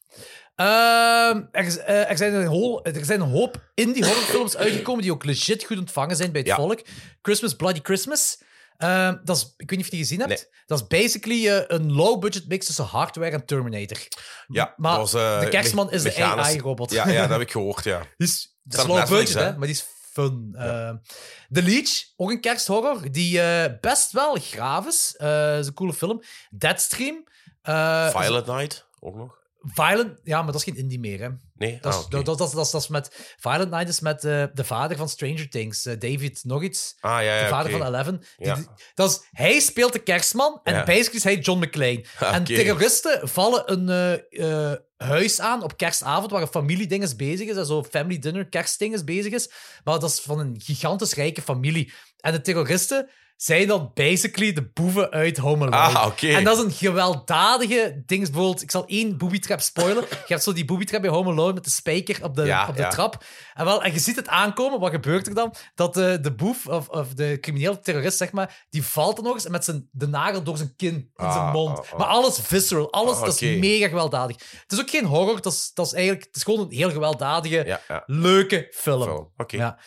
Er zijn een hoop indie horrorfilms uitgekomen die ook legit goed ontvangen zijn bij het volk. Christmas, Bloody Christmas. Dat is, ik weet niet of je die gezien hebt. Nee. Dat is basically een low-budget mix tussen Hardware en Terminator. Ja, maar de kerstman is de AI-robot. Ja, dat heb ik gehoord, ja. Die is low-budget, hè, maar die is fun. The Leech, ook een kersthorror, die best wel graaf is. Is een coole film. Deadstream. Violet Night, ook nog. Violent... Ja, maar dat is geen indie meer, hè. Nee? Dat is met... Violent Night is met de vader van Stranger Things. David nog iets. Ja, de vader oké. van Eleven. Ja. Hij speelt de kerstman en basically is hij John McClane. En terroristen vallen een huis aan op kerstavond waar een familieding bezig is. En zo family dinner, kerstding bezig is. Maar dat is van een gigantisch rijke familie. En de terroristen zijn dan basically de boeven uit Home Alone. Oké. En dat is een gewelddadige ding. Bijvoorbeeld, ik zal 1 booby-trap spoilen. Je hebt zo die booby-trap bij Home Alone met de spijker op de trap. En je ziet het aankomen. Wat gebeurt er dan? Dat de boef, of de criminele terrorist, zeg maar, die valt dan nog eens met de nagel door zijn kin in zijn mond. Maar alles visceral. Alles, dat is mega gewelddadig. Het is ook geen horror. Dat is eigenlijk... Het is gewoon een heel gewelddadige, leuke film. Oké. Ja.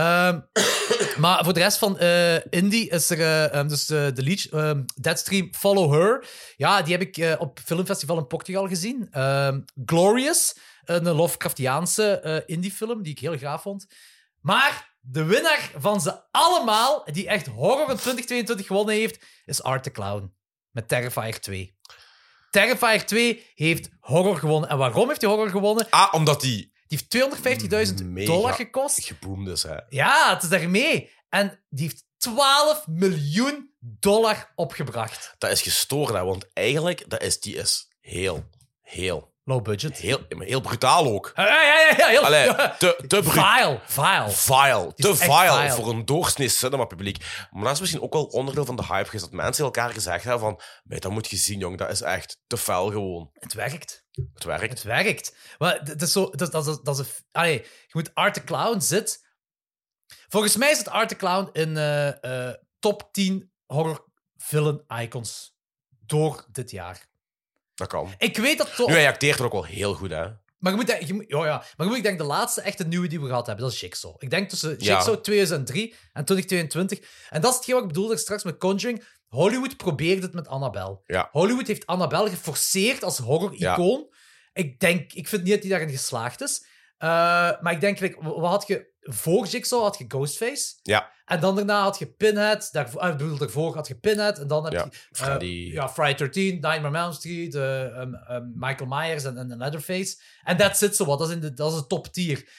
Maar voor de rest van indie is er dus de lead, Deadstream Follow Her. Ja, die heb ik op Filmfestival in Portugal gezien. Glorious, een Lovecraftiaanse indie-film die ik heel gaaf vond. Maar de winnaar van ze allemaal, die echt horror in 2022 gewonnen heeft, is Art the Clown. Met Terrifier 2. Terrifier 2 heeft horror gewonnen. En waarom heeft hij horror gewonnen? Omdat die... Die heeft $250.000 gekost. Geboomd is, hè. Ja, het is daarmee. En die heeft $12 miljoen opgebracht. Dat is gestoord, hè, want eigenlijk, die is heel... Low budget. Heel brutaal ook. Ja. Heel, Allee, te vile. Te echt vile vile. voor een doorsnee cinema-publiek. Maar dat is misschien ook wel onderdeel van de hype geweest, dat mensen elkaar gezegd hebben van, dat moet je zien, jong, dat is echt te fel gewoon. Het werkt. Het werkt. Maar dat is zo... je moet Art the Clown zit... Volgens mij is het Art the Clown in top 10 horror-villain-icons door dit jaar. Dat kan. Ik weet dat... Nu, hij acteert er ook wel heel goed, hè. Maar ik denk de laatste echte nieuwe die we gehad hebben, dat is Jigsaw. Ik denk tussen Jigsaw 2003 en 2022. En dat is hetgeen wat ik bedoelde straks met Conjuring. Hollywood probeerde het met Annabelle. Ja. Hollywood heeft Annabelle geforceerd als horror-icoon. Ik vind niet dat hij daarin geslaagd is. Maar ik denk, wat had je voor Jigsaw? Had je Ghostface. Ja. En dan daarna had je Pinhead. Daarvoor had je Pinhead. En dan heb je Friday 13, Nightmare on Elm Street, Michael Myers en Leatherface. En that's it, so dat is de top tier.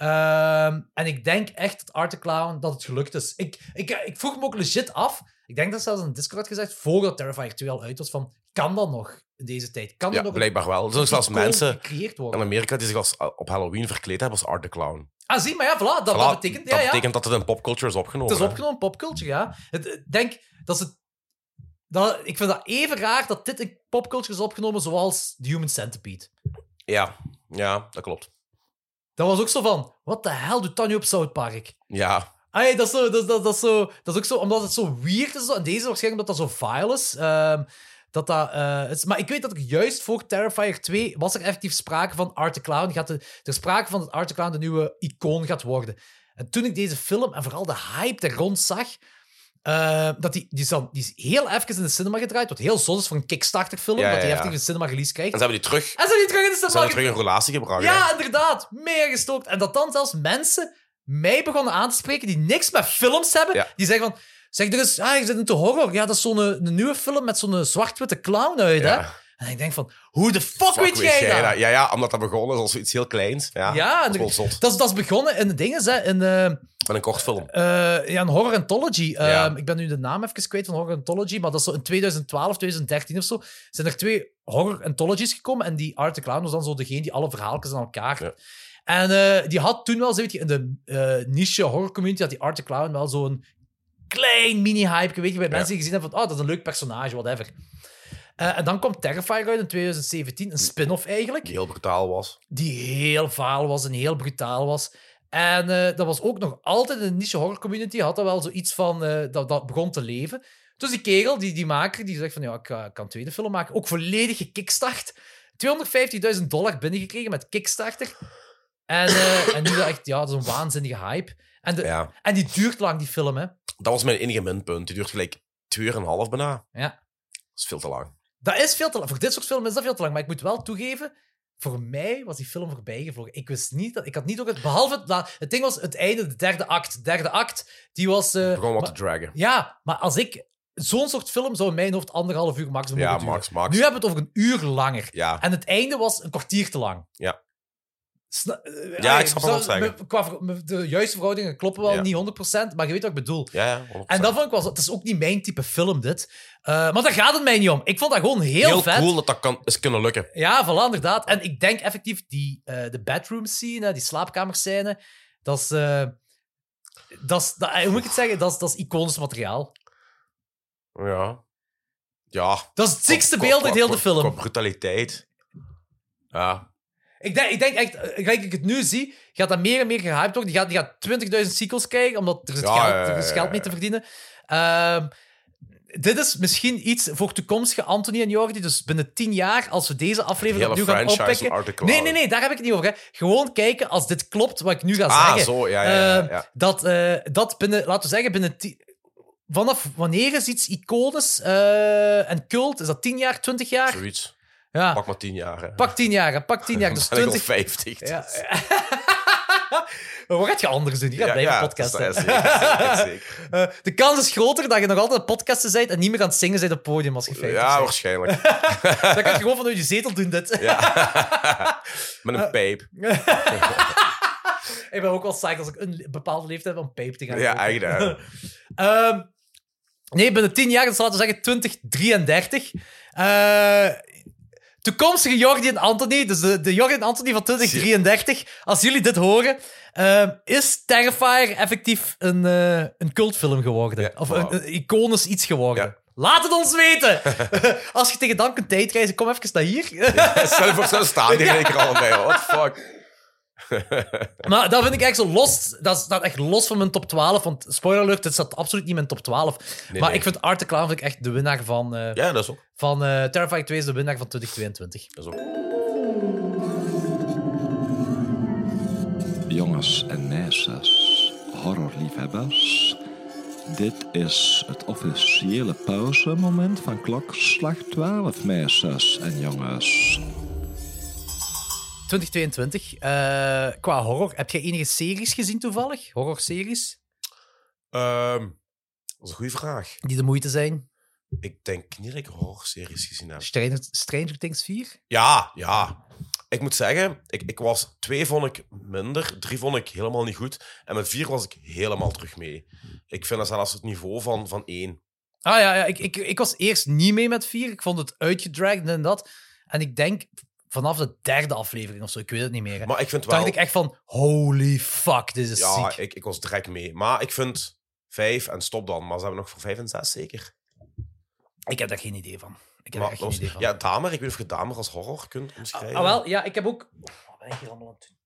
En ik denk echt dat Art the Clown dat het gelukt is. Ik vroeg me ook legit af. Ik denk dat zelfs in Discord had gezegd, voordat Terrifier 2 al uit was, van, kan dat nog in deze tijd? Kan dat nog blijkbaar wel. Er zijn zelfs mensen gecreëerd in worden? Amerika die zich op Halloween verkleed hebben als Art the Clown. Ah, zie, maar ja, voilà, dat betekent... Dat betekent dat het in popculture is opgenomen. Het is opgenomen, popculture, ja. Ik denk dat ze... Ik vind dat even raar dat dit in popculture is opgenomen, zoals The Human Centipede. Ja, dat klopt. Dat was ook zo van, wat de hel doet dat nu op South Park? Ja. Dat is ook zo, omdat het zo weird is. En deze waarschijnlijk omdat dat zo vile is. Maar ik weet dat ik juist voor Terrifier 2 was er effectief sprake van Art the Clown. Er sprake van dat Art the Clown de nieuwe icoon gaat worden. En toen ik deze film en vooral de hype er rond zag, dat die is heel even in de cinema gedraaid, wat heel zot is voor een Kickstarter-film, dat die effectief een cinema-release krijgt. En ze hebben die terug, in de cinema ze hebben terug in relatie gebracht. Ja, inderdaad. Mega gestookt. En dat dan zelfs mensen mij begonnen aan te spreken die niks met films hebben, Ja. die zeggen van... Zeg er eens, je zit in de horror. Ja, dat is zo'n een nieuwe film met zo'n zwart-witte clown uit, hè? En ik denk van, hoe de fuck weet jij dat? Ja, omdat dat begonnen is als iets heel kleins. Ja, dat is wel zot. Dat is begonnen in de dingen, hè. Met een kortfilm. Een horror anthology. Ik ben nu de naam even kwijt van horror anthology, maar dat is zo in 2012, 2013 of zo, zijn er 2 horror anthologies gekomen en die Art the Clown was dan zo degene die alle verhaaltjes aan elkaar... Ja. En die had toen wel, in de niche horror community, had die Art the Clown wel zo'n klein mini-hype, weet je, bij mensen die gezien hebben van, dat is een leuk personage, whatever. En dan kwam Terrifier uit in 2017, een spin-off eigenlijk. Die heel brutaal was. Die heel vaal was en heel brutaal was. En dat was ook nog altijd in de niche horror community, had dat wel zoiets van, dat begon te leven. Dus die kerel, die maker, die zegt van, ik kan een tweede film maken. Ook volledig gekickstart. $250.000 binnengekregen met Kickstarter. En nu is dat echt, dat is een waanzinnige hype. En die duurt lang, die film, hè. Dat was mijn enige minpunt. Die duurt gelijk 2,5 uur bijna. Ja. Dat is veel te lang. Dat is veel te lang. Voor dit soort filmen is dat veel te lang. Maar ik moet wel toegeven, voor mij was die film voorbijgevlogen. Ik wist niet dat... Ik had niet ook... Behalve... Het ding was het einde, de derde act. Die was... Begon wat te dragen. Ja, maar als ik zo'n soort film zou in mijn hoofd 1,5 uur max mogen duren. max. Nu hebben we het over een uur langer. Ja. En het einde was een kwartier te lang. Ja. Ja, ik snap wat je zeggen. De juiste verhoudingen kloppen wel Ja. niet 100%, maar je weet wat ik bedoel. Ja, 100%. En dat vond ik wel... Het is ook niet mijn type film, dit. Maar daar gaat het mij niet om. Ik vond dat gewoon heel vet. cool dat is kunnen lukken. Ja, voilà, inderdaad. En ik denk effectief, de bedroom scene, die slaapkamerscène, dat is... hoe moet ik het zeggen? Dat is iconisch materiaal. Ja. Dat is het ziekste beeld uit heel de film. Qua brutaliteit. Ja. Ik denk echt, gelijk ik het nu zie, gaat dat meer en meer gehyped worden. Die gaat 20.000 sequels krijgen, omdat er is geld mee te verdienen. Dit is misschien iets voor toekomstige Anthony en Jordi. Dus binnen 10 jaar, als we deze aflevering opnieuw gaan oppikken... Nee, daar heb ik het niet over. Hè. Gewoon kijken als dit klopt, wat ik nu ga zeggen. Zo, ja. Dat binnen, laten we zeggen, binnen... Vanaf wanneer is iets iconisch en cult? Is dat 10 jaar, 20 jaar? Zoiets. Ja. Pak maar 10 jaar. Hè. Pak 10 jaar. Dus Dan ben ik 20... al 50. Dus. Ja. Wat gaat je anders doen? Je gaat blijven podcasten. Dat is zeker. De kans is groter dat je nog altijd aan het podcasten bent en niet meer aan het zingen bent op het podium als je 50 bent. Ja, waarschijnlijk. Dan kan je gewoon vanuit je zetel doen, dit. Ja. Met een pijp. Ik ben ook wel saai als ik een bepaalde leeftijd heb om pijp te gaan Ja, kopen. eigenlijk. Nee, binnen 10 jaar, dus laten we zeggen 2033. Toekomstige Jordi en Anthony, dus de Jordi en Anthony van 2033, als jullie dit horen, is Terrifier effectief een cultfilm geworden? Ja, of wow. een iconisch iets geworden? Ja. Laat het ons weten! Als je tegen dan kunt tijdreizen, kom even naar hier. Stel je voor, zo staan die zeker allebei. What the fuck? Maar dat vind ik echt zo los. Dat staat echt los van mijn top 12. Want spoiler alert, dit staat absoluut niet in mijn top 12. Maar ik vind Art the Clown vind ik echt de winnaar van... Ja, dat is ook. Van Terrifier 2 is de winnaar van 2022. Dat is ook. Jongens en meisjes, horrorliefhebbers. Dit is het officiële pauzemoment van klokslag 12, meisjes en jongens. 2022. Qua horror, heb jij enige series gezien toevallig? Horrorseries? Dat is een goede vraag. Die de moeite zijn? Ik denk niet dat ik horrorseries gezien heb. Stranger Things 4? Ja. Ik moet zeggen, 2 vond ik minder, 3 vond ik helemaal niet goed. En met 4 was ik helemaal terug mee. Ik vind dat zelfs het niveau van 1. Ah ja, ik was eerst niet mee met 4. Ik vond het uitgedragd en dat. En ik denk vanaf de 3e aflevering of zo, ik weet het niet meer. Hè. Maar ik vind wel... dacht ik echt van, holy fuck, dit is ziek. Ik was direct mee. Maar ik vind 5 en stop dan. Maar ze hebben nog voor 5 en 6 zeker. Ik heb daar geen idee van. Ja, Dahmer. Ik weet niet of je Dahmer als horror kunt omschrijven. Wel, ja, ik heb ook... Wat ben ik hier allemaal aan het doen?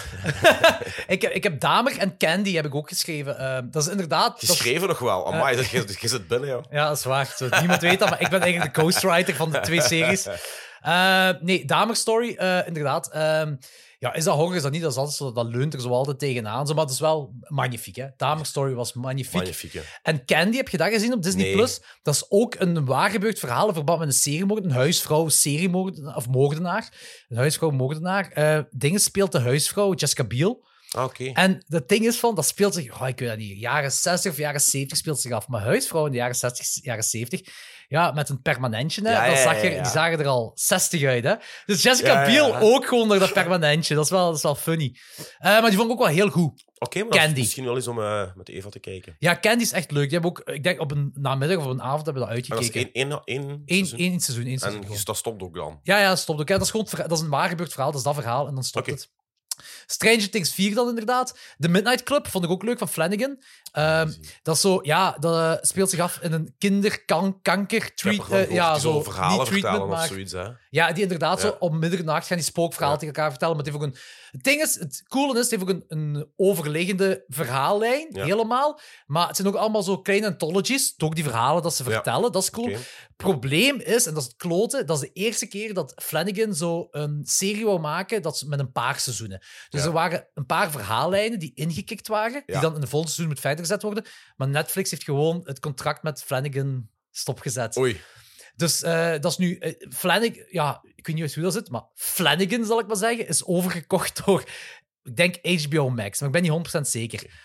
Ik heb Dahmer en Candy heb ik ook geschreven. Dat is inderdaad... Geschreven nog wel. Amai, je zit binnen, joh. Ja, dat is waar. Zo, niemand weet dat, maar ik ben eigenlijk de ghostwriter van de 2 series. Nee, Dahmer Story, inderdaad. Ja, is dat horror, is dat niet? Dat is altijd zo, dat leunt er zo altijd tegenaan. Zo, maar het is wel magnifiek, hè. Dahmer Story was magnifiek. Magnifiek, hè. En Candy, heb je dat gezien op Disney+? Nee. Plus? Dat is ook een waargebeurd verhaal in verband met een seriemoord. Een huisvrouw-seriemoordenaar, of moordenaar. Een huisvrouw-moordenaar. Dingen speelt de huisvrouw, Jessica Biel. Ah, oké. En het ding is van, dat speelt zich, ik weet dat niet, jaren 60 of jaren 70 speelt zich af. Maar huisvrouw in de jaren 60, jaren 70, ja, met een permanentje, hè, die zagen er al 60 uit, hè. Dus Jessica Biel ook gewoon door dat permanentje. Dat is wel funny. Maar die vond ik ook wel heel goed. Oké, maar dat Candy. is misschien wel eens om met Eva te kijken. Ja, Candy is echt leuk. Die hebben ook, ik denk op een namiddag of op een avond hebben we dat En dat uitgekeken. is één Eén seizoen. En dat stopt ook dan. Ja, stopt ook. Ja, dat is gewoon dat is een waargebeurd verhaal. Dat is dat verhaal en dan stopt het. Stranger Things 4 dan inderdaad. The Midnight Club vond ik ook leuk, van Flanagan. Dat is zo, ja, dat speelt zich af in een kinderkanker zo verhalen vertellen maar, of zoiets, hè? Ja, die inderdaad zo om middernacht gaan die spookverhalen tegen elkaar vertellen. Maar het heeft ook het ding is, het coole is, het heeft ook een overliggende verhaallijn, helemaal. Maar het zijn ook allemaal zo kleine anthologies, ook die verhalen dat ze vertellen, dat is cool. Okay. Probleem is, en dat is het klote, dat is de eerste keer dat Flanagan zo een serie wou maken dat met een paar seizoenen. Dus er waren een paar verhaallijnen die ingekikt waren, die dan in de volgende seizoen moet verder gezet worden. Maar Netflix heeft gewoon het contract met Flanagan stopgezet. Oei. Dus dat is nu... Flanagan... Ja, ik weet niet hoe dat zit, maar Flanagan, zal ik maar zeggen, is overgekocht door, ik denk, HBO Max. Maar ik ben niet 100% zeker.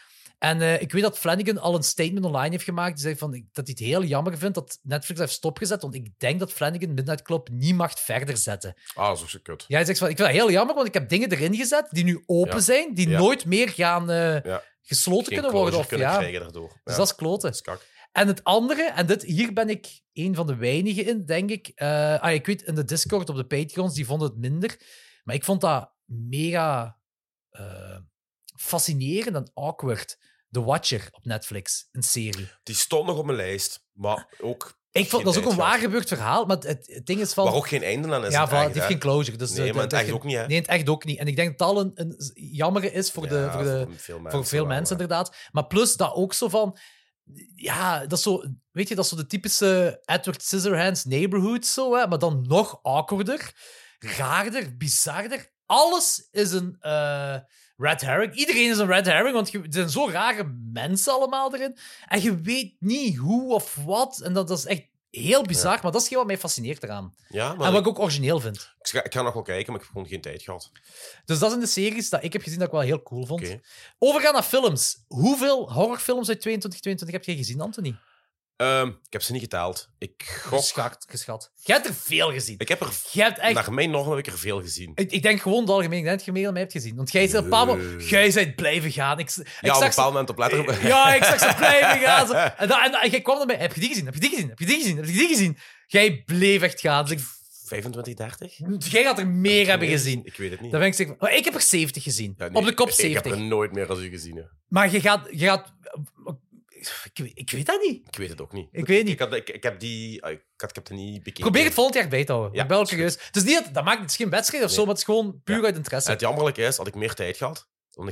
En ik weet dat Flanagan al een statement online heeft gemaakt. Die zei dat hij het heel jammer vindt dat Netflix heeft stopgezet. Want ik denk dat Flanagan Midnight Club niet mag verder zetten. Ah, zo is het kut. Ja, hij zegt van, ik vind dat heel jammer, want ik heb dingen erin gezet die nu open zijn, die nooit meer gaan gesloten Geen kunnen worden. Of, kunnen krijgen daardoor. Dus dat is kloten. Dat is kak. En het andere, en hier ben ik een van de weinigen in, denk ik. Ik weet, in de Discord op de Patreons, die vonden het minder. Maar ik vond dat mega fascinerend en awkward. The Watcher op Netflix, een serie. Die stond nog op mijn lijst, maar ook... Dat is ook een waar gebeurd verhaal, maar het ding is van... Waar ook geen einde aan is. Ja, het heeft geen closure. Dus nee, maar het echt ook niet, hè? Nee, het echt ook niet. En ik denk dat dat een jammer is voor veel mensen, inderdaad. Maar plus dat ook zo van... Ja, dat is zo... Weet je, dat is zo de typische Edward Scissorhands neighborhood, zo, hè, maar dan nog awkwarder, raarder, bizarder. Alles is een red herring. Iedereen is een red herring, want er zijn zo rare mensen allemaal erin. En je weet niet hoe of wat. En dat is echt heel bizar, maar dat is wat mij fascineert eraan. Ja, maar en wat ik ook origineel vind. Ik ga nog wel kijken, maar ik heb gewoon geen tijd gehad. Dus dat zijn de series dat ik heb gezien dat ik wel heel cool vond. Okay. Overgaan naar films. Hoeveel horrorfilms uit 2022 heb jij gezien, Anthony? Ik heb ze niet geteld. Ik gok... Geschat. Jij hebt er veel gezien. Ik heb er... Jij hebt echt... Naar mijn nog heb ik er veel gezien. Ik denk gewoon het algemeen. Ik denk dat je meer dan mij hebt gezien. Want jij bent een paar jij bent blijven gaan. Op een bepaald moment op letter... Ja, ik zag ze blijven gaan. Zo. En jij kwam erbij. Heb je die gezien? Heb je die gezien? Heb je die gezien? Heb je die gezien? Jij bleef echt gaan. Dus 25, 30? Jij gaat er meer hebben gezien. Ik weet het niet. Dan ben ik zeker... Maar ik heb er 70 gezien. Ja, nee, op de kop 70. Ik heb er nooit meer als u gezien. Hè. Maar je gaat... Ik weet dat niet. Ik weet het ook niet. Ik weet niet. Ik heb het niet bekeken. Probeer het volgend jaar bij te houden. Ja, ik ben wel curieus. Het is niet dat maakt het is geen wedstrijd of zo, maar het is gewoon puur uit interesse. En het jammerlijke is, had ik meer tijd gehad. Want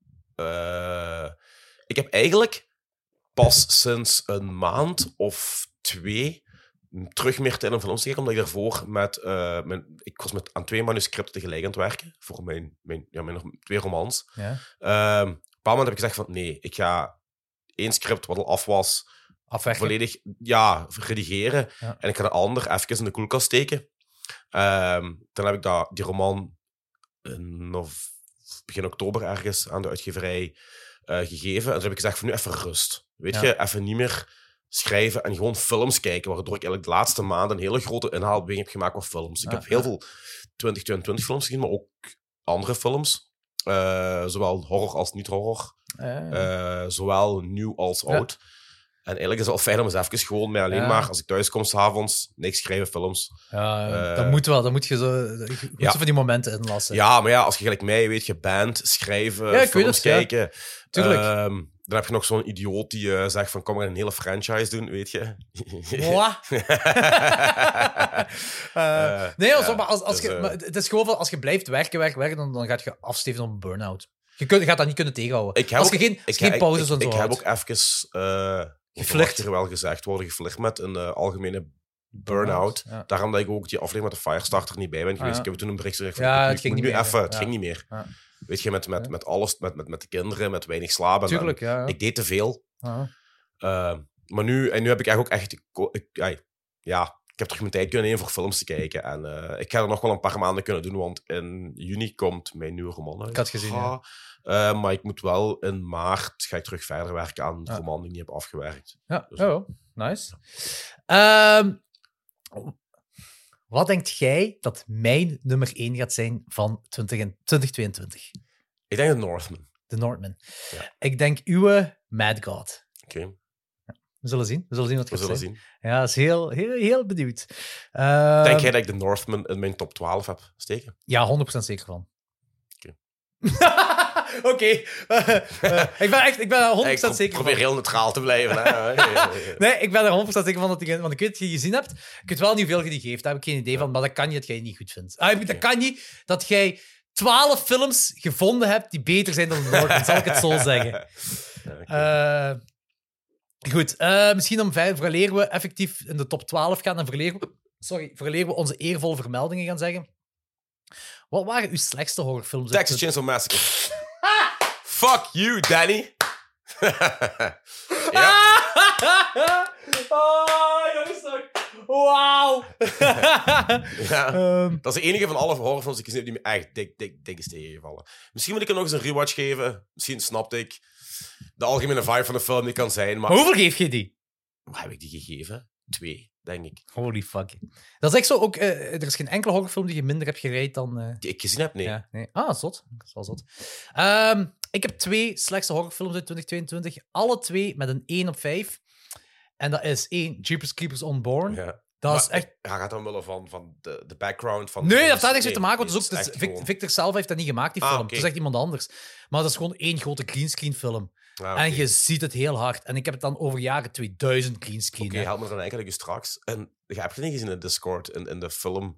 ik heb eigenlijk pas sinds een maand of 2 terug meer tijd om films te kijken, omdat ik daarvoor ik was aan 2 manuscripten tegelijk aan het werken voor mijn 2 romans. Ja. Op een bepaald moment heb ik gezegd van nee, ik ga 1 script wat al af was, volledig redigeren. Ja. En ik ga de ander even in de koelkast steken. Dan heb ik die roman begin oktober ergens aan de uitgeverij gegeven. En toen heb ik gezegd van nu even rust. Weet je, even niet meer schrijven en gewoon films kijken, waardoor ik eigenlijk de laatste maanden een hele grote inhaalbeweging heb gemaakt van films. Ik heb heel veel 2022 films gezien, maar ook andere films. Zowel horror als niet-horror. Zowel nieuw als oud. En eigenlijk is het wel fijn om eens even gewoon met alleen maar, als ik thuis kom s'avonds, niks schrijven, films. Ja, dat moet wel. Dan moet je zo van die momenten inlassen. Ja, maar ja, als je gelijk mij, weet je, band, schrijven, films kijken. Tuurlijk. Dan heb je nog zo'n idioot die zegt van kom maar een hele franchise doen, weet je. Maar het is gewoon van, als je blijft werken, dan gaat je afsteven op een burn-out. Je gaat dat niet kunnen tegenhouden. Als je geen pauzes en zo Ik heb ook even er wel gezegd worden geflirt met een algemene burn-out. Ja. Daarom dat ik ook die aflevering met de Firestarter niet bij ben geweest. Ik heb toen een bericht gezegd van het ging niet meer. Het ging niet meer. Ja. Weet je, met alles, met de kinderen, met weinig slapen. Tuurlijk, ja. Ik deed te veel. Maar nu heb ik eigenlijk ook echt... Ik heb terug mijn tijd kunnen nemen voor films te kijken. En ik ga er nog wel een paar maanden kunnen doen, want in juni komt mijn nieuwe roman uit. Ik had het gezien, maar ik moet wel in maart ga ik terug verder werken aan de roman die ik niet heb afgewerkt. Ja, dus. Nice. Wat denkt jij dat mijn nummer 1 gaat zijn van 2022? Ik denk The Northman. The Northman. Ja. Ik denk uw Mad God. Oké. We zullen zien wat het gaat zijn. Ja, dat is heel benieuwd. Denk jij dat ik The Northman in mijn top 12 heb steken? Ja, 100% zeker van. Oké. Oké. Ik ben er 100% zeker van. Ik probeer heel neutraal te blijven. Hè? Nee, ik ben er 100% zeker van want ik weet dat je gezien hebt. Ik weet wel niet hoeveel je die geeft, daar heb ik geen idee van, maar dat kan niet dat jij het niet goed vindt. Dat kan niet dat jij 12 films gevonden hebt die beter zijn dan The Northman, zal ik het zo zeggen. Goed, misschien om vooraleer we effectief in de top 12 gaan en vooraleer we onze eervolle vermeldingen gaan zeggen. Wat waren uw slechtste horrorfilms? Texas Chainsaw Massacre. Fuck you, Danny. Oh, jongens, Wauw! Ja. Dat is de enige van alle horrorfilms die ik gezien heb die me echt dik is tegengevallen. Misschien moet ik er nog eens een rewatch geven. Misschien snapte ik de algemene vibe van de film die kan zijn. Maar Hoeveel geef je die? hoe heb ik die gegeven? 2, denk ik. Holy fuck. Dat is echt zo ook... er is geen enkele horrorfilm die je minder hebt gerate dan... Die ik gezien heb, nee. Ja, nee. Ah, zot. Dat is wel zot. Ik heb 2 slechtste horrorfilms uit 2022. Alle 2 met een 1 op 5. En dat is 1, Jeepers Creepers Unborn. Ja. Dat is echt... Ja, gaat dan willen van de background van... Nee, dat heeft daar niks mee te maken. Want nee, het is ook, echt dus gewoon- Victor zelf heeft dat niet gemaakt, die film. oké. Het is echt iemand anders. Maar dat is gewoon 1 grote greenscreen film. Ah, oké. En je ziet het heel hard. En ik heb het dan over jaren 2000 greenscreen. Oké, help me dan eigenlijk dus straks. En je hebt het niet gezien in de Discord, in de film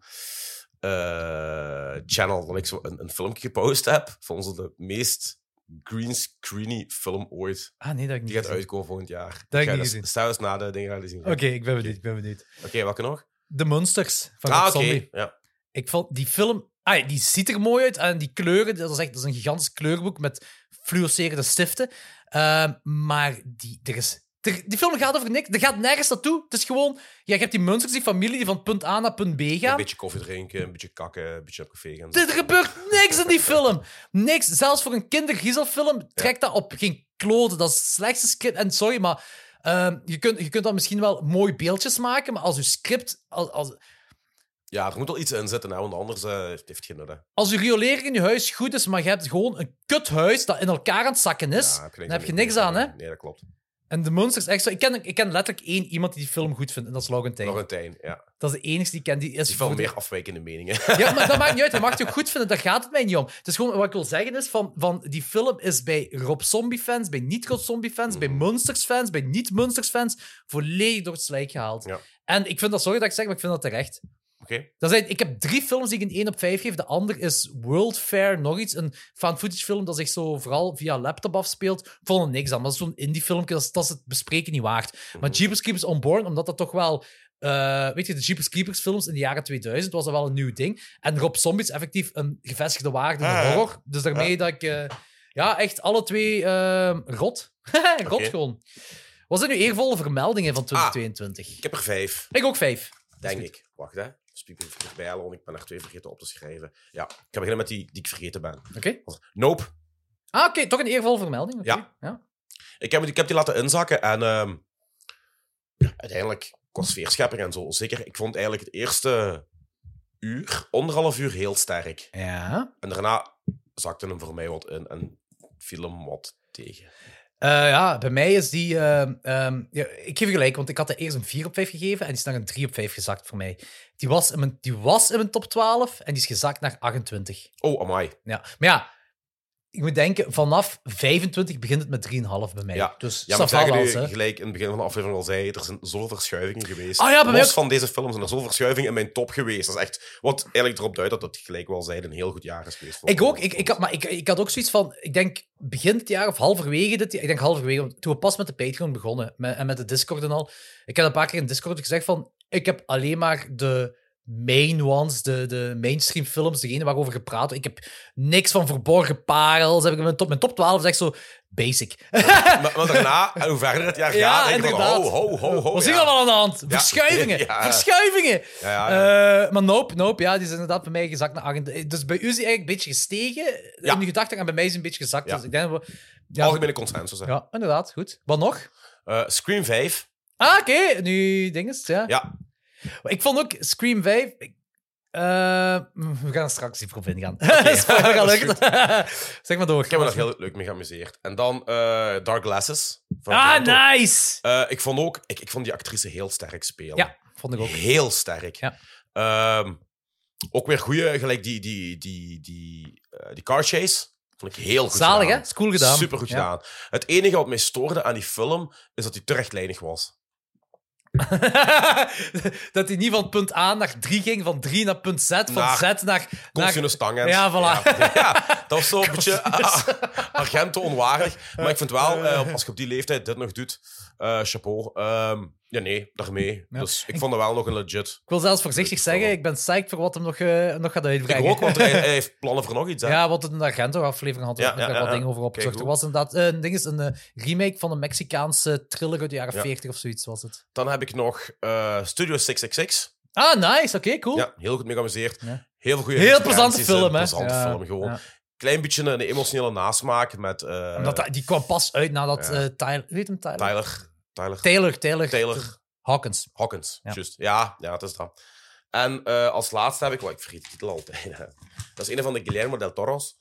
channel, dat ik zo een filmpje gepost heb van onze de meest greenscreeny film ooit. Ah, nee, dat heb ik niet Die gaat gezien. uitkomen volgend jaar. Dat heb ik Ga niet dus gezien. zelfs na de dingen gaan zien. Oké, ik ben benieuwd. Oké, welke nog? De Monsters van Rob Oké. Zombie. Ja. Ik vond die film... die ziet er mooi uit. En die kleuren, dat is een gigantisch kleurboek met fluorescerende stiften. Maar die film gaat over niks. Er gaat nergens naartoe. Het is gewoon... Ja, je hebt die monsters, die familie, die van punt A naar punt B Een gaan. beetje koffie drinken, een beetje kakken, een beetje op café gaan. Er gebeurt niks in die film. Niks. Zelfs voor een kindergiezelfilm trekt dat op geen kloten. Dat is het slechtste script. En sorry, maar je kunt dan misschien wel mooi beeldjes maken, maar als je script... Ja, er moet wel iets in zitten, hè, want anders heeft het geen nut. Hè. Als je riolering in je huis goed is, maar je hebt gewoon een kuthuis dat in elkaar aan het zakken is, Ja, dan heb je niks aan, hè? Nee, dat klopt. En de Monsters, echt zo... Ik ken letterlijk 1 iemand die film goed vindt, en dat is Logan Taylor. Laurentijn, ja. Dat is de enige die ik ken. Die is Die veel voor de- meer afwijkende meningen. Ja, maar dat maakt niet uit. Je mag het ook goed vinden. Daar gaat het mij niet om. Het is gewoon, wat ik wil zeggen is, van die film is bij Rob Zombie-fans, bij niet-Rob Zombie-fans, bij Monsters-fans, bij niet-Monsters-fans, volledig door het slijk gehaald. Ja. En ik vind dat, sorry dat ik zeg, maar ik vind dat terecht. Oké. Ik heb 3 films die ik een 1 op 5 geef. De ander is World Fair, nog iets. Een found-footage film dat zich zo vooral via laptop afspeelt. Ik vond er niks aan. Maar dat is zo'n indie-filmpje, dat is het bespreken niet waard. Maar Jeepers Creepers Unborn, omdat dat toch wel... weet je, de Jeepers Creepers films in de jaren 2000 was dat wel een nieuw ding. En Rob Zombie is effectief een gevestigde waarde in de horror. Dus daarmee dat ik... echt alle 2 rot. Rot Oké. gewoon. Wat zijn nu eervolle vermeldingen van 2022? Ik heb er 5, Ik ook 5. denk ik. Wacht, hè. Spiek even bijhalen, want ik ben er 2 vergeten op te schrijven. Ja, ik ga beginnen met die ik vergeten ben. Oké. Nope. Oké, toch een eervolle vermelding. Oké. Ja. Ik heb die laten inzakken en uiteindelijk, qua sfeerschepping en zo, zeker, ik vond eigenlijk het eerste anderhalf uur heel sterk. Ja. En daarna zakte hem voor mij wat in en viel hem wat tegen. Bij mij is die... ik geef je gelijk, want ik had er eerst een 4 op 5 gegeven en die is naar een 3 op 5 gezakt voor mij. Die was in mijn top 12 en die is gezakt naar 28. Oh, amai. Ja. Maar ja, ik moet denken, vanaf 25 begint het met 3,5 bij mij. Ja, Dus ja maar ça va zeggen wel, nu, hè. gelijk in het begin van de aflevering al zei, er zijn zoveel verschuivingen geweest. Ah ja, bij mij Los ook. van deze film zijn er zoveel verschuivingen in mijn top geweest. Dat is echt, wat eigenlijk erop duidt dat het gelijk wel zei, een heel goed jaar is geweest. voor Ik ook. me. Ik had ook zoiets van... Ik denk begin dit jaar of halverwege dit jaar... Ik denk halverwege, want toen we pas met de Patreon begonnen en met de Discord en al. Ik heb een paar keer in Discord gezegd van... Ik heb alleen maar de main ones, de mainstream films, degene waarover gepraat wordt. Ik heb niks van verborgen parels. Heb ik mijn top 12 is echt zo basic. Maar daarna, en hoe verder het jaar Ja, gaat, denk ik van, inderdaad. ho. Wat is hier ja. allemaal aan de hand? Verschuivingen. Ja. Verschuivingen. Ja. Maar Nope, ja, die is inderdaad bij mij gezakt naar 28. Dus bij u is die eigenlijk een beetje gestegen Ja. in uw gedachten en bij mij is die een beetje gezakt. Ja. Dus ik denk dat we... Ja, Algemene consensus. Hè. ja, inderdaad, goed. Wat nog? Scream 5. Oké, nu dinges, ja. Ja, Ik vond ook Scream 5... we gaan er straks dieper op ingaan. Spoiler dat is alert. Zeg maar door. ik heb me daar heel leuk mee geamuseerd. En dan Dark Glasses. Van Ah, Argento. nice! Ik vond ook... Ik vond die actrice heel sterk spelen. Ja, vond ik ook. Heel sterk. Ja. Ook weer goeie, gelijk die car chase. Vond ik heel goed Zalig, gedaan. hè? Is cool gedaan. Super goed Ja. gedaan. Het enige wat mij stoorde aan die film, is dat hij te rechtlijnig was. Dat hij niet van punt A naar 3 ging, van 3 naar punt Z, van Naar- Z naar... Continu stangen. Ja, voilà. Ja, dat was zo een beetje Argento onwaardig. Maar ik vind wel, als je op die leeftijd dit nog doet, Chapeau. Ja, nee, daarmee. Ja. Dus ik vond dat wel nog een legit. Ik wil zelfs voorzichtig zeggen, ik ben psyched voor wat hem nog gaat Ik uitbrengen. ook, want hij heeft plannen voor nog iets. Hè? Ja, wat een Argento-aflevering had, Ja, ik heb ja, wat ja. dingen over opgezocht. Kijk, Er was inderdaad een ding is een remake van een Mexicaanse thriller uit de jaren 40 of zoiets was het. Dan heb ik nog Studio 666. Ah, nice, oké, cool. Ja, heel goed mee geamuseerd. Ja. Heel veel goede Heel plezante referenties in. film, hè. Plezante Ja, film, gewoon. ja. Klein beetje een emotionele nasmaak met Die kwam pas uit nadat Ja. Tyler... Weet hem Tyler? Taylor Hawkins. Hawkins. Ja. Juist. Ja, het is dat. En als laatste heb ik... ik vergeet de titel altijd. Hè. Dat is een van de Guillermo del Toro's.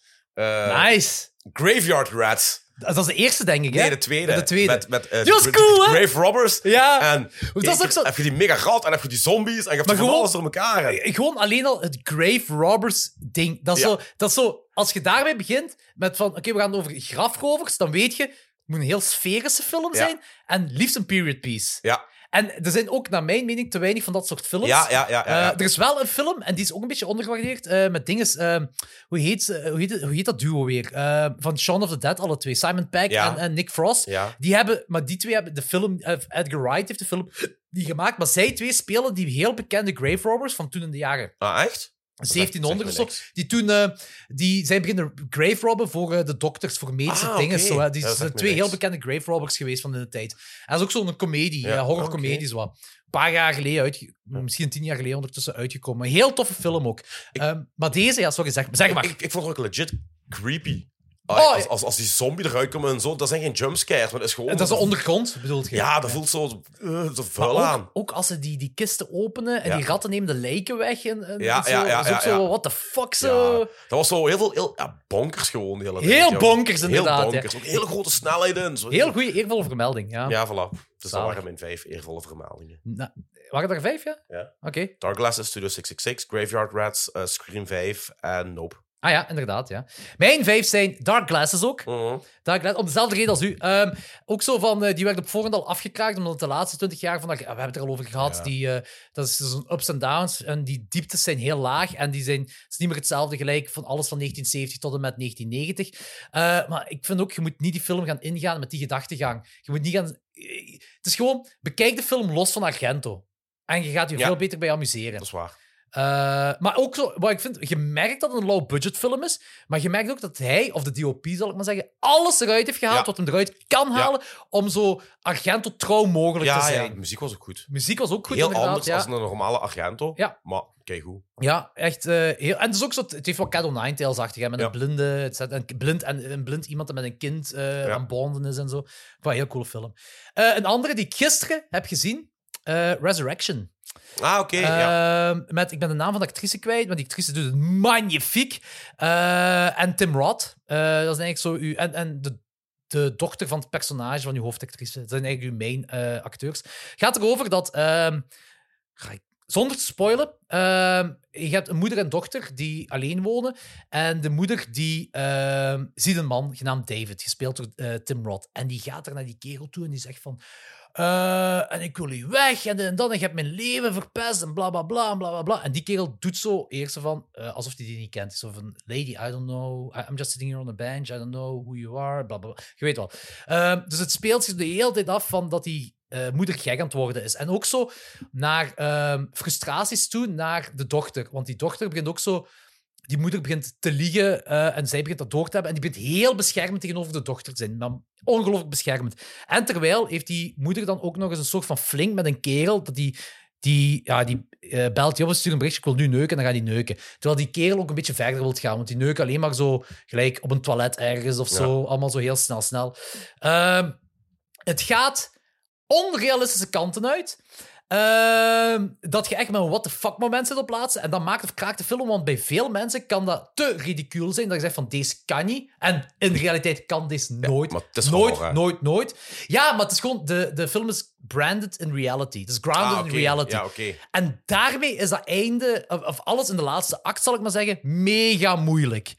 Nice. Graveyard Rats. Dat is de eerste, denk ik, hè? Nee, de tweede. De tweede. Met Die was cool, hè? Grave Robbers. Ja. En Dat is ook zo... heb je die mega gat en heb je die zombies en je hebt Maar van gewoon- alles door elkaar. Hè. Gewoon alleen al het Grave Robbers ding. Dat is, Ja. dat is zo... Als je daarmee begint met van... Oké, we gaan het over grafrovers. Dan weet je... Het moet een heel sferische film Ja. zijn. En liefst een period piece. Ja. En er zijn ook, naar mijn mening, te weinig van dat soort films. Ja. Er is wel een film, en die is ook een beetje ondergewaardeerd, met dinges... hoe heet dat duo weer? Van Shaun of the Dead, alle twee. Simon Pegg Ja. en Nick Frost. Ja. Die twee hebben de film... Edgar Wright heeft de film die gemaakt, maar zij twee spelen die heel bekende grave robbers van toen in de jaren Ah, echt? 1700 of zegt zo. me niks. Die toen... die zijn beginnen grave robben voor de dokters, voor medische Ah, dingen. oké. Zo, hè. Die Ja, dat zijn zegt me twee heel niks. bekende grave robbers geweest van in de tijd. En dat is ook zo'n comedie, Ja, horrorcomedie oké. zo wat. Een paar jaar geleden, misschien 10 jaar geleden ondertussen uitgekomen. Een heel toffe film ook. Maar deze, ja, sorry, zeg maar. Ik vond het ook legit creepy. Oh, Als die zombie eruit komt en zo, dat zijn geen jumpscares, maar dat is gewoon... En dat is ondergrond, bedoelt je? Ja, dat voelt zo vuil Maar aan. ook als ze die kisten openen en Ja. die ratten nemen de lijken weg. En Ja, zo, ja, dat is ook ja, ja. zo, what the fuck, zo. Ja, dat was zo heel veel bonkers gewoon. De hele tijd, Heel joh. bonkers, inderdaad, Heel bonkers. Ook hele grote snelheden. Zo. Heel goede, eervolle vermelding, ja. Ja, voilà. Dus dat Zalig. waren mijn 5 eervolle vermeldingen. Nou, waren er 5, ja? Ja. Oké. Dark Glasses, Studio 666, Graveyard Rats, Scream 5 en Nope. Ah ja, inderdaad, ja. Mijn 5 zijn Dark Glasses ook. Dark Glasses, om dezelfde reden als u. Ook zo van, die werd op voorhand al afgekraakt, omdat het de laatste 20 jaar van... we hebben het er al over gehad. Ja. Dat is zo'n ups en downs. En die dieptes zijn heel laag. En het is niet meer hetzelfde gelijk van alles van 1970 tot en met 1990. Maar ik vind ook, je moet niet die film gaan ingaan met die gedachtegang. Je moet niet gaan... Het is gewoon, bekijk de film los van Argento. En je gaat je veel beter bij amuseren. Dat is waar. Maar ook zo, wat ik vind, je merkt dat het een low-budget film is, maar je merkt ook dat hij, of de DOP zal ik maar zeggen, alles eruit heeft gehaald wat hem eruit kan halen om zo Argento-trouw mogelijk te zijn. Ja, de muziek was ook goed. Muziek was ook goed, Heel inderdaad. anders dan een normale Argento. Ja. Maar kijk hoe. Ja, echt heel... En het is ook zo... Het heeft wel Cat O'Nine-tales-achtig, hè, met een blinde... Een blind iemand dat met een kind aan bonden is en zo. Wat een heel coole film. Een andere die ik gisteren heb gezien, Resurrection. Ah, oké. Ik ben de naam van de actrice kwijt, maar die actrice doet het magnifiek. En Tim Roth. Dat is eigenlijk zo... En de dochter van het personage van uw hoofdactrice. Dat zijn eigenlijk uw main acteurs. Gaat erover dat... Zonder te spoilen, je hebt een moeder en dochter die alleen wonen. En de moeder die ziet een man genaamd David, gespeeld door Tim Roth. En die gaat er naar die kerel toe en die zegt van... en ik wil u weg en dit en dat. En je hebt mijn leven verpest en bla bla bla en bla bla bla. En die kerel doet zo eerst van alsof hij die niet kent. Zo van, lady, I don't know. I'm just sitting here on a bench. I don't know who you are. Bla bla bla. Je weet wel. Dus het speelt zich de hele tijd af van dat die moeder gek aan het worden is. En ook zo naar frustraties toe naar de dochter. Want die dochter begint ook zo... Die moeder begint te liegen en zij begint dat door te hebben. En die begint heel beschermend tegenover de dochter te zijn. Maar ongelooflijk beschermend. En terwijl heeft die moeder dan ook nog eens een soort van flink met een kerel dat die belt die op en stuurt een berichtje, ik wil nu neuken, en dan gaat die neuken. Terwijl die kerel ook een beetje verder wil gaan, want die neuken alleen maar zo gelijk op een toilet ergens of zo. Allemaal zo heel snel. Het gaat onrealistische kanten uit. Dat je echt met een what the fuck moment zit op plaatsen. En dat maakt of kraakt de film, want bij veel mensen kan dat te ridicuul zijn. Dat je zegt van, deze kan niet. En in realiteit kan deze nooit. maar het is nooit. Ja, maar het is gewoon, de film is branded in reality. Het is grounded in reality. Ja, oké. En daarmee is dat einde, of alles in de laatste act, zal ik maar zeggen, mega moeilijk.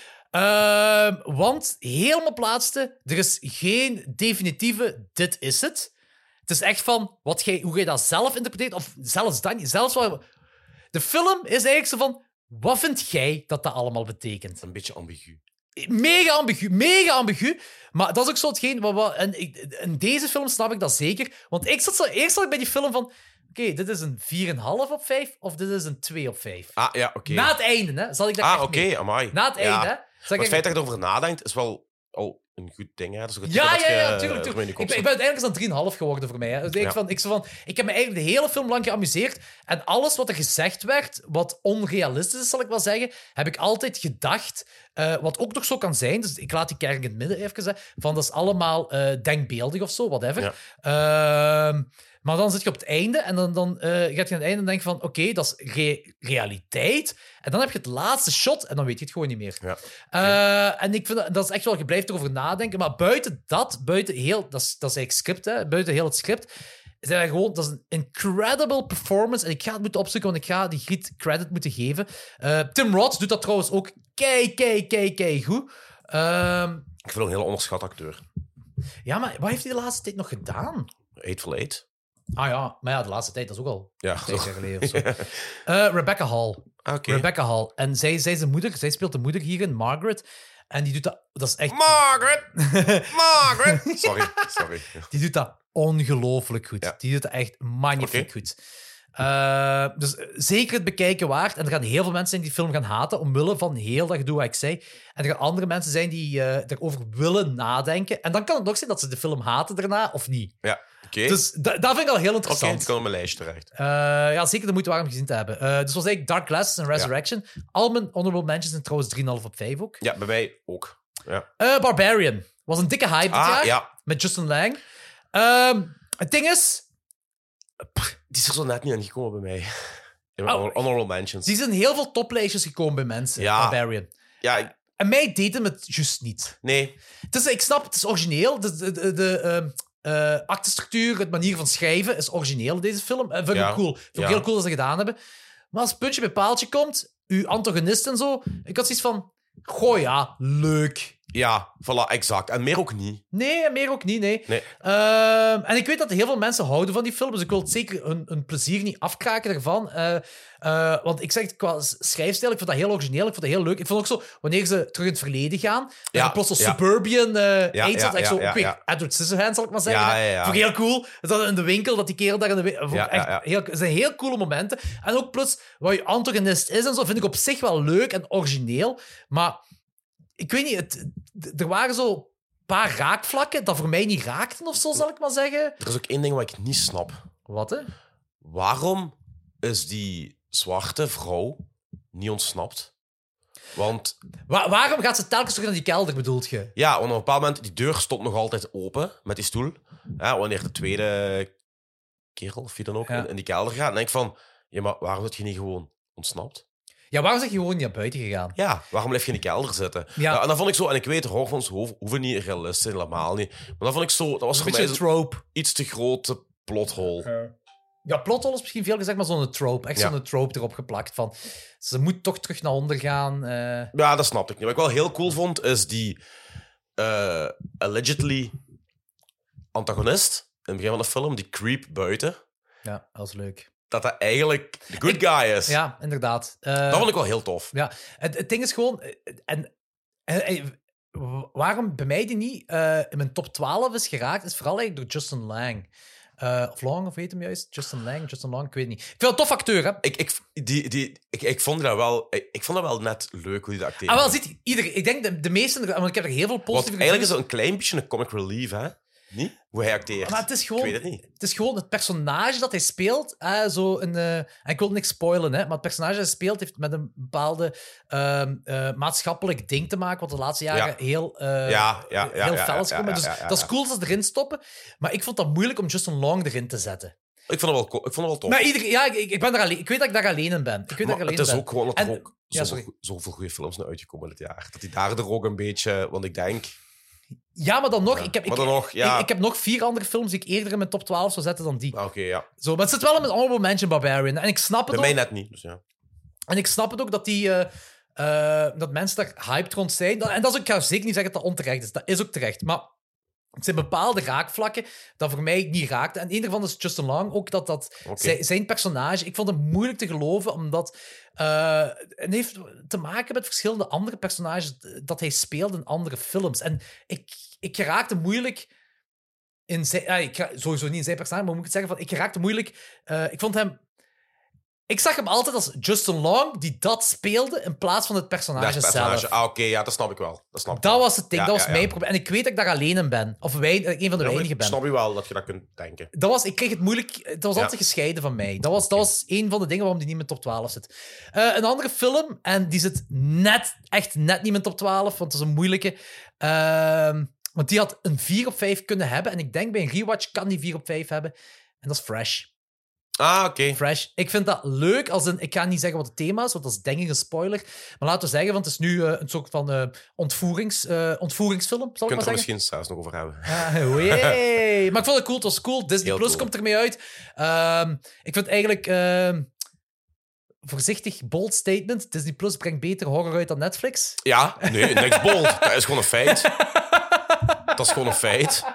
Want helemaal plaatste, er is geen definitieve dit is het. Het is echt van hoe jij dat zelf interpreteert, of zelfs dan niet. De film is eigenlijk zo van, wat vind jij dat allemaal betekent? Een beetje ambigu. Mega ambigu. Maar dat is ook zo hetgeen... En in deze film snap ik dat zeker. Want eerst zat ik bij die film van... Oké, dit is een 4,5 op 5 of dit is een 2 op 5. Ah, ja, oké. Na het einde, hè, zal ik daar echt mee. Amai. Na het einde, hè. Maar het feit dat je erover nadenkt, is wel al een goed ding, hè. Dat is ook Tuurlijk. Ik ben uiteindelijk een 3,5 geworden voor mij. Hè. Dus ik heb me eigenlijk de hele film lang geamuseerd. En alles wat er gezegd werd, wat onrealistisch is, zal ik wel zeggen, heb ik altijd gedacht... wat ook nog zo kan zijn, dus ik laat die kerk in het midden even zeggen, van dat is allemaal denkbeeldig of zo, whatever. Ja. Maar dan zit je op het einde en dan gaat je aan het einde en denk je van oké, dat is realiteit. En dan heb je het laatste shot en dan weet je het gewoon niet meer. Ja. En ik vind dat is echt wel, je blijft erover nadenken. Maar buiten heel... Dat is eigenlijk script, hè. Buiten heel het script... Dat is een incredible performance. En ik ga het moeten opzoeken, want ik ga die Griet credit moeten geven. Tim Roth doet dat trouwens ook kei goed. Ik vind hem een heel onderschat acteur. Ja, maar wat heeft hij de laatste tijd nog gedaan? Hateful Eight. Ah ja, maar ja, de laatste tijd, dat is ook al 5 jaar geleden of zo. Rebecca Hall. Okay. Rebecca Hall. En zij is de moeder. Zij speelt de moeder hierin, Margaret. En die doet dat... Dat is echt... Margaret! Sorry. Die doet dat ongelooflijk goed. Ja. Die doet dat echt magnifiek goed. Dus zeker het bekijken waard. En er gaan heel veel mensen zijn die die film gaan haten omwille van heel dat gedoe wat ik zei. En er gaan andere mensen zijn die erover willen nadenken. En dan kan het nog zijn dat ze de film haten daarna, of niet. Ja, oké. Dus dat vind ik al heel interessant. Oké, die kan op mijn lijstje terecht. Ja, zeker de moeite waard om gezien te hebben. Dus was eigenlijk Dark Glasses en Resurrection. Al mijn honorable mentions zijn trouwens 3,5 op 5 ook. Ja, bij mij ook. Ja. Barbarian. Was een dikke hype dit jaar. Ja. Met Justin Lang. Het ding is... Die is er zo net niet aan gekomen bij mij. In mijn honorable mentions. Die zijn heel veel toplijstjes gekomen bij mensen. Ja. Barbarian. Ja, En mij deed hem het juist niet. nee. Ik snap, het is origineel. De actestructuur, het manier van schrijven is origineel in deze film. Vind ik cool. Vind ik heel cool dat ze dat gedaan hebben. Maar als het puntje bij paaltje komt, uw antagonist en zo, ik had zoiets van... Goh ja, leuk. Ja, voilà, exact. En meer ook niet. Nee, meer ook niet, nee. En ik weet dat heel veel mensen houden van die film, dus ik wil het zeker hun plezier niet afkraken ervan. Want ik zeg het qua schrijfstijl, ik vond dat heel origineel, ik vond dat heel leuk. Ik vond ook zo, wanneer ze terug in het verleden gaan, en plots zo'n suburban aids had, Edward Scissorhands, zal ik maar zeggen. Vond ik heel cool. Dat in de winkel, dat die kerel daar in de winkel... Het zijn heel coole momenten. En ook plots, wat je antagonist is en zo, vind ik op zich wel leuk en origineel, maar... Ik weet niet, er waren zo een paar raakvlakken dat voor mij niet raakten of zo, zal ik maar zeggen. Er is ook één ding wat ik niet snap. Wat, hè? Waarom is die zwarte vrouw niet ontsnapt? Want... Waarom gaat ze telkens terug naar die kelder, bedoelt je? Ja, want op een bepaald moment, die deur stond nog altijd open met die stoel. Ja, wanneer de tweede kerel, of wie dan ook, in die kelder gaat. Dan denk ik van, ja, maar waarom zit je niet gewoon ontsnapt? Ja, waarom zeg je gewoon niet naar buiten gegaan? Ja, waarom blijf je in die kelder zitten? Ja. En dan vond ik zo, en ik weet, horrorfilms hoeven niet realistisch, helemaal niet. Maar dan vond ik zo, dat was voor mij een trope. Iets te grote plothole. Ja, plothole is misschien veel gezegd, maar zo'n trope. Echt zo'n trope erop geplakt van, ze moet toch terug naar onder gaan. Ja, dat snapte ik niet. Wat ik wel heel cool vond, is die allegedly antagonist in het begin van de film, die creep buiten. Ja, dat is leuk. Dat eigenlijk de good guy is. Ja, inderdaad. Dat vond ik wel heel tof. Ja, het ding is gewoon... waarom bij mij die niet in mijn top 12 is geraakt, is vooral eigenlijk door Justin Lang. Of Long, of weet hem juist? Justin Lang, ik weet niet. Ik vind het een tof acteur, hè? Ik vond dat wel net leuk hoe hij dat acteerde. Ah, wel, ziet ik denk de meesten... Want ik heb er heel veel positieve... Eigenlijk is het een klein beetje een comic relief, hè? Niet? Hoe hij acteert. Maar het is gewoon, ik weet het niet. Het is gewoon het personage dat hij speelt. En ik wil niks spoilen, hè, maar het personage dat hij speelt heeft met een bepaalde maatschappelijk ding te maken, wat de laatste jaren heel fel is gekomen. Dus dat is cool dat ze erin stoppen. Maar ik vond dat moeilijk om Justin Long erin te zetten. Ik vond het wel tof. Maar ik ben daar alleen. Ik weet dat ik daar alleen in ben. Het is ook gewoon dat er ook zoveel goede films naar uitgekomen dit jaar. Dat die daardoor ook een beetje... Want ik denk... Ja, maar dan nog. Ja, ik heb nog 4 andere films die ik eerder in mijn top 12 zou zetten dan die. Oké, ja. Zo, maar het zit wel in mijn honorable mention Barbarian. En ik snap het bij mij net niet, dus ja. En ik snap het ook dat dat mensen daar hyped rond zijn. En dat is ook, ik ga zeker niet zeggen dat dat onterecht is. Dat is ook terecht. Maar Er zijn bepaalde raakvlakken dat voor mij niet raakten. En een daarvan is Justin Long. Ook dat zijn personage... Ik vond hem moeilijk te geloven, omdat... het heeft te maken met verschillende andere personages dat hij speelde in andere films. En ik raakte moeilijk... sowieso niet in zijn personage, maar moet ik het zeggen? Ik raakte moeilijk... ik vond hem... Ik zag hem altijd als Justin Long, die dat speelde, in plaats van het personage zelf. Oké, ja, dat snap ik wel. Dat was het ding, dat was mijn probleem. En ik weet dat ik daar alleen in ben. Of een van de weinigen ben. Ik snap je wel dat je dat kunt denken. Ik kreeg het moeilijk... Het was altijd gescheiden van mij. Dat was een van de dingen waarom die niet in mijn top 12 zit. Een andere film, en die zit echt net niet in mijn top 12, want het is een moeilijke... want die had een 4 op 5 kunnen hebben. En ik denk bij een rewatch kan die 4 op 5 hebben. En dat is Fresh. Oké. Fresh. Ik vind dat leuk. Ik ga niet zeggen wat het thema is, want dat is denk ik een spoiler. Maar laten we zeggen, want het is nu een soort van ontvoeringsfilm. Zal ik maar er zeggen? misschien zelfs nog over hebben. Maar ik vond het cool. Het was cool. Disney Plus komt ermee uit. Ik vind eigenlijk... voorzichtig, bold statement. Disney Plus brengt beter horror uit dan Netflix. Ja, nee, niks bold. Dat is gewoon een feit. Dat is gewoon een feit.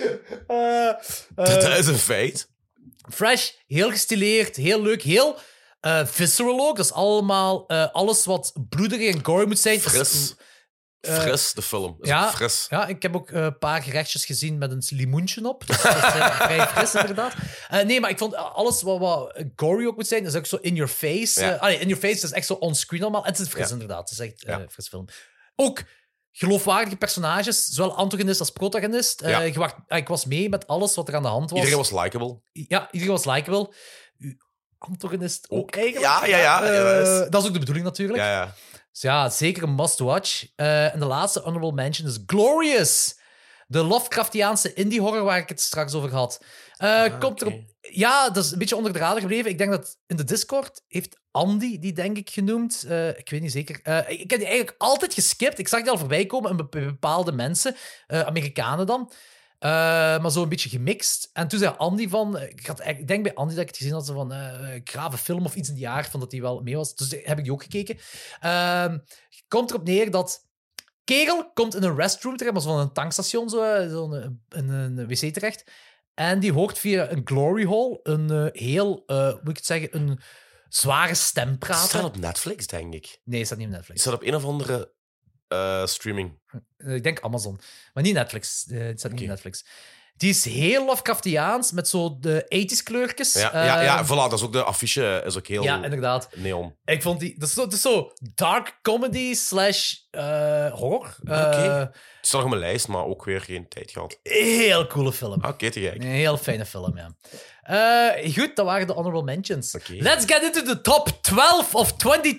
Dat is een feit. Fresh, heel gestileerd, heel leuk, heel visceral ook. Dat is allemaal alles wat bloederig en gory moet zijn. Fris. Fris, de film. Fris. Ja, ik heb ook een paar gerechtjes gezien met een limoentje op. Dus dat is vrij fris, inderdaad. Nee, maar ik vond alles wat gory ook moet zijn, dat is ook zo in your face. In your face is echt zo onscreen allemaal. En het is fris, inderdaad. Het is echt een fris film. Ook geloofwaardige personages, zowel antagonist als protagonist. Ik was mee met alles wat er aan de hand was. Iedereen was likable. Ja, iedereen was likable. Antagonist ook eigenlijk. Ja. Dat is ook de bedoeling natuurlijk. Ja. Dus ja, zeker een must-watch. En de laatste honorable mention is Glorious. De Lovecraftiaanse indie-horror waar ik het straks over had. Komt erop... Ja, dat is een beetje onder de radar gebleven. Ik denk dat in de Discord heeft Andy die, denk ik, genoemd. Ik weet niet zeker. Ik heb die eigenlijk altijd geskipt. Ik zag die al voorbij komen bij bepaalde mensen. Amerikanen dan. Maar zo een beetje gemixt. En toen zei Andy van... Ik denk bij Andy dat ik het gezien had van grave film of iets in die jaar, van dat hij wel mee was. Dus heb ik die ook gekeken. Komt erop neer dat... Kerel komt in een restroom terecht, maar zo van een tankstation, een wc terecht. En die hoort via een glory hole een heel, moet ik het zeggen, een zware stem praten. Het staat op Netflix, denk ik. Nee, het staat niet op Netflix. Het staat op een of andere streaming. Ik denk Amazon. Maar niet Netflix. Het staat niet op Netflix. Die is heel Lovecraftiaans, met zo de 80s kleurtjes. Ja, voilà. Dat is ook de affiche. Is ook heel... Ja, inderdaad. Neon. Ik vond die... Dat is zo dark comedy / horror. Het staat nog op mijn lijst, maar ook weer geen tijd gehad. Heel coole film. Oké, te gek. Een heel fijne film, ja. Goed, dat waren de honorable mentions. Okay. Let's get into the top 12 of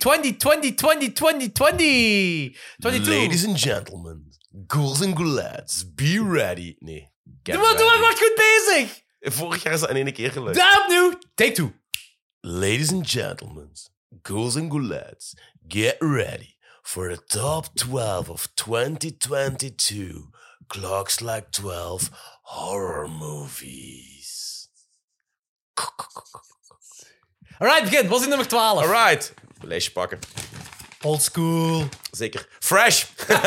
2020. Ladies and gentlemen, ghouls and gulads, be ready. Nee. Doe maar, word goed bezig! Vorig jaar is dat in één keer gelukt. Daar opnieuw. Take 2. Ladies and gentlemen, ghouls and gulads, get ready for the top 12 of 2022. Clocks like 12 horror movies. Alright, begin. Wat is nummer 12? Alright. Lijstje pakken. Old school. Zeker. Fresh.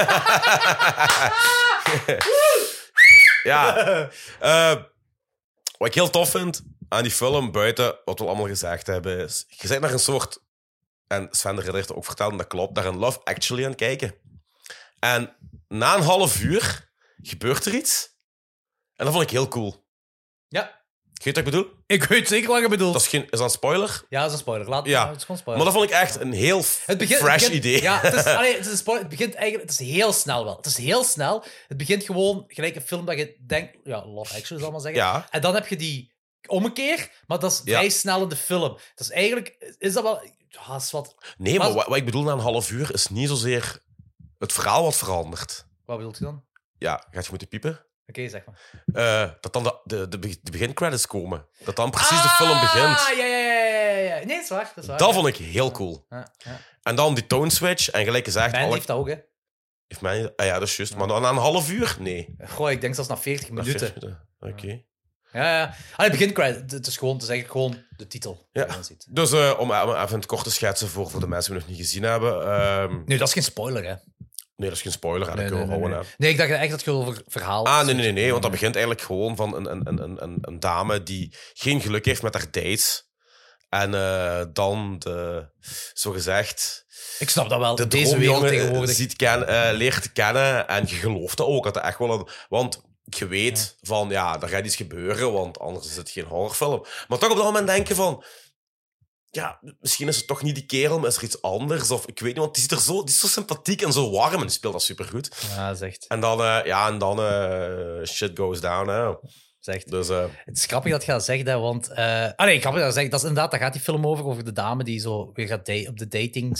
Ja. Wat ik heel tof vind aan die film, buiten wat we allemaal gezegd hebben, is... Je bent naar een soort... En Sven de Ridder heeft ook verteld, en dat klopt, naar een Love Actually aan het kijken. En na een half uur gebeurt er iets. En dat vond ik heel cool. Ja. Weet je wat ik bedoel? Ik weet zeker wat je bedoelt. Is dat een spoiler? Ja, dat is een spoiler. Het is gewoon spoiler. Maar dat vond ik echt een heel fresh idee. Ja, het is een spoiler. Het begint eigenlijk... Het is heel snel wel. Het is heel snel. Het begint gewoon gelijk een film dat je denkt... Ja, Love Actually, zal maar zeggen. Ja. En dan heb je die ommekeer, maar dat is vrij snel in de film. Dat is eigenlijk... Is dat wel... Ja, is wat... Nee, maar wat ik bedoel na een half uur is niet zozeer het verhaal wat verandert. Wat bedoelt je dan? Ja, gaat je moeten piepen? Oké, zeg maar. Dat dan de begincredits komen. Dat dan precies de film begint. Ja. Nee, dat is waar. Dat vond ik heel cool. Ja. En dan die tone switch. En gelijk gezegd... Mijn heeft dat ook, hè. Heeft mij... Ja, dat is juist. Maar na een half uur? Nee. Goh, ik denk zelfs na 40 minuten. Oké. Ja. Begincredits. Het is eigenlijk gewoon de titel. Ja. Dus om even het kort te schetsen voor de mensen die het nog niet gezien hebben. Nee, dat is geen spoiler, hè. Nee, dat is geen spoiler. Dat kunnen we houden. Hè. Nee, ik dacht echt dat je over verhaal... Nee. Want dat begint eigenlijk gewoon van een dame die geen geluk heeft met haar dates. En dan zogezegd... Ik snap dat wel. De Deze wereld droomjongen tegenwoordig. leert kennen. En je gelooft dat ook. Dat er echt wel want je weet van, ja, er gaat iets gebeuren. Want anders is het geen horrorfilm. Maar toch op dat moment denken van... Ja, misschien is het toch niet die kerel, maar is er iets anders? Of ik weet niet, want die is zo sympathiek en zo warm. En die speelt dat supergoed. Ja, dat is echt... En dan shit goes down, hè. Zegt. Dus, Het is grappig dat je dat zegt, hè, want... grappig dat je zegt. Dat is inderdaad, daar gaat die film over de dame die zo weer gaat op de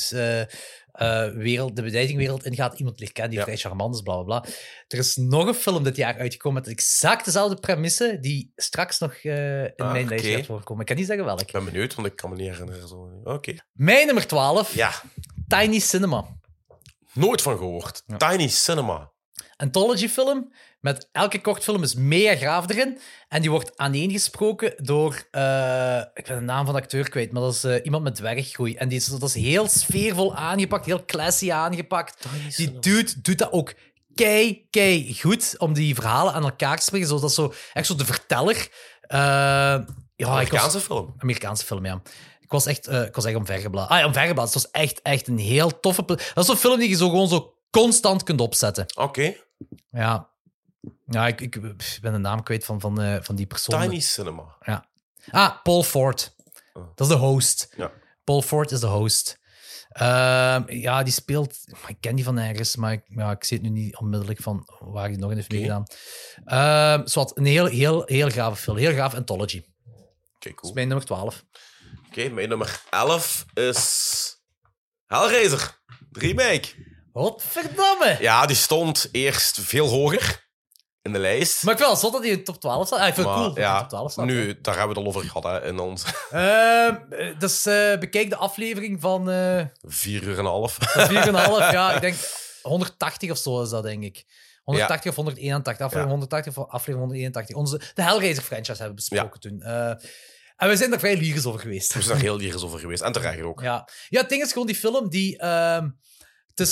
datingwereld ingaat. Iemand leert kennen die vrij charmant is, bla, bla, bla. Er is nog een film dit jaar uitgekomen met exact dezelfde premisse, die straks nog in mijn lijst gaat voorkomen. Ik kan niet zeggen welk. Ik ben benieuwd, want ik kan me niet herinneren. Oké. Mijn nummer 12. Ja. Tiny Cinema. Nooit van gehoord. Ja. Tiny Cinema. Anthology-film. Met elke kortfilm is mega graaf erin. En die wordt aaneengesproken door... ik ben de naam van de acteur kwijt, maar dat is iemand met dwerggroei. En dat is heel sfeervol aangepakt, heel classy aangepakt. Die dude doet dat ook kei goed om die verhalen aan elkaar te spreken. Dat is zo, echt zo de verteller. Amerikaanse film? Amerikaanse film, ja. Ik was echt omvergeblazen. Omvergeblazen. Het was echt een heel toffe... Dat is zo'n film die je zo gewoon zo constant kunt opzetten. Oké. Ja. Ja, ik ben de naam kwijt van die persoon. Tiny Cinema. Ja. Paul Ford. Dat is de host. Ja. Paul Ford is de host. Die speelt... Ik ken die van ergens, maar ik zie het nu niet onmiddellijk van waar hij nog in heeft meegedaan. Een heel grave film. Heel graaf anthology. Oké, cool. Dat is mijn nummer 12. Oké, mijn nummer 11 is... Hellraiser. De remake. Godverdamme! Ja, die stond eerst veel hoger in de lijst. Maar ik vind het zot dat hij in de top 12 staat. Ik vind het cool dat hij in de top 12 staat. Nu, daar hebben we het al over gehad, hè, in ons... Dus bekijk de aflevering van... 4 uur en een half. 4,5, ja. Ik denk 180 of zo is dat, denk ik. 180 of 181. Aflevering 180 of aflevering 181. De Hellraiser-franchise hebben we besproken toen. En we zijn daar vrij lyrisch over geweest. We zijn daar heel lyrisch over geweest. En terecht ook. Ja, het ding is gewoon die film die... Het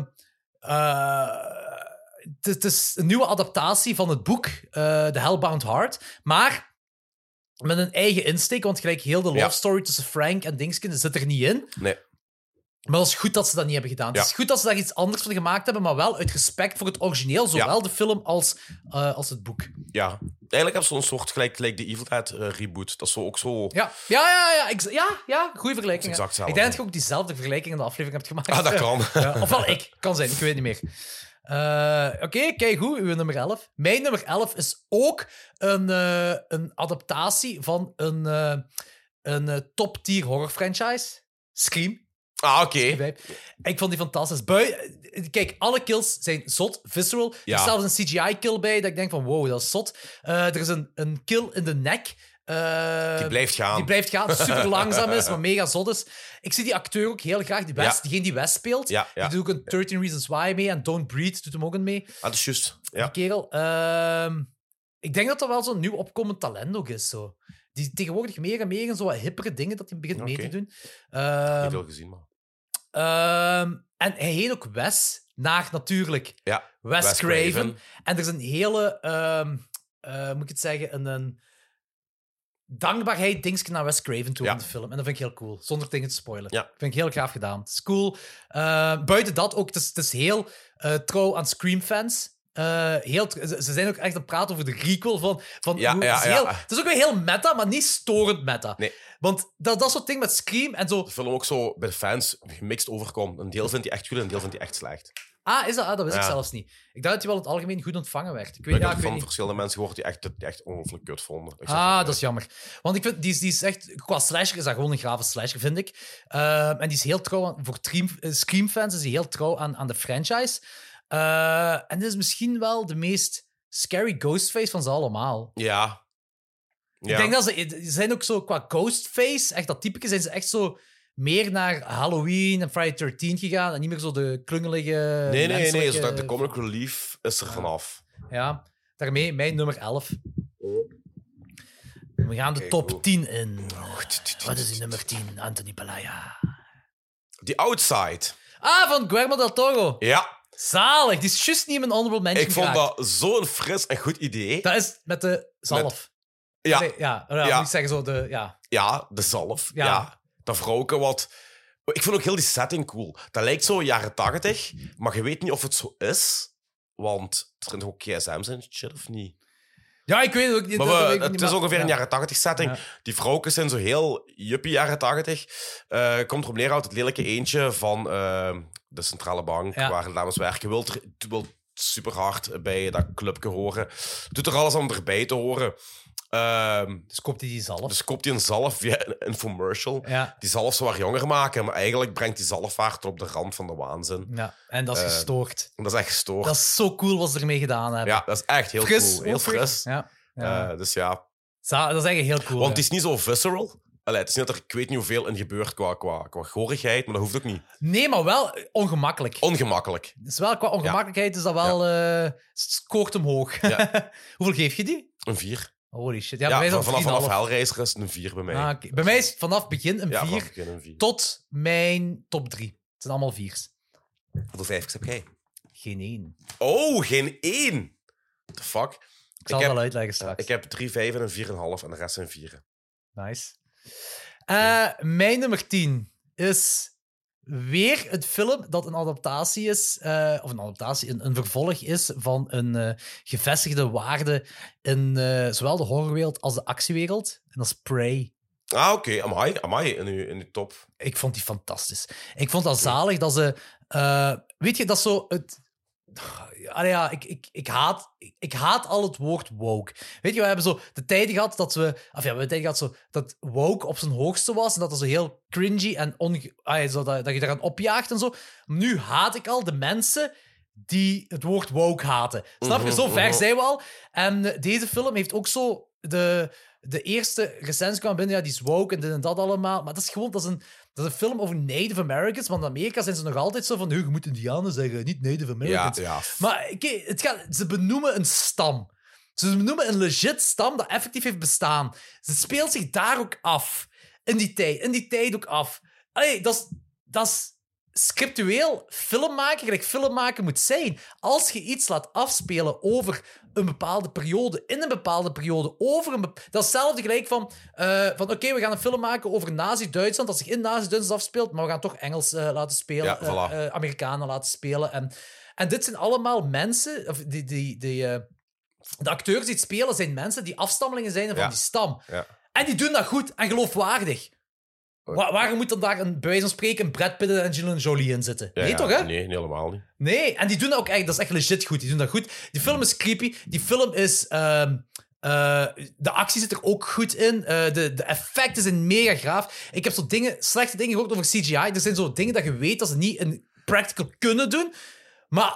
is een nieuwe adaptatie van het boek The Hellbound Heart, maar met een eigen insteek, want gelijk heel de love story tussen Frank en Dingskin zit er niet in. Nee. Maar dat is goed dat ze dat niet hebben gedaan. Het is goed dat ze daar iets anders van gemaakt hebben, maar wel uit respect voor het origineel, zowel de film als het boek. Ja, eigenlijk hebben ze een soort gelijk de Evil Dead reboot. Dat is ook zo... Ja, goede vergelijking. Exact hetzelfde. Ik denk dat je ook diezelfde vergelijking in de aflevering hebt gemaakt. Ah, dat kan. Ofwel kan zijn, ik weet niet meer. Oké, kijk goed, uw nummer 11. Mijn nummer 11 is ook een adaptatie van een top-tier horror franchise. Scream. Oké. Ik vond die fantastisch. Kijk, alle kills zijn zot, visceral. Er is zelfs een CGI-kill bij dat ik denk van wow, dat is zot. Er is een kill in de nek. Die blijft gaan. Super langzaam is, maar mega zot is. Ik zie die acteur ook heel graag. Diegene die Wes speelt. Die doet ook een 13 Reasons Why mee. En Don't Breathe doet hem ook in mee. Dat is juist. Ja. Die kerel. Ik denk dat dat wel zo'n nieuw opkomend talent ook is. Zo. Die tegenwoordig meer en meer en zo wat hippere dingen dat hij begint mee te doen. Niet veel gezien, man. En hij heet ook Wes, naar natuurlijk Wes Craven. En er is een hele, moet ik het zeggen, een dankbaarheid dingetje naar Wes Craven toe in de film. En dat vind ik heel cool, zonder dingen te spoilen. Ja. Dat vind ik heel graag gedaan. Het is cool. Buiten dat ook, het is heel trouw aan Scream-fans. Ze zijn ook echt aan het praten over de requel van het is ook weer heel meta, maar niet storend meta. Nee. Want dat is zo'n ding met Scream en zo... De film ook zo bij de fans gemixt overkomt. Een deel vindt hij echt goed en een deel vindt hij echt slecht. Is dat? Dat wist ik zelfs niet. Ik dacht dat hij wel in het algemeen goed ontvangen werd. Ik heb van verschillende mensen gehoord die echt ongelooflijk kut vonden. Dat is jammer. Want ik vind, die is echt... Qua slasher is dat gewoon een grave slasher, vind ik. En die is heel trouw voor Scream-fans is die heel trouw aan de franchise. En dit is misschien wel de meest scary Ghostface van ze allemaal. Ja. Ik denk dat ze zijn ook zo qua Ghostface, echt dat typeke, zijn ze echt zo meer naar Halloween en Friday 13 gegaan en niet meer zo de klungelige... Nee, zo de comic relief is er vanaf. Ja, daarmee mijn nummer 11. We gaan de top 10 in. Wat is die nummer 10? Anthony Palaya. The Outside. Van Guillermo del Toro. Ja. Zalig. Die is juist niet in mijn honorable mention Ik vond geraakt. dat zo'n fris en goed idee. Dat is met de zalf. Ja, Nee, ja, Ja. moet ik zeggen zo de... Ja. ja, de zalf. Ja. Ja. Dat vrouwke wat... Ik vond ook heel die setting cool. Dat lijkt zo jaren 80, maar je weet niet of het zo is. Want er zijn toch ook gsm's en shit, of niet? Ja, ik weet het ook niet. Maar dat weet ik het niet, is maar- ongeveer een ja. jaren 80 setting. Ja. Die vrouwtjes zijn zo heel juppie jaren 80. Komt erop neer uit het lelijke eentje van de centrale bank, Ja. waar de dames werken. Wil super hard bij dat clubje horen. Doet er alles om erbij te horen. Dus koopt hij die zalf. Dus koopt hij een zalf via een infomercial. Ja. Die zalf zou haar jonger maken, maar eigenlijk brengt die zalf haar tot op de rand van de waanzin. Ja, en dat is gestoord. En dat is echt gestoord. Dat is zo cool wat ze ermee gedaan hebben. Ja, dat is echt heel Fris, cool. Heel fris. Ja. Ja. Dus ja. Dat is echt heel cool. Want ja. het is niet zo visceral. Allee, het is niet dat er ik weet niet hoeveel in gebeurt qua gorigheid, maar dat hoeft ook niet. Nee, maar wel ongemakkelijk. Ongemakkelijk. Dus wel qua ongemakkelijkheid is dat wel... scoort omhoog. Ja. Hoeveel geef je die? Een 4. Holy shit. Ja, Ja, bij mij is dat vanaf 3,5. Hellraiser is het een 4 bij mij. Ah, oké. Bij mij is vanaf begin een 4 ja, vanaf het begin een 4. tot mijn top 3. Het zijn allemaal 4's. Hoeveel 5's heb jij? Geen 1. Oh, geen 1! The fuck? Ik zal het wel uitleggen straks. Ik heb 3, 5 en een 4,5 en de rest zijn 4. Nice. Mijn nummer 10 is weer een film dat een adaptatie is, of een adaptatie, een vervolg is van een gevestigde waarde in zowel de horrorwereld als de actiewereld. En dat is Prey. Ah, oké. Amai, in uw top. Ik vond die fantastisch. Ik vond dat zalig dat ze... weet je, dat is zo... Allee, ja, ik haat al het woord woke. Weet je, we hebben zo de tijden gehad dat we... Of ja, we hebben de tijden gehad zo, dat woke op zijn hoogste was en dat dat zo heel cringy en zo, dat je eraan opjaagt en zo. Nu haat ik al de mensen die het woord woke haten. Snap je? Zo ver zijn we al. En deze film heeft ook zo... De eerste recensie kwam binnen, ja, die is woke en dit en dat allemaal. Maar dat is gewoon... Dat is een film over Native Americans, want in Amerika zijn ze nog altijd zo van je moet Indianen zeggen, niet Native Americans. Ja. Maar ze benoemen een stam. Ze benoemen een legit stam dat effectief heeft bestaan. Ze speelt zich daar ook af. In die tijd ook af. Allee, dat is scriptueel filmmaken, gelijk filmmaken moet zijn. Als je iets laat afspelen over een bepaalde periode, in een bepaalde periode, over dat is hetzelfde gelijk van oké, we gaan een film maken over Nazi-Duitsland, dat zich in Nazi-Duitsland afspeelt, maar we gaan toch Engels laten spelen, Ja, voilà. Amerikanen laten spelen. En dit zijn allemaal mensen, of de acteurs die het spelen, zijn mensen die afstammelingen zijn van Ja. die stam. Ja. En die doen dat goed en geloofwaardig. Waarom moet dan daar bij wijze van spreken een Brad Pitt en Angelina Jolie in zitten? Nee, toch, hè? Nee, niet helemaal niet. Nee, en die doen dat ook echt, dat is echt legit goed. Die doen dat goed. Die film is creepy. Die film is... de actie zit er ook goed in. De effecten zijn mega graaf. Ik heb zo slechte dingen gehoord over CGI. Er zijn zo dingen dat je weet dat ze niet in practical kunnen doen. Maar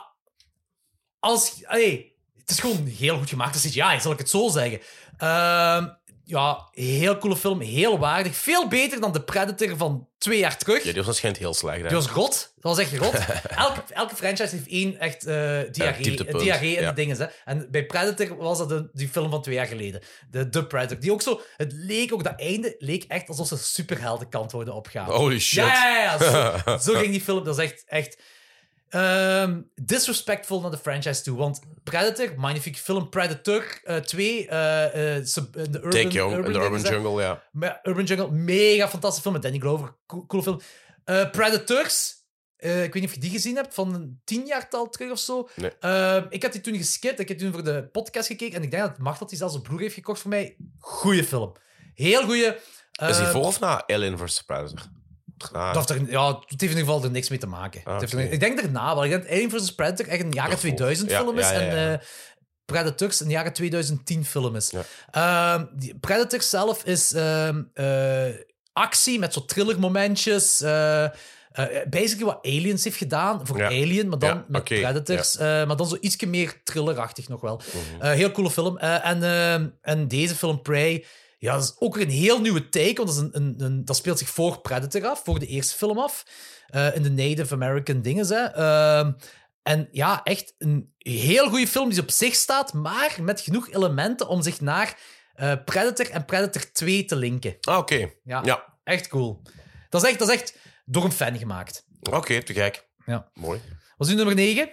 het is gewoon heel goed gemaakt. De CGI, zal ik het zo zeggen. Ja, heel coole film. Heel waardig. Veel beter dan The Predator van 2 jaar terug. Ja, die was waarschijnlijk heel slecht. Hè? Die was rot. Dat was echt rot. Elke franchise heeft één echt dieptepunt. diarree en Ja. dingen. Hè. En bij Predator was dat die film van 2 jaar geleden. De Predator. Die ook zo... Het leek ook, dat einde leek echt alsof ze superheldenkant worden opgaan. Holy shit. Ja. Zo ging die film. Dat is echt disrespectful naar de franchise toe. Want Predator, magnifieke film. Predator 2. De Take Young in de Urban dingen, hè. Jungle, ja. Urban Jungle, mega fantastische film met Danny Glover. Coole film. Predators. Ik weet niet of je die gezien hebt, van een 10-jaartal terug of zo. Nee. Ik had die toen geskipt. Ik heb toen voor de podcast gekeken. En ik denk dat Machteld die zelfs een broer heeft gekocht voor mij. Goeie film. Heel goeie. Is die voor of na Alien vs. Predator? Daarna. Het heeft in ieder geval er niks mee te maken. Ah, Het heeft oké. ik denk daarna wel. Ik denk dat Alien vs. Predator echt een jaren 2000 Ja, film is. ja, ja, ja. En Predators een jaren 2010 film is. Ja. Die Predator zelf is actie met zo thrillermomentjes. Basically wat Aliens heeft gedaan voor Ja. Alien, maar dan Ja, met oké, Predators. Maar dan zo ietsje meer thrillerachtig nog wel. Heel coole film. En deze film, Prey, ja, dat is ook weer een heel nieuwe take, want dat, is dat speelt zich voor Predator af, voor de eerste film af. In de Native American dingen. En ja, echt een heel goede film die op zich staat, maar met genoeg elementen om zich naar Predator en Predator 2 te linken. Ah, oké. Ja, Ja. echt cool. Dat is echt door een fan gemaakt. Oké, te gek. Ja. Mooi. Was uw nummer 9?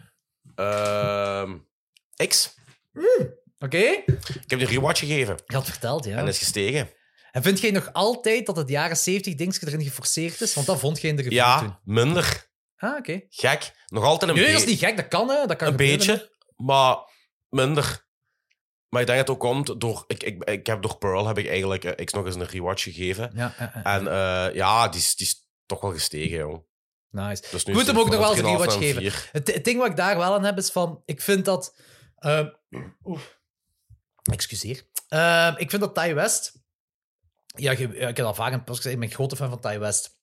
X. Oké. Ik heb een rewatch gegeven. Je had verteld, ja. En is gestegen. En vind jij nog altijd dat het jaren 70 dingetje erin geforceerd is? Want dat vond jij in de review Ja, toen. minder. Ah, oké. Gek. Nog altijd een Nee, dat beetje. is niet gek. Dat kan, hè. Dat kan Een gebeuren, beetje, maar minder. Maar ik denk dat het ook komt door... Ik heb door Pearl heb ik eigenlijk X nog eens een rewatch gegeven. hè. Ja. En ja, die is toch wel gestegen, jong. Nice. Dus nu Ik moet is hem het ook nog wel eens van een 3,5 rewatch naar een geven. 4. Het ding wat ik daar wel aan heb is van... Ik vind dat... Excuseer. Ik vind dat Ty West... Ja, ik heb al vaak een podcast gezegd, ik ben een grote fan van Ty West.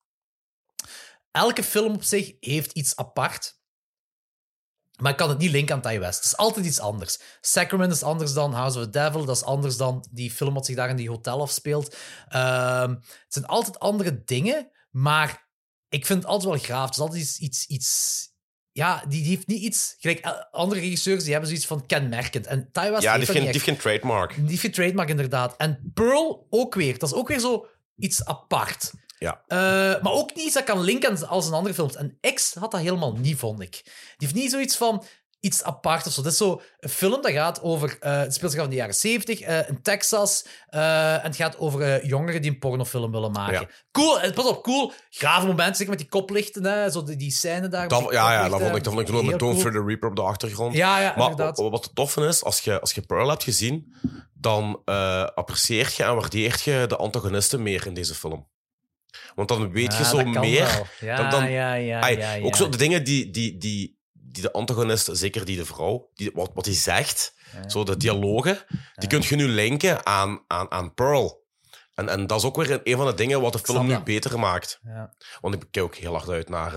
Elke film op zich heeft iets apart. Maar ik kan het niet linken aan Ty West. Het is altijd iets anders. Sacrament is anders dan House of the Devil. Dat is anders dan die film wat zich daar in die hotel afspeelt. Het zijn altijd andere dingen, maar ik vind het altijd wel gaaf. Het is altijd iets ja, die heeft niet iets... Gelijk andere regisseurs, die hebben zoiets van kenmerkend. En Ty West Ja, heeft die dat niet heeft echt. geen trademark. Die heeft geen trademark, inderdaad. En Pearl ook weer. Dat is ook weer zo iets apart. Ja. Maar ook niet iets dat kan linken als een andere films. En X had dat helemaal niet, vond ik. Die heeft niet zoiets van iets apart of zo. Het is zo een film dat gaat over... het speelt zich af in de jaren 70, in Texas. En het gaat over jongeren die een pornofilm willen maken. Ja. Cool, pas op, cool. Grave momenten, zeker met die koplichten. Hè, zo die scène daar. met die Dat koplichten. vond ik toen ook Heel met Don't cool. Fear the Reaper op de achtergrond. Ja, Maar inderdaad. wat het toffe is, als je Pearl hebt gezien, dan apprecieert je en waardeert je de antagonisten meer in deze film. Want dan weet je Ja, zo dat kan meer... wel. Ja, dan- ja. Ook zo de dingen die de antagonist, zeker die de vrouw, wat die zegt, zo de dialogen, die kun je nu linken aan Pearl. En dat is ook weer een van de dingen wat de film snap nu dat. beter maakt. Ja. Want ik kijk ook heel hard uit naar...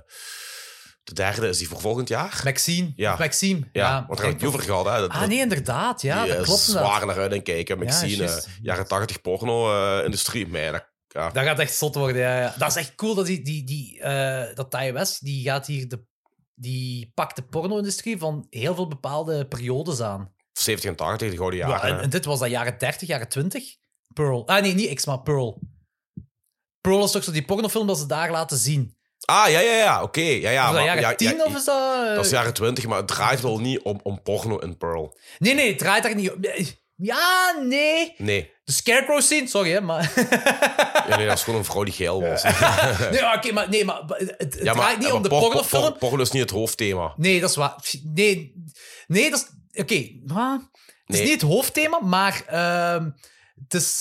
de derde, is die voor volgend jaar? Maxine. Ja. Of Maxime. Ja, want daar heb ik het over gehad. Hè. Ah, nee, inderdaad. Ja, die dat klopt. zwaar naar uit en kijken. Maxine, juist. jaren 80 porno-industrie. Ja. Dat gaat echt zot worden, ja. Dat is echt cool dat dat Ty West, die gaat hier die pakt de porno-industrie van heel veel bepaalde periodes aan. 70 en 80, de gouden Ja, jaren. en dit was dat jaren 30, jaren 20? Pearl. Ah, nee, niet X, maar Pearl. Pearl is toch zo die pornofilm dat ze daar laten zien. Ja, oké. Ja, Is dat maar- jaren 10 of is dat... Dat is jaren 20, maar het draait wel niet om porno in Pearl. Nee, het draait daar niet om. Ja, nee. Nee. De Scarecrow scene, sorry, hè, maar... Ja, nee, dat is gewoon een vrouw die geil was. Nee, oké, maar het Ja, draait niet om de pornofilm. Porno is niet het hoofdthema. Nee, dat is waar. Nee, dat is... Oké, maar... Het is Nee. niet het hoofdthema, maar het is...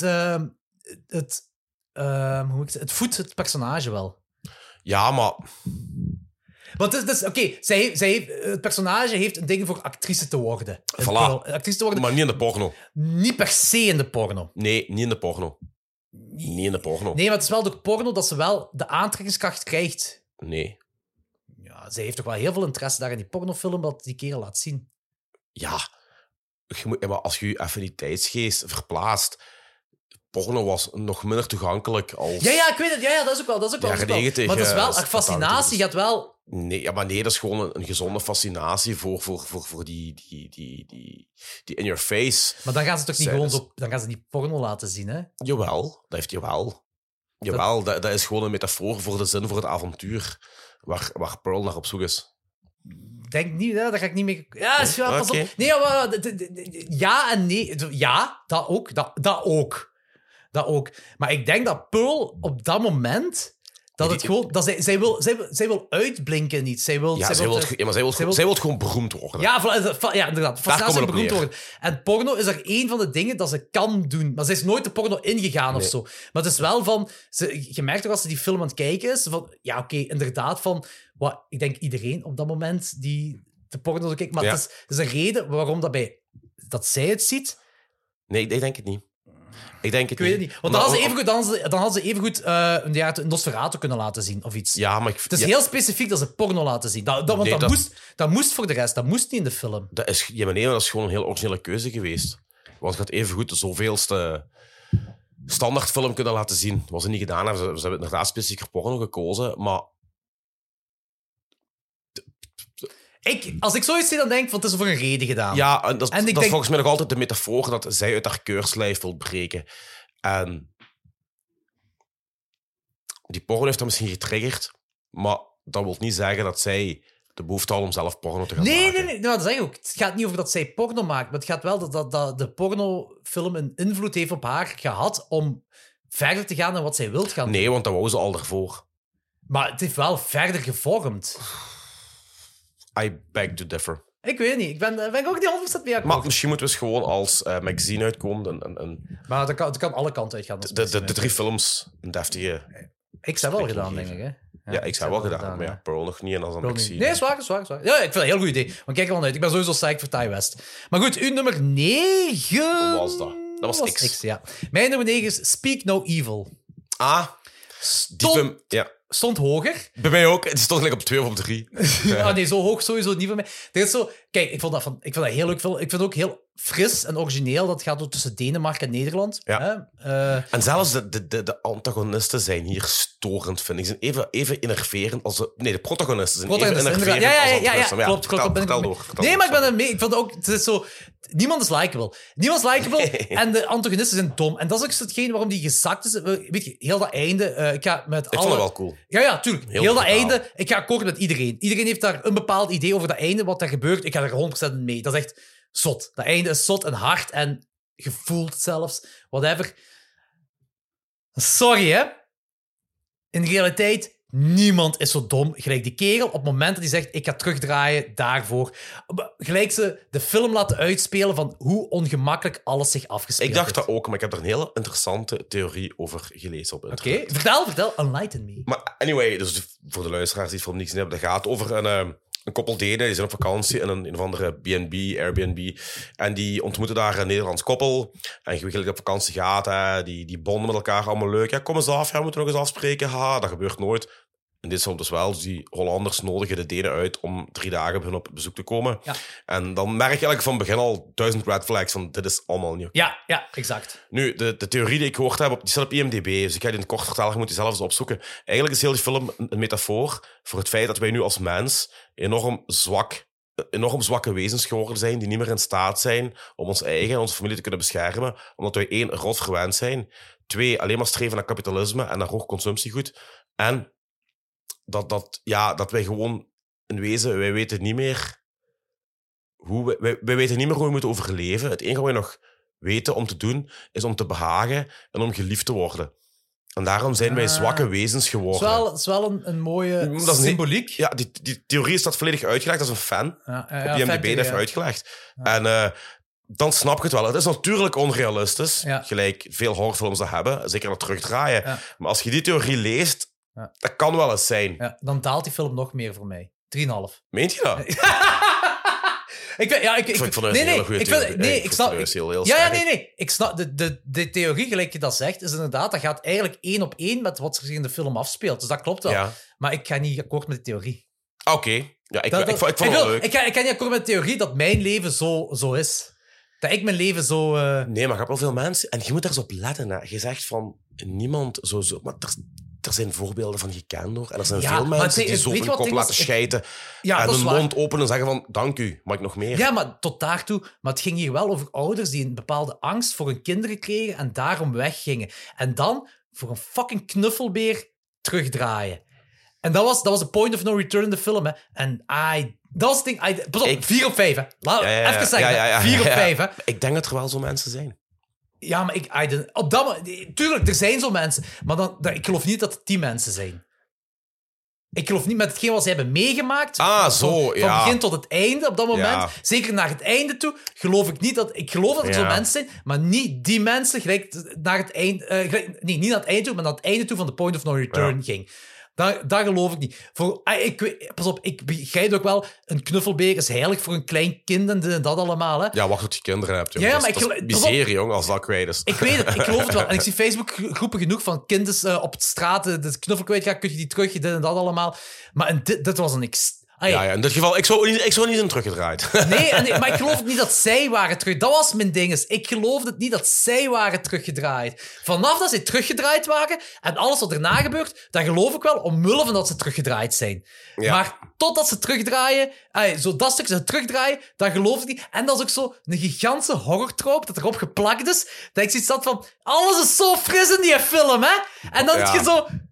hoe moet ik zeggen? Het voedt het personage wel. Ja, maar... Want het is... Oké, het personage heeft een ding voor actrice te worden. Voilà. Actrice te worden. Maar niet in de porno. Niet per se in de porno. Nee, niet in de porno. Niet in de porno. Nee, maar het is wel door porno dat ze wel de aantrekkingskracht krijgt. Nee. Ja, zij heeft toch wel heel veel interesse daar in die pornofilm dat die kerel laat zien. Ja. Maar als je even die tijdsgeest verplaatst... Porno was nog minder toegankelijk als... Ja, ik weet het. Ja, dat is ook wel. Dat is ook wel. Jaren dat is ook wel. 90, Maar het is wel... is haar fascinatie gaat wel... Nee, ja, maar nee, dat is gewoon een gezonde fascinatie voor die in your face. Maar dan gaan ze toch niet Scènes. gewoon zo... Dan gaan ze niet porno laten zien, hè? Jawel, dat heeft jawel. Jawel, dat is gewoon een metafoor voor de zin, voor het avontuur. Waar Pearl naar op zoek is. Denk niet, hè? Daar ga ik niet mee... Ja, pas Oké. op. Nee, maar... Ja en nee. Ja, dat ook. Dat ook. Dat ook. Maar ik denk dat Pearl op dat moment... Dat het gewoon... Dat zij wil uitblinken niet. Zij wil... Ja, zij wil gewoon beroemd worden. Ja, ja, inderdaad. Fascinatie komt het op beroemd neer. worden. En porno is er één van de dingen dat ze kan doen. Maar ze is nooit de porno ingegaan of Nee. zo. Maar het is wel van... Je merkt toch als ze die film aan het kijken is, van... Ja, oké, inderdaad, van... Wat, ik denk iedereen op dat moment die de porno zo kijkt. Maar Ja. het is een reden waarom dat zij het ziet. Nee, ik denk het niet. Ik denk het Ik weet het niet. Want dan hadden ze evengoed een Nosferatu kunnen laten zien, of iets. Ja, maar Het is heel specifiek dat ze porno laten zien. Dat moest voor de rest. Dat moest niet in de film. dat is gewoon een heel originele keuze geweest. Want je had evengoed de zoveelste standaardfilm kunnen laten zien. Wat ze niet gedaan hebben. Ze hebben inderdaad specifiek voor porno gekozen, maar Als ik zoiets zie, dan denk ik van het is voor een reden gedaan. ja, en dat En ik is denk- volgens mij nog altijd de metafoor dat zij uit haar keurslijf wil breken. En die porno heeft dat misschien getriggerd, maar dat wil niet zeggen dat zij de behoefte hadden om zelf porno te gaan Nee, maken. nee. Nou, dat zeg ik ook. Het gaat niet over dat zij porno maakt, maar het gaat wel dat de pornofilm een invloed heeft op haar gehad om verder te gaan dan wat zij wilt gaan doen. Nee, want dat wou ze al daarvoor. Maar het heeft wel verder gevormd. I beg to differ. Ik weet niet. Ik ben ook niet 100% mee akkoord. Maar misschien moeten we eens gewoon als magazine uitkomen. Maar dat kan alle kanten uitgaan. De 3 films, een deftige... Ik heb wel gedaan, denk ik. Hè? Ja, ik zou wel gedaan, maar ja, Pearl nog niet en als een Pearl niet. magazine. Nee, is waar. Ja, ik vind het een heel goed idee. Maar kijk er wel uit. Ik ben sowieso psyched voor Ty West. Maar goed, uw nummer 9... Wat was dat? Dat was X. Ja. Mijn nummer 9 is Speak No Evil. Ah, die film... Ja. Stond hoger. Bij mij ook. Het stond gelijk op 2 of op 3. Nee, zo hoog sowieso niet van mij. Er is zo... Kijk, ik vond dat heel leuk. Ik vind het ook heel fris en origineel. Dat gaat ook tussen Denemarken en Nederland. Ja. Hè? En zelfs de antagonisten zijn hier storend, vind ik. Ze zijn even enerverend als de... Nee, de protagonisten zijn even enerverend ja, als antagonisten. Maar klopt. Vertel door. Nee, maar ik ben er mee. Ik vond ook... Het is zo... Niemand is likable. En de antagonisten zijn dom. En dat is ook hetgeen waarom die gezakt is. Weet je, heel dat einde... ik ga met Ik vond het wel cool. Ja, tuurlijk. Heel dat brutaal. einde... Ik ga akkoord met iedereen. Iedereen heeft daar een bepaald idee over dat einde, wat daar gebeurt. Ik ga er 100% mee. Dat is echt zot. Dat einde is zot en hard en gevoeld zelfs. Whatever. Sorry, hè. In de realiteit, niemand is zo dom gelijk die kerel op het moment dat hij zegt ik ga terugdraaien daarvoor. Gelijk ze de film laten uitspelen van hoe ongemakkelijk alles zich afgespeeld Ik dacht heeft. dat ook, maar ik heb er een hele interessante theorie over gelezen op internet. Oké, vertel. Enlighten me. Maar anyway, dus voor de luisteraars die het film niet gezien hebben, dat gaat over een koppel Denen, die zijn op vakantie in een of andere B&B, Airbnb. En die ontmoeten daar een Nederlands koppel. En gelijk op vakantie gaat, hè, die bonden met elkaar, allemaal leuk. Ja, kom eens af, we moeten nog eens afspreken. Haha, dat gebeurt nooit. En dit is dus wel, dus die Hollanders nodigen de Denen uit om 3 dagen bij hun op bezoek te komen. Ja. En dan merk je eigenlijk van begin al 1000 red flags van dit is allemaal niet oké. Ja, exact. Nu, de theorie die ik gehoord heb, die staat op IMDb, dus ik ga die in het kort vertellen, je moet die zelf eens opzoeken. Eigenlijk is heel die film een metafoor voor het feit dat wij nu als mens enorm zwakke wezens geworden zijn, die niet meer in staat zijn om ons eigen en onze familie te kunnen beschermen, omdat wij 1, rot verwend zijn, 2, alleen maar streven naar kapitalisme en naar hoog consumptiegoed, en dat wij gewoon in wezen, wij weten niet meer wij weten niet meer hoe we moeten overleven. Het enige wat wij nog weten om te doen, is om te behagen en om geliefd te worden. En daarom zijn wij zwakke wezens geworden. Het is wel een mooie Dat is symboliek. Ja, die theorie staat volledig uitgelegd. Dat is een fan op IMDb die heeft uitgelegd. Ja. En dan snap ik het wel. Het is natuurlijk onrealistisch, gelijk veel horrorfilms dat hebben. Zeker dat terugdraaien. Ja. Maar als je die theorie leest, dat kan wel eens zijn. Ja, dan daalt die film nog meer voor mij. 3,5. Meent je dat? Ik vond het een hele goede theorie. Ik snap. Nee. Ik snap. De theorie, gelijk je dat zegt, is inderdaad, dat gaat eigenlijk 1 op 1 met wat zich in de film afspeelt. Dus dat klopt wel. Ja. Maar ik ga niet akkoord met de theorie. Oké. Ja, ik vond het wel leuk. Ik ga niet akkoord met de theorie dat mijn leven zo is. Dat ik mijn leven zo... Nee, maar je hebt wel veel mensen... En je moet daar eens op letten. Hè. Je zegt van, niemand zo... Maar er zijn voorbeelden van gekend, hoor. En er zijn veel mensen die zo een kop laten schijten en hun mond openen en zeggen van, dank u, mag ik nog meer? Ja, maar tot daartoe. Maar het ging hier wel over ouders die een bepaalde angst voor hun kinderen kregen en daarom weggingen. En dan voor een fucking knuffelbeer terugdraaien. En dat was de point of no return in de film, hè. En dat was het ding... Pas op, 4 op 5, hè. Even zeggen, 4 op 5, hè. Ik denk dat er wel zo mensen zijn. Ja, maar tuurlijk, er zijn zo mensen. Maar ik geloof niet dat het die mensen zijn. Ik geloof niet met hetgeen wat ze hebben meegemaakt. Van begin tot het einde op dat moment. Ja. Zeker naar het einde toe. Geloof ik niet dat... Ik geloof dat er zo mensen zijn, maar niet die mensen gelijk naar het einde... niet naar het einde toe, maar naar het einde toe van de point of no return ging. Daar geloof ik niet. Pas op, ik begrijp ook wel, een knuffelbeer is heilig voor een klein kind en dat allemaal. Hè. Ja, wacht tot je kinderen hebt. Jongen. Ja, maar dat is miserie, jongen, als dat kwijt is. Ik weet het, ik geloof het wel. En ik zie Facebook-groepen genoeg van kinderen op de straat, de knuffel kwijt gaat, kun je die terug, dit en dat allemaal. Maar dit was een... Ja, in dit geval, ik zou niet zijn teruggedraaid. Nee, maar ik geloof niet dat zij waren terug. Dat was mijn ding. Ik geloofde niet dat zij waren teruggedraaid. Vanaf dat zij teruggedraaid waren en alles wat erna gebeurt, dan geloof ik wel omwille van dat ze teruggedraaid zijn. Ja. Maar totdat ze terugdraaien, zo dat stuk ze terugdraaien, dan geloof ik niet. En dat is ook zo een gigantische horrortrope dat erop geplakt is, dat ik zoiets had van, alles is zo fris in die film, hè? En dan is je zo...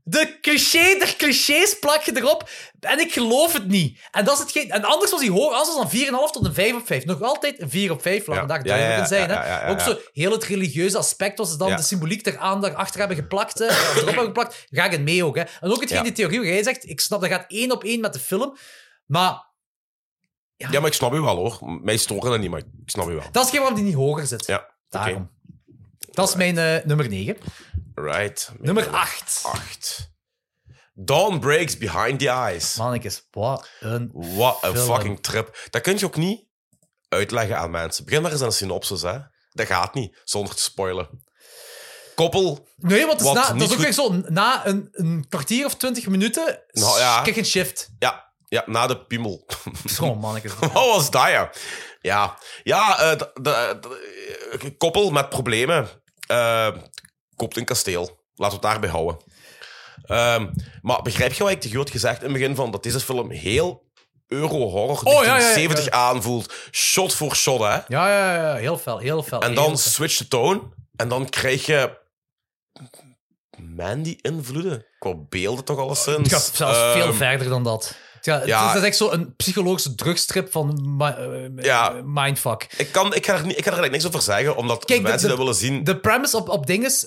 De clichés plak je erop en ik geloof het niet. En dat is hetgeen. En anders was hij hoger, anders was dan 4,5 tot een 5 op 5. Nog altijd een 4 op 5, laat vandaag duidelijk in zijn. Hè? Ook zo heel het religieuze aspect was dan de symboliek daarachter hebben geplakt, of erop hebben geplakt, ga ik het mee ook. Hè? En ook hetgeen die theorie waar jij zegt, ik snap, dat gaat 1 op 1 met de film, maar... Ja, maar ik snap u wel, hoor. Mij storen dat niet, maar ik snap u wel. Dat is geen waarom die niet hoger zit. Ja, Daarom. oké. Dat is mijn nummer 9. Right. Nummer 8. Dawn Breaks Behind the Eyes. Mannetjes, wat een film. Fucking trip. Dat kun je ook niet uitleggen aan mensen. Begin maar eens aan een synopsis, hè. Dat gaat niet, zonder te spoilen. Koppel... Nee, want wat dat is ook niet weer zo, na een kwartier of 20 minuten, Nou, ja. kijk een shift. Ja, na de piemel. Schoon, mannetjes. Wat was dat, ja? Ja, koppel met problemen koopt een kasteel. Laten we het daarbij houden. Maar begrijp je wat ik tegen jou had gezegd in het begin van dat deze film heel euro-horror 1970 aanvoelt? Shot voor shot, hè? Ja, heel fel. En dan switch de toon en dan krijg je Mandy-invloeden. Qua beelden toch alleszins. Het gaat zelfs veel verder dan dat. Ja, het is echt zo'n psychologische drugstrip van mindfuck. Ik ga er eigenlijk niks over zeggen, omdat Kijk, mensen dat willen zien. De premise op dinges...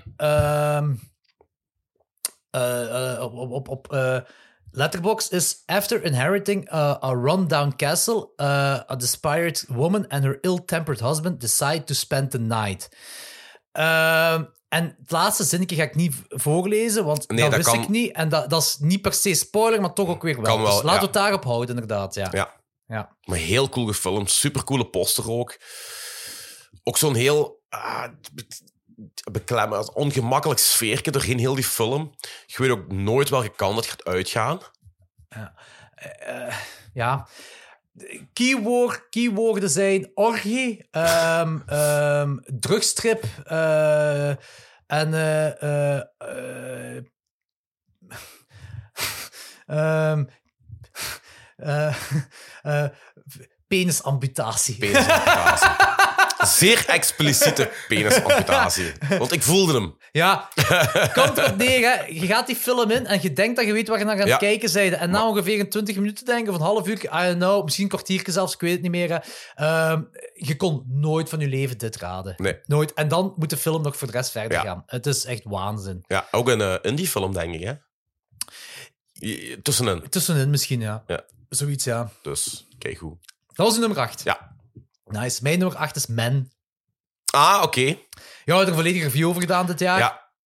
op Letterboxd is... After inheriting a run-down castle, a desperate woman and her ill-tempered husband decide to spend the night. En het laatste zinnetje ga ik niet voorlezen, want dat wist ik niet. En dat is niet per se spoiler, maar toch ook weer wel. Dus laten we het daarop houden, inderdaad. Ja. Maar heel cool gefilmd. Supercoole poster ook. Ook zo'n heel beklemmend, ongemakkelijk sfeertje doorheen heel die film. Je weet ook nooit welke kant het gaat uitgaan. Ja. Keywoorden zijn orgie, drugstrip en penisamputatie. Zeer expliciete penisamputatie. Want ik voelde hem. Ja, komt erop neer, hè. Je gaat die film in en je denkt dat je weet waar je naar gaat kijken zijde. En na ongeveer een 20 minuten denken, of een half uur, I don't know, misschien een kwartiertje zelfs, ik weet het niet meer. Je kon nooit van je leven dit raden. Nee. Nooit. En dan moet de film nog voor de rest verder gaan. Het is echt waanzin. Ja, ook een indie-film, denk ik, hè? Tussenin misschien, ja. Zoiets, ja. Dus, kijk goed. Dat was uw nummer 8. Ja. Nice. Mijn nummer 8 is Men. Ah, oké. Ja, we hebben er een volledige review over gedaan dit jaar.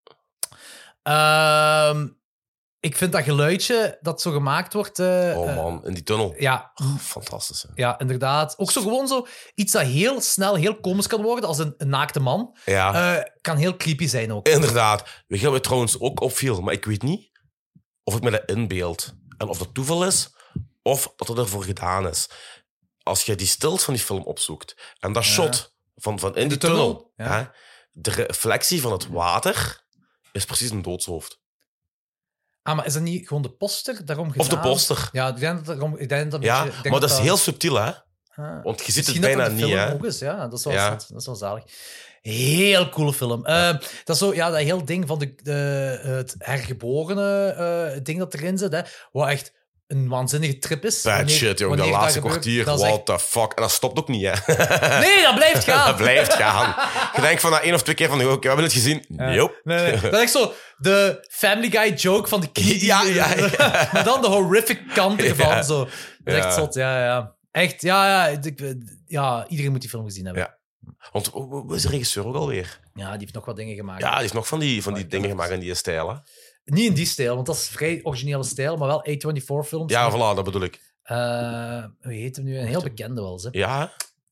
Ja. Ik vind dat geluidje dat zo gemaakt wordt... oh man, in die tunnel. Ja. Fantastisch, hè? Ja, inderdaad. Ook zo gewoon zo iets dat heel snel, heel komisch kan worden, als een naakte man. Ja. Kan heel creepy zijn ook. Inderdaad. Weet je wat mij trouwens ook opviel? Maar ik weet niet of ik me dat inbeeld. En of dat toeval is, of dat het ervoor gedaan is. Als je die stilte van die film opzoekt, en dat shot van in die tunnel, hè, de reflectie van het water is precies een doodshoofd. Ah, maar is dat niet gewoon de poster daarom gedaan? Of de poster. Ja, ik denk dat maar dat is heel subtiel, hè? Want je ziet het bijna niet, hè? Ook is, ja, dat is wel zalig. Heel coole film. Dat is zo, dat heel ding van het hergeborene ding dat erin zit, hè, wat echt een waanzinnige trip is. Bad shit, jongen. Dat laatste kwartier, what the fuck. En dat stopt ook niet, hè? Nee, dat blijft gaan. Dat blijft gaan. Je denkt van 1 of 2 keer van, oké, we hebben het gezien. Nope. Nee. Dat is echt zo de Family Guy joke van de kids. Ja. Maar dan de horrific kant ervan. Zo. Dat is echt zot, ja. Echt, iedereen moet die film gezien hebben. Ja. Want hoe is de regisseur ook alweer? Ja, die heeft nog wat dingen gemaakt. Ja, die heeft nog van die dingen gemaakt in die stijl, hè? Niet in die stijl, want dat is vrij originele stijl, maar wel A24-films. Ja, voilà, dat bedoel ik. Hoe heet hem nu? Een heel bekende wel, hè? Ja?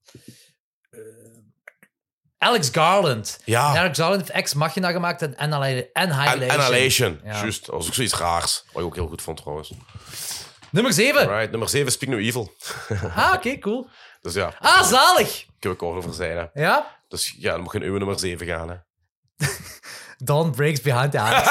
Alex Garland. Ja. En Alex Garland heeft Ex Machina gemaakt en Annihilation. Ja. Juist, dat was ook zoiets raars. Wat ik ook heel goed vond, trouwens. Nummer 7. Right, nummer 7, Speak No Evil. Oké, cool. Dus ja. Ah, zalig! Ik heb ook over zijn, hè. Ja? Dus ja, dan moet je in uw nummer 7 gaan, hè. Dawn Breaks Behind the Eyes.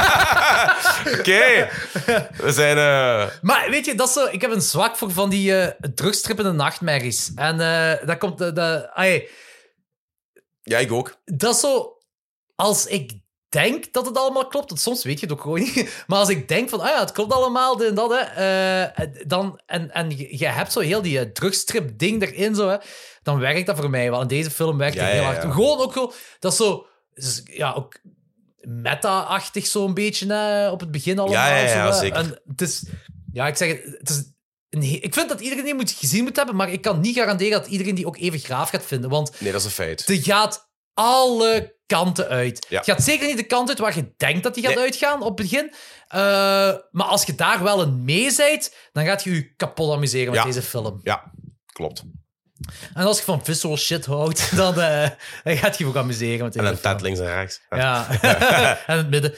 Oké. We zijn... Maar weet je, dat is zo, ik heb een zwak voor van die drugstrippende nachtmerries. En dat komt... Ja, ik ook. Dat is zo... Als ik denk dat het allemaal klopt, want soms weet je het ook gewoon niet, maar als ik denk van, het klopt allemaal, dit en dat, dan, en je hebt zo heel die drugstrip-ding erin, zo, dan werkt dat voor mij wel. En deze film werkt heel hard. Gewoon ook zo, dat is zo, ook meta-achtig zo'n beetje op het begin allemaal. Ja, zo, zeker. En het is, ik zeg het is... Ik vind dat iedereen die gezien moet hebben, maar ik kan niet garanderen dat iedereen die ook even graaf gaat vinden. Want Nee, dat is een feit. die gaat alle kanten uit. Ja. Het gaat zeker niet de kant uit waar je denkt dat die gaat uitgaan op het begin. Maar als je daar wel in mee bent, dan gaat je je kapot amuseren met deze film. Ja, klopt. En als je van visual shit houdt, dan gaat je ook amuseren met deze En een film. tet links en rechts. Ja. En het midden.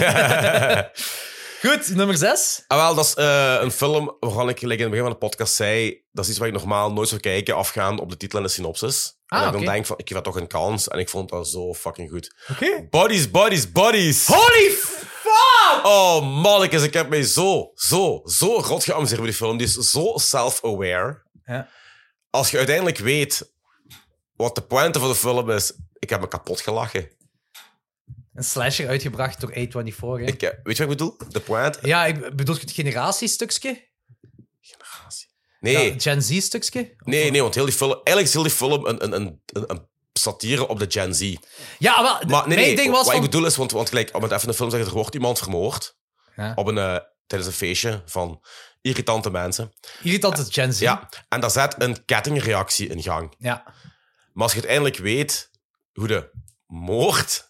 Goed, nummer 6. Wel, dat is een film waarvan ik gelijk in het begin van de podcast zei, dat is iets waar ik normaal nooit zou kijken, afgaan op de titel en de synopsis. En ik dan denk van, ik geef dat toch een kans. En ik vond dat zo fucking goed. Oké. Bodies, bodies, bodies! Holy fuck! Oh, mannetjes, ik heb mij zo rot geamuseerd met die film. Die is zo self-aware. Ja. Als je uiteindelijk weet wat de pointe van de film is, ik heb me kapot gelachen. Een slasher uitgebracht door A24, hè? Weet je wat ik bedoel? De pointe? Ja, ik bedoel het generatiestukje? Nee. Ja, Gen Z-stukje? Nee, want heel die film, eigenlijk is heel die film een satire op de Gen Z. Ja, wel, Maar mijn ding was wat van... ik bedoel is, want gelijk, om het even in de film te zeggen, er wordt iemand vermoord op tijdens een feestje van irritante mensen. Irritante Gen Z. Ja, en dat zet een kettingreactie in gang. Ja. Maar als je uiteindelijk weet hoe de moord...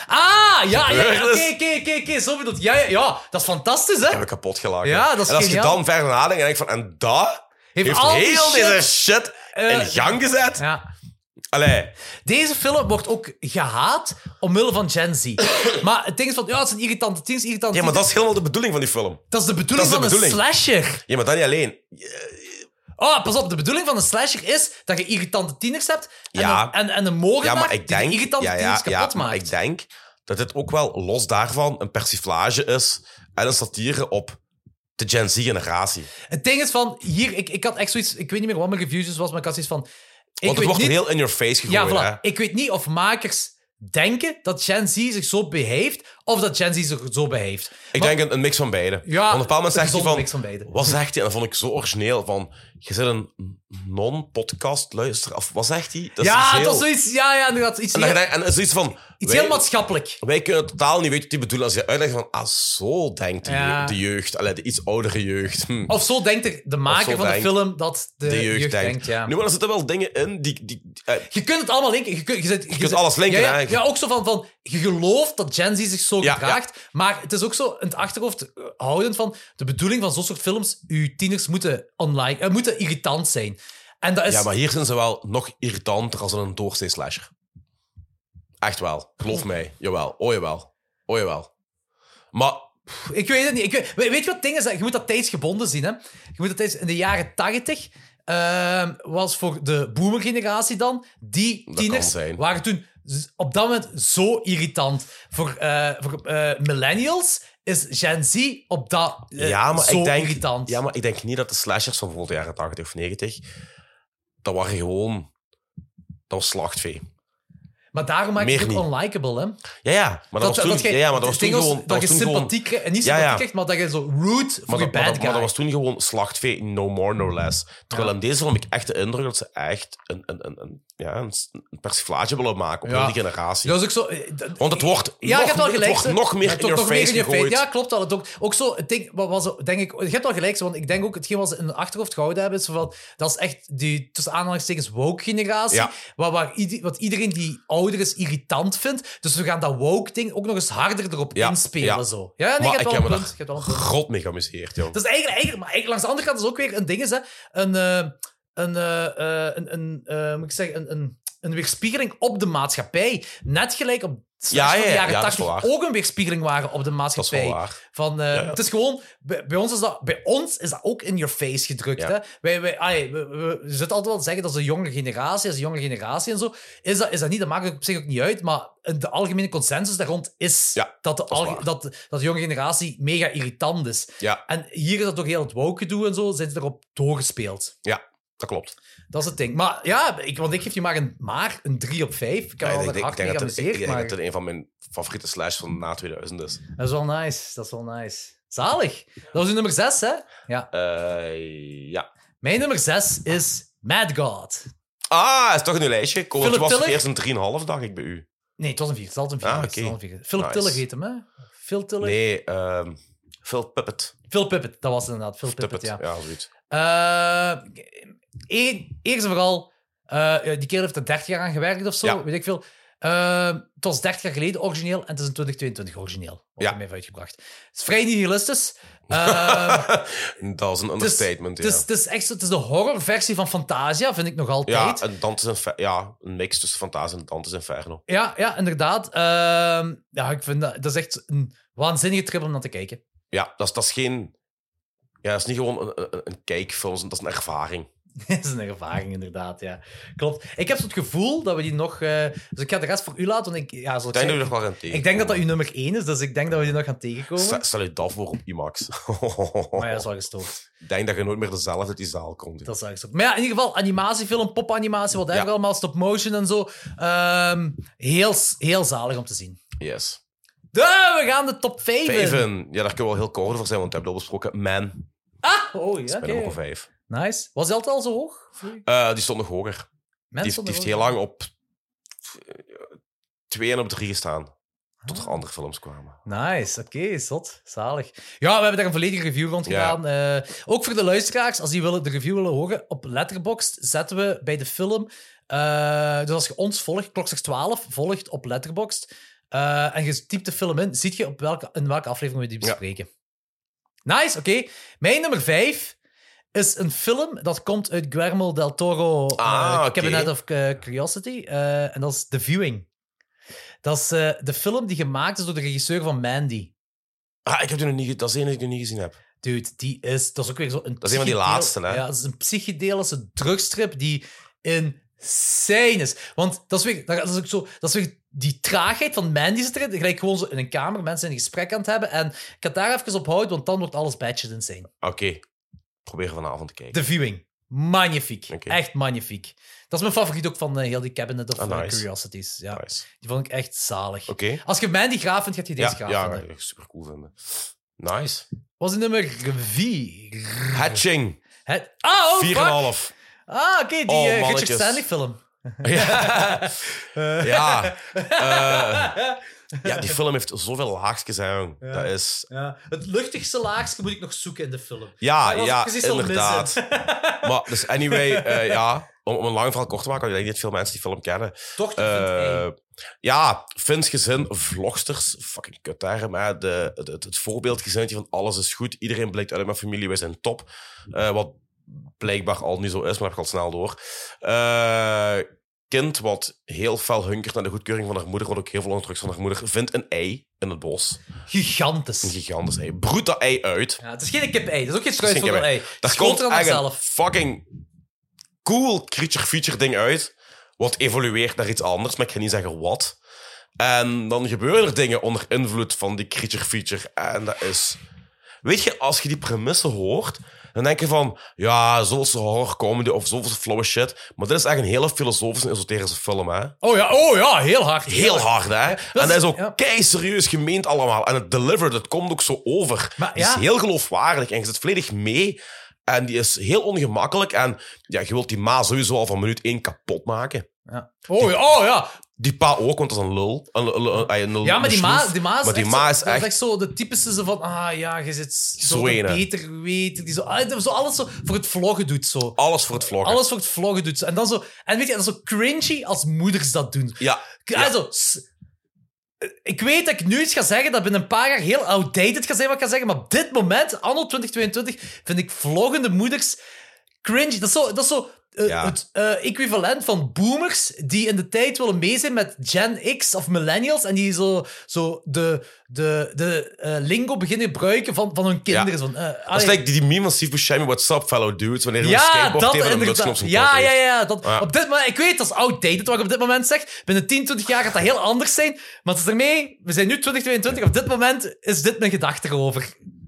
Oké, zo bedoeld. Ja, dat is fantastisch, hè? Ik heb me kapot gelachen. Ja, dat is en als geniaal. je dan verder nadenkt, dan denk ik van, en dat heeft al die heel shit, deze shit in gang gezet. Ja. Allee. Deze film wordt ook gehaat omwille van Gen Z. Maar het ding is van, het zijn irritante teens, Ja, maar dat is helemaal de bedoeling van die film. Dat is de bedoeling Dat is de van bedoeling. een slasher. Ja, maar dat niet alleen. Oh, pas op, de bedoeling van een slasher is dat je irritante tieners hebt en, Ja. en een moordenaar Ja, maar ik denk... die de irritante tieners kapot maar maakt. ik denk dat dit ook wel los daarvan een persiflage is en een satire op de Gen Z-generatie. Het ding is van, hier, ik had echt zoiets, ik weet niet meer wat mijn reviews was, maar ik had zoiets van... Want het wordt heel in your face gegooid. Ja, voilà. Hè? Ik weet niet of makers denken dat Gen Z zich zo beheeft, of dat Gen Z zich zo beheeft. Ik denk een mix van beide. Ja, Want op een bepaald moment een zegt hij gezonde van... mix van beide. Wat zegt hij? En dat vond ik zo origineel. Van, je zit een non-podcast luisteren. Of wat zegt hij? Dat is Ja, heel... dat is zoiets... Ja, inderdaad. Iets, En dan denk- en het is zoiets van... iets wij- heel maatschappelijk. Wij kunnen totaal niet weten wat die bedoelen als je uitlegt van... zo denkt de jeugd. Allee, de iets oudere jeugd. Of zo denkt de maker zo van de denkt film dat de jeugd denkt. Ja. Nu, maar er zitten wel dingen in die... Je kunt het allemaal linken. Je kunt alles linken, ja, hè. ja, ook zo van... Je gelooft dat Gen Z zich zo Ja, gedraagt, maar het is ook zo in het achterhoofd houdend van de bedoeling van zo'n soort films, uw tieners moeten moeten irritant zijn. En dat is... Ja, maar hier zijn ze wel nog irritanter als een doorsnee slasher. Echt wel. Geloof mij. Jawel. Oh jawel. Oh jawel. Maar... Ik weet het niet. Weet je wat het ding is? Je moet dat tijdsgebonden zien. Hè? Je moet dat in de jaren 80 was voor de boomer-generatie dan. Die Dat tieners kan zijn. waren toen op dat moment zo irritant. Voor millennials is Gen Z op dat zo irritant. Ja, maar ik denk niet dat de slashers van bijvoorbeeld de jaren 80 of 90... Dat waren gewoon... Dat was slachtvee. Maar daarom maakt het Meer ook niet. onlikable, hè? Ja, maar dat was toen... Ja, maar dat was toen gewoon... Dat je sympathie krijgt, en niet sympathie krijgt, maar dat je zo root voor je bad guy. Maar dat was toen gewoon slachtvee, no more, no less. Terwijl in deze film heb ik echt de indruk dat ze echt een persiflage willen maken op heel die generatie. Dat is ook zo... Want het wordt, Ja, je hebt wel gelijk. het wordt nog meer in your face gegooid. Ja, klopt wel. Het ook zo, het ding, wat was, denk ik, je hebt wel gelijk, want ik denk ook, hetgeen wat ze in het achterhoofd gehouden hebben, is van, dat is echt die, tussen aanhalingstekens, woke-generatie, Ja. wat iedereen die ouder is irritant vindt. Dus we gaan dat woke-ding ook nog eens harder erop inspelen. Ja. Zo. Ja, nee, Maar je hebt ik wel heb een me punt. Je hebt wel een punt. grot mee geamuseerd, joh. Dat is eigenlijk langs de andere kant is ook weer een ding, is, hè, moet ik zeggen, een weerspiegeling op de maatschappij. Net gelijk op Ja, van de jaren dat is 80 waar. ook een weerspiegeling waren op de maatschappij. Dat is wel waar. Van, Het is gewoon, bij ons is dat ook in your face gedrukt. Ja. Hè? We zitten altijd wel te zeggen dat is een jonge generatie en zo. Is dat niet, dat maakt op zich ook niet uit, maar de algemene consensus daar rond is dat de jonge generatie mega irritant is. Ja. En hier is dat door heel het woke gedoe en zo, zijn ze erop doorgespeeld. Ja. Dat klopt. Dat is het ding. Maar ja, want ik geef je maar een 3 op 5. Ik heb al hard mee geamuseerd, Ik maar... denk dat het een van mijn favoriete slash van na 2000 is. Dat is wel nice. Zalig. Dat was uw nummer 6, hè? Ja. Ja. Mijn nummer 6 is Mad God. Is toch in uw lijstje gekomen? Philip Het was Tiller? eerst een 3,5, dacht ik, bij u. Nee, het was een 4. Het was een 4. Ah, Het was een 4. Philip Nice. Tiller heet hem, hè? Phil Tiller? Nee, Phil Puppet. Phil Puppet, dat was het inderdaad. Phil Puppet, Puppet, ja. zoiets. Eerst en vooral, die kerel heeft er 30 jaar aan gewerkt of zo, Ja. weet ik veel. Het was 30 jaar geleden origineel en het is in 2022 origineel. Wordt Ja. er mee uitgebracht. Het is vrij nihilistisch. Dat is een understatement, ja. Het is echt zo, het is de horrorversie van Fantasia, vind ik nog Ja, altijd. en Dante's een mix tussen Fantasia en Dante's Inferno. Ja, inderdaad. Ja, ik vind dat is echt een waanzinnige trip om naar te kijken. Ja, dat is geen... Ja, dat is niet gewoon een kijkfilm, dat is een ervaring. Dat is een ervaring, inderdaad, ja. Klopt. Ik heb zo het gevoel dat we die nog... dus ik ga de rest voor u laten, want ik... Ja, zoals Ik denk dat zei, we nog wel gaan tegenkomen. ik denk dat dat uw nummer 1 is, dus ik denk dat we die nog gaan tegenkomen. Stel je dat voor op IMAX. Maar ja, dat is wel gestoord. Ik denk dat je nooit meer dezelfde uit die zaal komt. Dat is wel gestoord. Maar ja, in ieder geval, animatiefilm, popanimatie, whatever, Ja. allemaal stop motion en zo. Heel zalig om te zien. Yes. We gaan de top 5 in. 5. Ja, daar kunnen we wel heel kort over zijn, want we hebben al besproken. Man, Oh, ja, dat is oké. bij nummer 5. Nice. Was die altijd al zo hoog? Die stond nog hoger. Die Mensen heeft heel lang op 2 en op 3 gestaan. Tot er andere films kwamen. Nice, oké, zot, zalig. Ja, we hebben daar een volledige review rond Ja. gedaan. Ook voor de luisteraars, als die de review willen horen, op Letterboxd zetten we bij de film. Dus als je ons volgt, Klokslag 12, volgt op Letterboxd, en je typt de film in, ziet je in welke aflevering we die bespreken. Nice, oké. Mijn nummer 5 is een film dat komt uit Guillermo del Toro, oké. Cabinet of Curiosity, en dat is The Viewing. Dat is de film die gemaakt is door de regisseur van Mandy. Ik heb die nog niet... Dat is één die ik nog niet gezien heb. Dude, dat is ook weer zo een... Dat is een van die laatste, hè? Ja, dat is een psychedelische drugstrip die insane is. Want dat is weer die traagheid van Mandy zit erin. Gelijk gewoon zo in een kamer, mensen een gesprek aan het hebben. En ik had daar even op houden, want dan wordt alles batshit insane. Oké. Probeer vanavond te kijken. The Viewing. Magnifiek. Oké. Echt magnifiek. Dat is mijn favoriet ook van heel die Cabinet of nice. Curiosities. Ja. Nice. Die vond ik echt zalig. Oké. Als je Mandy gaaf vindt, gaat je deze gaaf Ja, vinden. ga ik super cool vinden. Nice. Was die nummer 4? Hatching. 4,5. Oké, die Oh, Richard mannetjes. Stanley film. Ja, die film heeft zoveel laagjes, hè, jong. Dat is... Ja. Het luchtigste laagje moet ik nog zoeken in de film. Ja, Maar dat was precies zo inderdaad. missen. Maar, dus anyway, om een lang verhaal kort te maken, want ik denk niet veel mensen die film kennen. Toch, die vindt hij. Ja, Fins gezin, vlogsters, fucking kut term, hè. Het voorbeeldgezinnetje van alles is goed, iedereen blijkt uit mijn familie, wij zijn top. Wat blijkbaar al niet zo is, maar dat heb ik al snel door. Kind wat heel fel hunkert naar de goedkeuring van haar moeder, wat ook heel veel onderdrukt van haar moeder, vindt een ei in het bos. Gigantisch. Een gigantisch ei. Broedt dat ei uit. Ja, het is geen kip-ei. Het is ook geen Het is geen struisvogel-ei. kip-ei. Het Daar is komt groter dan echt een zelf. fucking cool creature-feature ding uit, wat evolueert naar iets anders, maar ik ga niet zeggen wat. En dan gebeuren er dingen onder invloed van die creature-feature. En dat is... Weet je, als je die premisse hoort, dan denk je van, ja, zoals horror comedy of zoveel flauwe shit. Maar dit is echt een hele filosofische, esoterische film, hè. Oh ja, heel hard. Heel hard, hè. En dat is ook ja. keiserieus gemeend allemaal. En het delivered, het komt ook zo over. Maar Die is ja. heel geloofwaardig en je zit volledig mee. En die is heel ongemakkelijk. En ja, je wilt die ma sowieso al van minuut 1 kapot maken. Ja. Oh ja. Die pa ook, want dat is een lul. Ja, maar die ma is, Maar die echt, ma zo, is dat echt... echt zo de typische zo van, je zit Zo zo ene. beter weten. Die zo alles zo voor het vloggen doet. Zo. Alles voor het vloggen. Alles voor het vloggen doet. En dan zo, en weet je, dat is zo cringy als moeders dat doen. Ja. Also, ik weet dat ik nu iets ga zeggen dat binnen een paar jaar heel outdated ga zijn wat ik ga zeggen, maar op dit moment, anno 2022, vind ik vloggende moeders cringy. Dat is zo het equivalent van boomers die in de tijd willen mee zijn met Gen X of millennials en die zo de lingo beginnen gebruiken van hun kinderen. Ja. Zo, Dat is like die meme van Steve Buscemi, what's up, fellow dudes, wanneer hij een skateboard heeft en een muts op zijn kop heeft. Ja. Op dit moment, ik weet, dat is outdated wat ik op dit moment zeg. Binnen 10, 20 jaar gaat dat heel anders zijn. Maar het is ermee, we zijn nu 2022, op dit moment is dit mijn gedachte erover.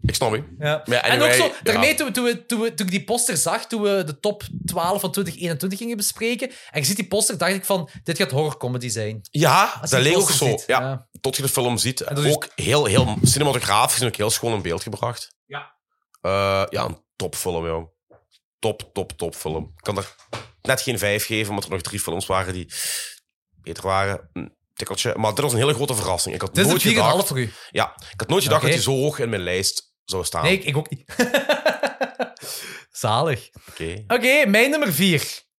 Ik snap je. Ja. Maar En anyway, ook zo, daarmee, toen ik die poster zag, toen we de top 12 van 2021 gingen bespreken, en je ziet die poster, dacht ik van, dit gaat horrorcomedy zijn. Ja, Als dat je leek die ook poster zo. ziet, Ja. ja. Tot je de film ziet. dat is- Ook heel cinematografisch en ook heel schoon in beeld gebracht. Ja. Ja, een topfilm, joh. Top film. Ik kan er net geen 5 geven, omdat er nog 3 films waren die beter waren. Een tikkeltje. Maar dit was een hele grote verrassing. Ik had Dit is nooit een 4,5 gedacht... voor u. Ja, ik had nooit gedacht Oké. dat hij zo hoog in mijn lijst zou staan. Nee, ik ook niet. Zalig. Oké. Oké, mijn nummer 4.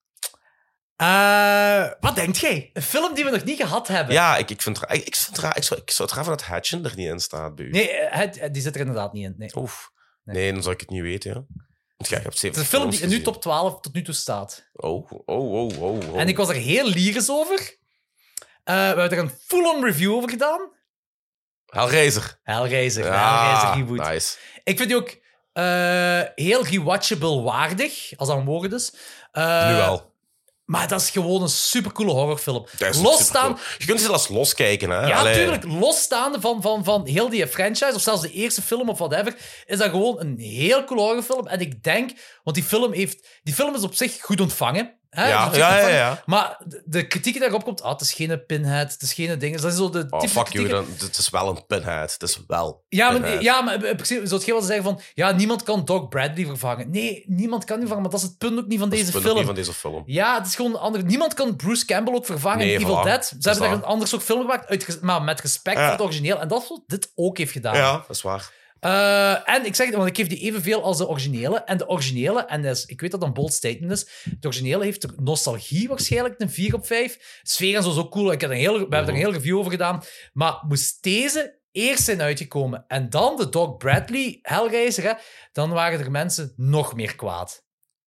Wat denkt jij? Een film die we nog niet gehad hebben. Ja, ik vind het raar. Ik zou het raar van dat Hatchin er niet in staat bij u. Nee, die zit er inderdaad niet in. Nee. Oef. Nee. Nee, dan zou ik het niet weten, ja. Want ja, je hebt 7 Het is een film die in films nu top 12 tot nu toe staat. gezien. Oh. En ik was er heel lyrisch over. We hebben er een full-on review over gedaan. Hellraiser. Hellraiser reboot. Nice. Ik vind die ook heel rewatchable waardig, als dat een woord is. Nu wel. Maar dat is gewoon een supercoole horrorfilm. Dat is Losstaan, supercool. Je kunt ze zelfs loskijken, hè? ja, Allee. natuurlijk. Losstaande van heel die franchise, of zelfs de eerste film of whatever, is dat gewoon een heel coole horrorfilm. En ik denk, want die film is op zich goed ontvangen. Hè? Ja, Die is op zich ja. ontvangen. Maar de kritiek die daarop komt, het is geen Pinhead, het is geen ding. Dat is zo de Oh, typische fuck you, kritieken. het is wel een Pinhead. Het is wel Ja, maar in principe zou het wel zeggen van, ja, niemand kan Doc Bradley vervangen. Nee, niemand kan die vervangen, maar dat is het punt ook niet van Dat is deze het punt ook film. niet van deze film. Ja, het is gewoon een ander. Niemand kan Bruce Campbell ook vervangen Nee, in Evil voilà. Dead. Ze hebben daar een ander soort film gemaakt, maar met respect voor het origineel. En dat is wat dit ook heeft gedaan. Ja, dat is waar. En ik zeg het, want ik geef die evenveel als de originele. En de originele, en dat is, ik weet dat dat een bold statement is, de originele heeft er nostalgie waarschijnlijk een 4 op 5. Sfeer en zo cool. We hebben er een heel review over gedaan. Maar moest deze eerst zijn uitgekomen en dan de Doc Bradley Hellraiser, hè, dan waren er mensen nog meer kwaad.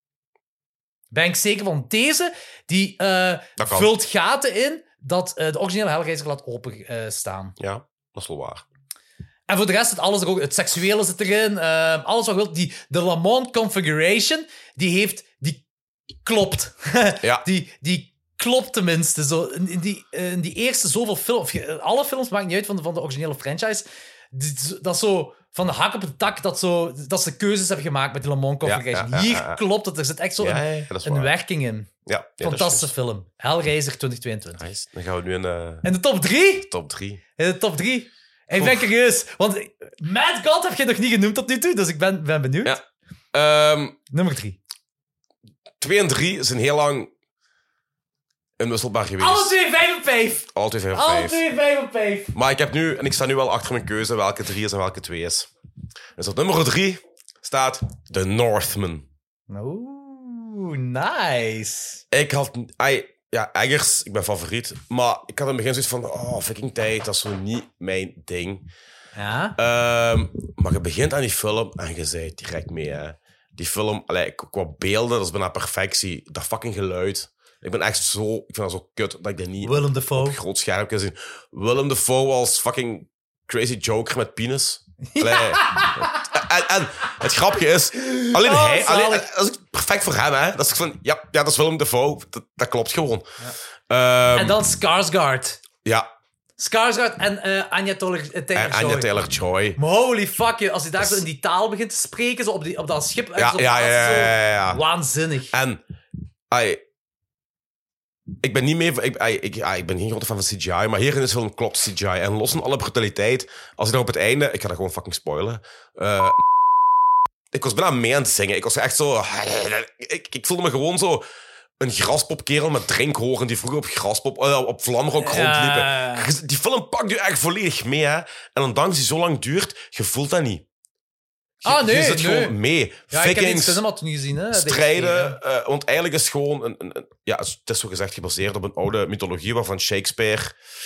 Ben ik zeker van. Deze, die Dat kan. vult gaten in dat de originele Hellraiser laat openstaan. Ja, dat is wel waar. En voor de rest zit alles er ook. Het seksuele zit erin. Alles wat je wilt. De Lamont Configuration, die klopt. Ja. Die klopt tenminste. Zo, in die eerste zoveel films... Alle films, maakt niet uit van de originele franchise. Dat is zo van de hak op de tak dat ze keuzes hebben gemaakt met die Lamont Configuration. Ja. Hier klopt het. Er zit echt zo Ja, dat is een waar. werking in. Ja, Fantastische dat is film. Hellraiser 2022. juist. Nice. Dan gaan we nu in de In de top 3? top 3. In de top 3. Ik ben curieus. Want Mad God heb je nog niet genoemd tot nu toe, dus ik ben benieuwd. Ja. Nummer 3. 2 en 3 zijn heel lang inwisselbaar geweest. Alle twee 5 op 5. Alle twee 5 op Alle 5. twee 5 op 5. Maar ik sta nu wel achter mijn keuze welke 3 is en welke 2 is. Dus op nummer 3 staat The Northman. Oeh, nice. Ik had... Ja, Eggers, ik ben favoriet. Maar ik had in het begin zoiets van... Vikingtijd, dat is zo niet mijn ding. Ja? Maar je begint aan die film en je zei direct mee, hè. Die film, qua beelden, dat is bijna perfectie. Dat fucking geluid. Ik ben echt zo... Ik vind dat zo kut dat ik dat niet Willem op Dafoe. groot scherm kan zien. Willem Dafoe als fucking crazy joker met penis. Allee. En het grapje is... Alleen hij... zalig. Dat is perfect voor hem, hè. Dat is van... Ja, dat is Willem Dafoe. Dat klopt gewoon. En dan Skarsgård. Ja. Skarsgård en Anya Taylor-Joy. Maar holy fuck, als hij daar zo in die taal begint te spreken, zo op dat schip. Ja, zo op ja, dat- ja, zo ja, ja. Waanzinnig. En... Ik ben niet meer... Ik ben geen grote fan van CGI, maar hier in deze film klopt CGI. En los van alle brutaliteit, als ik daar op het einde... Ik ga dat gewoon fucking spoilen. Ik was bijna mee aan het zingen. Ik was echt zo... Ik voelde me gewoon zo... Een graspopkerel met drinkhoren die vroeger op Vlamrock rondliepen. Die film pakt je echt volledig mee, hè. En dan dankzij die zo lang duurt, je voelt dat niet. Je zit gewoon mee. Ja, ik heb die Vikings, cinema toen gezien, hè. strijden, want eigenlijk is het gewoon het is zo gezegd gebaseerd op een oude mythologie waarvan Shakespeare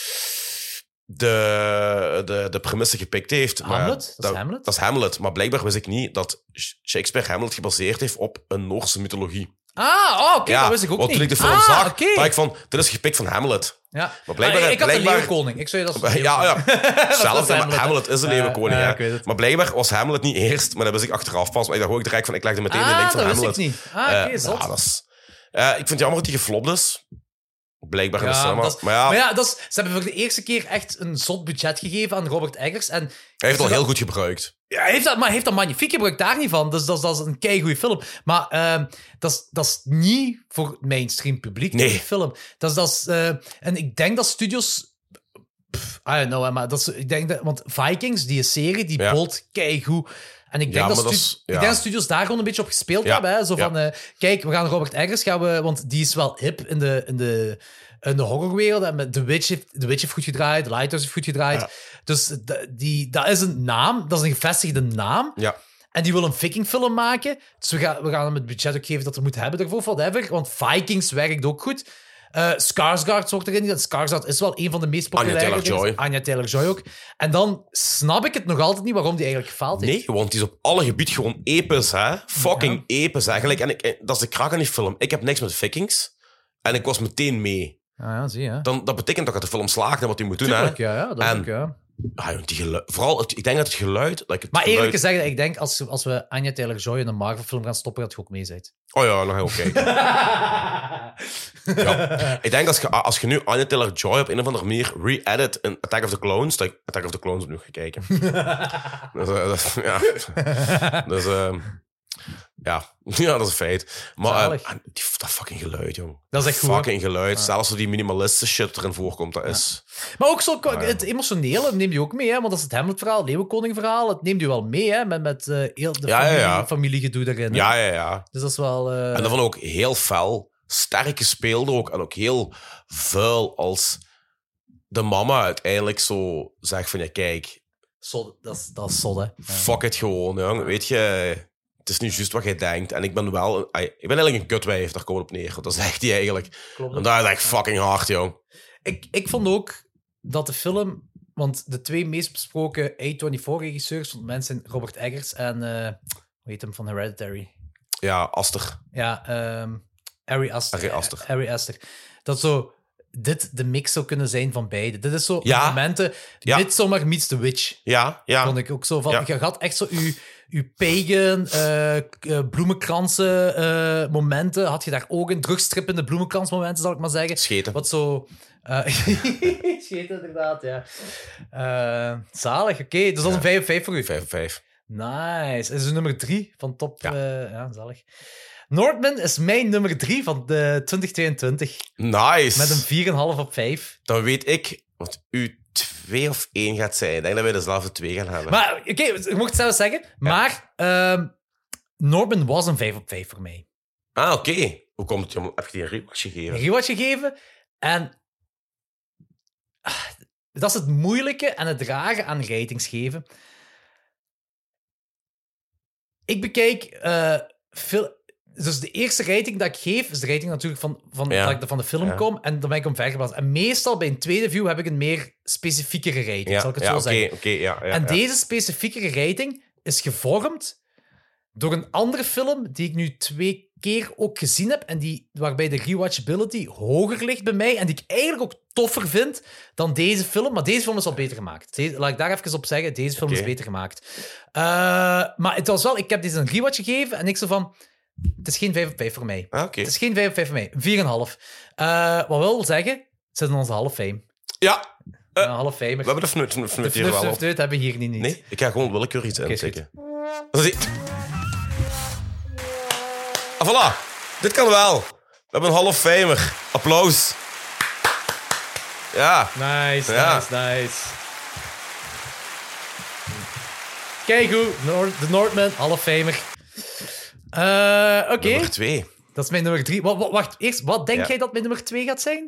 de premisse gepikt heeft. Hamlet? Dat is Hamlet? Dat is Hamlet, maar blijkbaar wist ik niet dat Shakespeare Hamlet gebaseerd heeft op een Noorse mythologie. Oké, dat wist ik ook want niet. toen ik de film zag, oké. dacht ik van, dit is gepikt van Hamlet. Ja. Maar blijkbaar... ik had de Leeuwenkoning. Ik zou je dat... Ja. Zelfs, was maar Hamlet is een leeuwenkoning. ja, hè. ik weet het. Maar blijkbaar was Hamlet niet eerst, maar dat wist ik achteraf pas. Maar ik dacht ook direct van, ik legde meteen de link van dat Hamlet. wist ik niet. Oké, zot. Ik vind het jammer dat die geflopt is. Blijkbaar in de Ja, cinema. dat is- maar ja, ze hebben voor de eerste keer echt een zot budget gegeven aan Robert Eggers. En hij heeft het al heel goed gebruikt. Ja, hij heeft dat magnifiek gebruikt, daar niet van. Dus dat is een keigoeie film. Maar dat is niet voor het mainstream publiek, Nee. die film. En ik denk dat studios... I don't know, maar ik denk dat... Want Vikings, die serie, die bolt keigoed. En ik denk, ik denk dat studios daar gewoon een beetje op gespeeld hebben. Hè? Zo van, kijk, we gaan Robert Eggers... want die is wel hip in de horrorwereld. En The Witch heeft goed gedraaid, The Lighthouse heeft goed gedraaid. Ja. Dus dat is een naam, dat is een gevestigde naam. Ja. En die wil een vikingfilm maken. Dus we gaan hem het budget ook geven dat we moeten hebben ervoor, whatever. Want Vikings werkt ook goed. Skarsgård wordt erin. Skarsgård is wel een van de meest populaire. Anya Taylor-Joy ook. En dan snap ik het nog altijd niet waarom die eigenlijk gefaald heeft. Nee, want die is op alle gebieden gewoon episch, hè. Fucking episch, eigenlijk. En dat is de kraak aan die film. Ik heb niks met Vikings. En ik was meteen mee. Ja, zie je. Dat betekent dat de film slaagt en wat hij moet doen, tuurlijk, hè. Ja, dat ook, ja. Vooral, ik denk dat het geluid... Maar eerlijk gezegd, ik denk als we Anya Taylor-Joy in een Marvel-film gaan stoppen, dat je ook mee bent. Oh ja, dan ga je ook kijken. Ja. Ik denk als je nu Anya Taylor-Joy op een of andere manier re-edit in Attack of the Clones, dat ik Attack of the Clones opnieuw ga kijken. Ja, dat is een feit. Maar dat fucking geluid, jong. Dat is echt goed. Fucking geluid. Ja. Zelfs als die minimalistische shit erin voorkomt, dat is... Maar ook zo, het emotionele neemt je ook mee, hè? Want dat is het Hamlet-verhaal, het Leeuwenkoning-verhaal. Het neemt je wel mee, hè? Met heel de familiegedoe erin. Hè? Ja. Dus dat is wel... En dat vond ik ook heel fel. Sterk gespeeld ook. En ook heel vuil als de mama uiteindelijk zo zegt van, ja, kijk... Dat is zot, hè? Fuck het gewoon, jong. Weet je... Het is niet juist wat jij denkt. En ik ben eigenlijk een kutwijf, daar komt het op neer. Want dat zegt hij eigenlijk. Klopt. En dat is echt fucking hard, jong. Ik vond ook dat de film... Want de twee meest besproken A24-regisseurs van mensen zijn Robert Eggers en... hoe heet hem van Hereditary? Ja, Aster. Ja, Ari Aster. Dat zo... Dit de mix zou kunnen zijn van beide. Dit is zo momenten... Midsommar meets The Witch. Ja. Vond ik ook zo van... Je had echt zo uw pagan, bloemenkransen momenten. Had je daar ook een terugstrippende bloemenkransmomenten, zal ik maar zeggen. Scheten. Wat zo... Scheten, inderdaad, ja. Zalig, oké. Dus dat is een 5 op 5 voor u. 5 op 5. Nice. Dat is nummer 3 van top... zalig. Northman is mijn nummer 3 van de 2022. Nice. Met een 4,5 op 5. Dan weet ik wat u 2 of 1 gaat zijn. Ik denk dat wij dezelfde 2 gaan hebben. Maar, oké, je mocht het zelf zeggen. Ja. Maar Northman was een 5 op 5 voor mij. Ah, oké. Hoe komt het? Heb je die een rewatch gegeven? Een rewatch gegeven. En dat is het moeilijke en het rare aan ratings geven. Ik bekijk veel... Dus de eerste rating dat ik geef, is de rating natuurlijk dat ik van de film kom. En dan ben ik omvergeplaatst. En meestal bij een tweede view heb ik een meer specifiekere rating, zal ik het zo zeggen. En deze specifiekere rating is gevormd door een andere film die ik nu 2 keer ook gezien heb. En waarbij de rewatchability hoger ligt bij mij. En die ik eigenlijk ook toffer vind dan deze film. Maar deze film is al beter gemaakt. Laat ik daar even op zeggen. Deze film is beter gemaakt. Maar het was wel... Ik heb deze een rewatch gegeven en ik zo van... Het is geen 5 op 5 voor mij. Het is geen 5 op 5 voor mij. 4,5. Wat wil zeggen, het zit in onze Hall of Fame. Ja. Hall of Fame. We hebben de fnut hier wel op. Dat hebben we hier niet. Nee, ik ga gewoon willekeurig iets intikken. Voilà. Dit kan wel. We hebben een Hall of Famer. Applaus. Ja. Nice. Kijk hoe, de Northman, Hall of Famer. Oké. Nummer 2. Dat is mijn nummer 3. Wacht, eerst, wat denk jij dat mijn nummer 2 gaat zijn?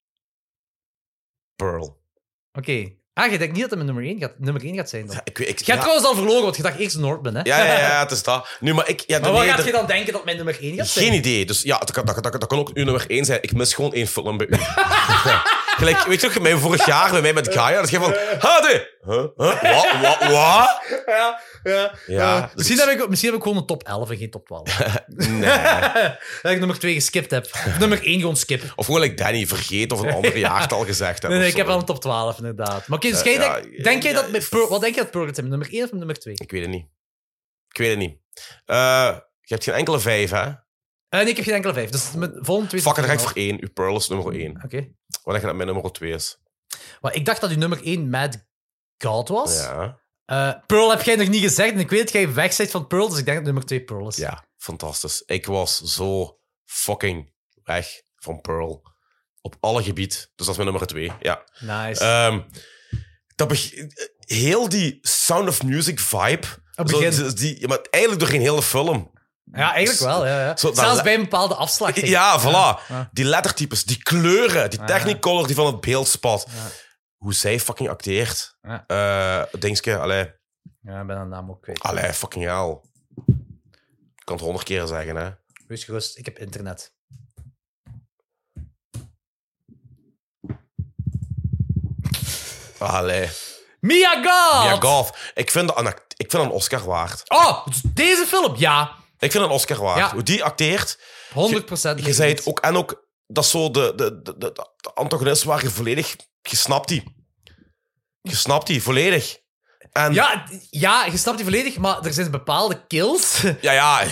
Pearl. Oké. Je denkt niet dat het mijn nummer 1 gaat zijn dan? Je hebt trouwens al verloren, want je dacht eerst Northman, hè? Ja, het is dat. Nu, maar wat gaat je dan denken dat mijn nummer 1 gaat zijn? Geen idee. Dus ja, dat kan ook uw nummer 1 zijn. Ik mis gewoon 1 film bij u. Gelijk, weet je nog, vorig jaar bij mij met Gaia, dat je van... Wat? Ja. Misschien heb ik gewoon een top 11 en geen top 12. Nee. Dat ik nummer 2 geskipt heb. Of nummer 1 gewoon skip. Of gewoon like vergeten of een ander jaartal gezegd hebben. Nee, ik heb wel een top 12, inderdaad. Maar oké, dus denk jij dat... Wat denk je dat Pearl gaat zijn? Nummer 1 of nummer 2? Ik weet het niet. Je hebt geen enkele 5, hè? Nee, ik heb geen enkele 5. Dus mijn volgende 2... Fuck, dan ga ik voor 1. Uw Pearl is nummer 1. Oké. Wat denk je dat mijn nummer 2 is? Maar ik dacht dat uw nummer 1 Mad God was. Ja. Pearl heb jij nog niet gezegd. En ik weet dat jij weg bent van Pearl, dus ik denk dat nummer 2 Pearl is. Ja, fantastisch. Ik was zo fucking weg van Pearl. Op alle gebied. Dus dat is mijn nummer 2. Ja. Nice. Heel die Sound of Music vibe. Op begin. Maar eigenlijk door geen hele film. Ja, eigenlijk wel. Ja. Zo, Zelfs bij een bepaalde afslag. Ja, voilà. Ja. Die lettertypes, die kleuren, die Technicolor die van het beeld spat. Ja. Hoe zij fucking acteert. Ja. Dingske, allee. Ja, ik ben haar naam ook kwijt. Allee, fucking hell. Ik kan het 100 keer zeggen, hè. Wees gerust, ik heb internet. Allee. Mia Goth! Mia Goth. Ik vind een Oscar waard. Oh, deze film, ja. Ik vind een Oscar waard. Ja. Hoe die acteert... 100%. Je zei het ook... En ook, dat is zo de antagonist waar je volledig... Je snapt die volledig. En, ja, je snapt die volledig, maar er zijn bepaalde kills. Ja.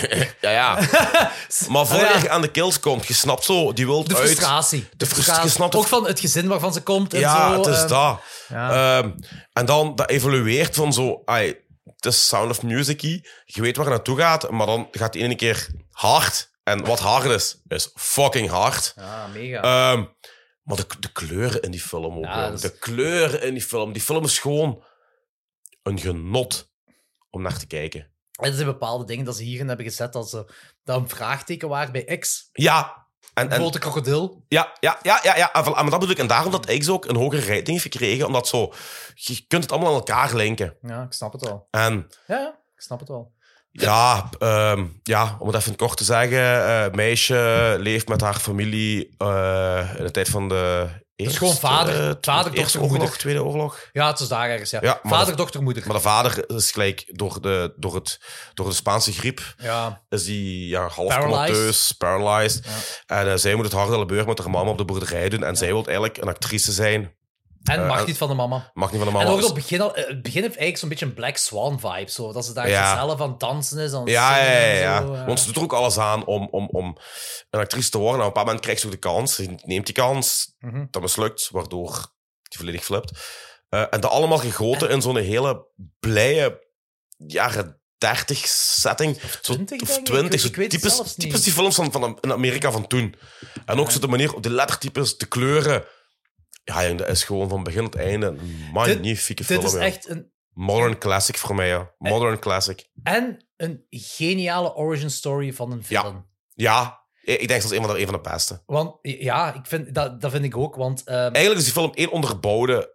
Maar voordat je aan de kills komt, je snapt zo, die wilt De uit... frustratie. Je snapt ook van het gezin waarvan ze komt en ja, zo. Het is dat. Ja. En dan, dat evolueert van zo... Het is Sound of Music-y. Je weet waar je naartoe gaat, maar dan gaat die ene keer hard. En wat hard is fucking hard. Ja, mega. Maar de kleuren in die film ook. Ja, De kleuren in die film. Die film is gewoon een genot om naar te kijken. En er zijn bepaalde dingen dat ze hierin hebben gezet dat een vraagteken waren bij X. Ja. Bijvoorbeeld de krokodil. Ja. Maar dat bedoel ik. En daarom dat X ook een hogere rating heeft gekregen. Omdat zo... Je kunt het allemaal aan elkaar linken. Ja, ik snap het wel. En... Ja, ik snap het wel. Ja, om het even in het kort te zeggen. Meisje leeft met haar familie in de tijd van de Het is gewoon vader, dochter, moeder. Tweede oorlog. Ja, het is daar ergens, ja. Ja, Vader, dochter, moeder. Maar de vader is gelijk door de Spaanse griep. Ja. Is die half comateus, paralyzed. Ja. En zij moet het harde labeur met haar mama op de boerderij doen. En zij wil eigenlijk een actrice zijn. En mag niet van de mama. Mag niet van de mama. En ook op het begin heeft eigenlijk zo'n beetje een Black Swan vibe. Zo, dat ze daar zelf aan dansen is. Aan ja. Zo, Want ze doet er ook alles aan om een actrice te worden. En op een bepaald moment krijgt ze ook de kans. Ze neemt die kans. Dat mislukt, waardoor die volledig flipt. En dat allemaal gegoten in zo'n hele blije jaren 30 setting. Of 20, of 20. Zo typisch die films van in Amerika van toen. En ook zo de manier, de lettertypes, de kleuren... Ja, dat is gewoon van begin tot einde een magnifieke film. Dit is echt een... Modern classic voor mij, ja. Modern classic. En een geniale origin story van een film. Ja, ik denk dat is een van de beste. Want, ja, dat vind ik ook, want... Eigenlijk is die film één onderbouwde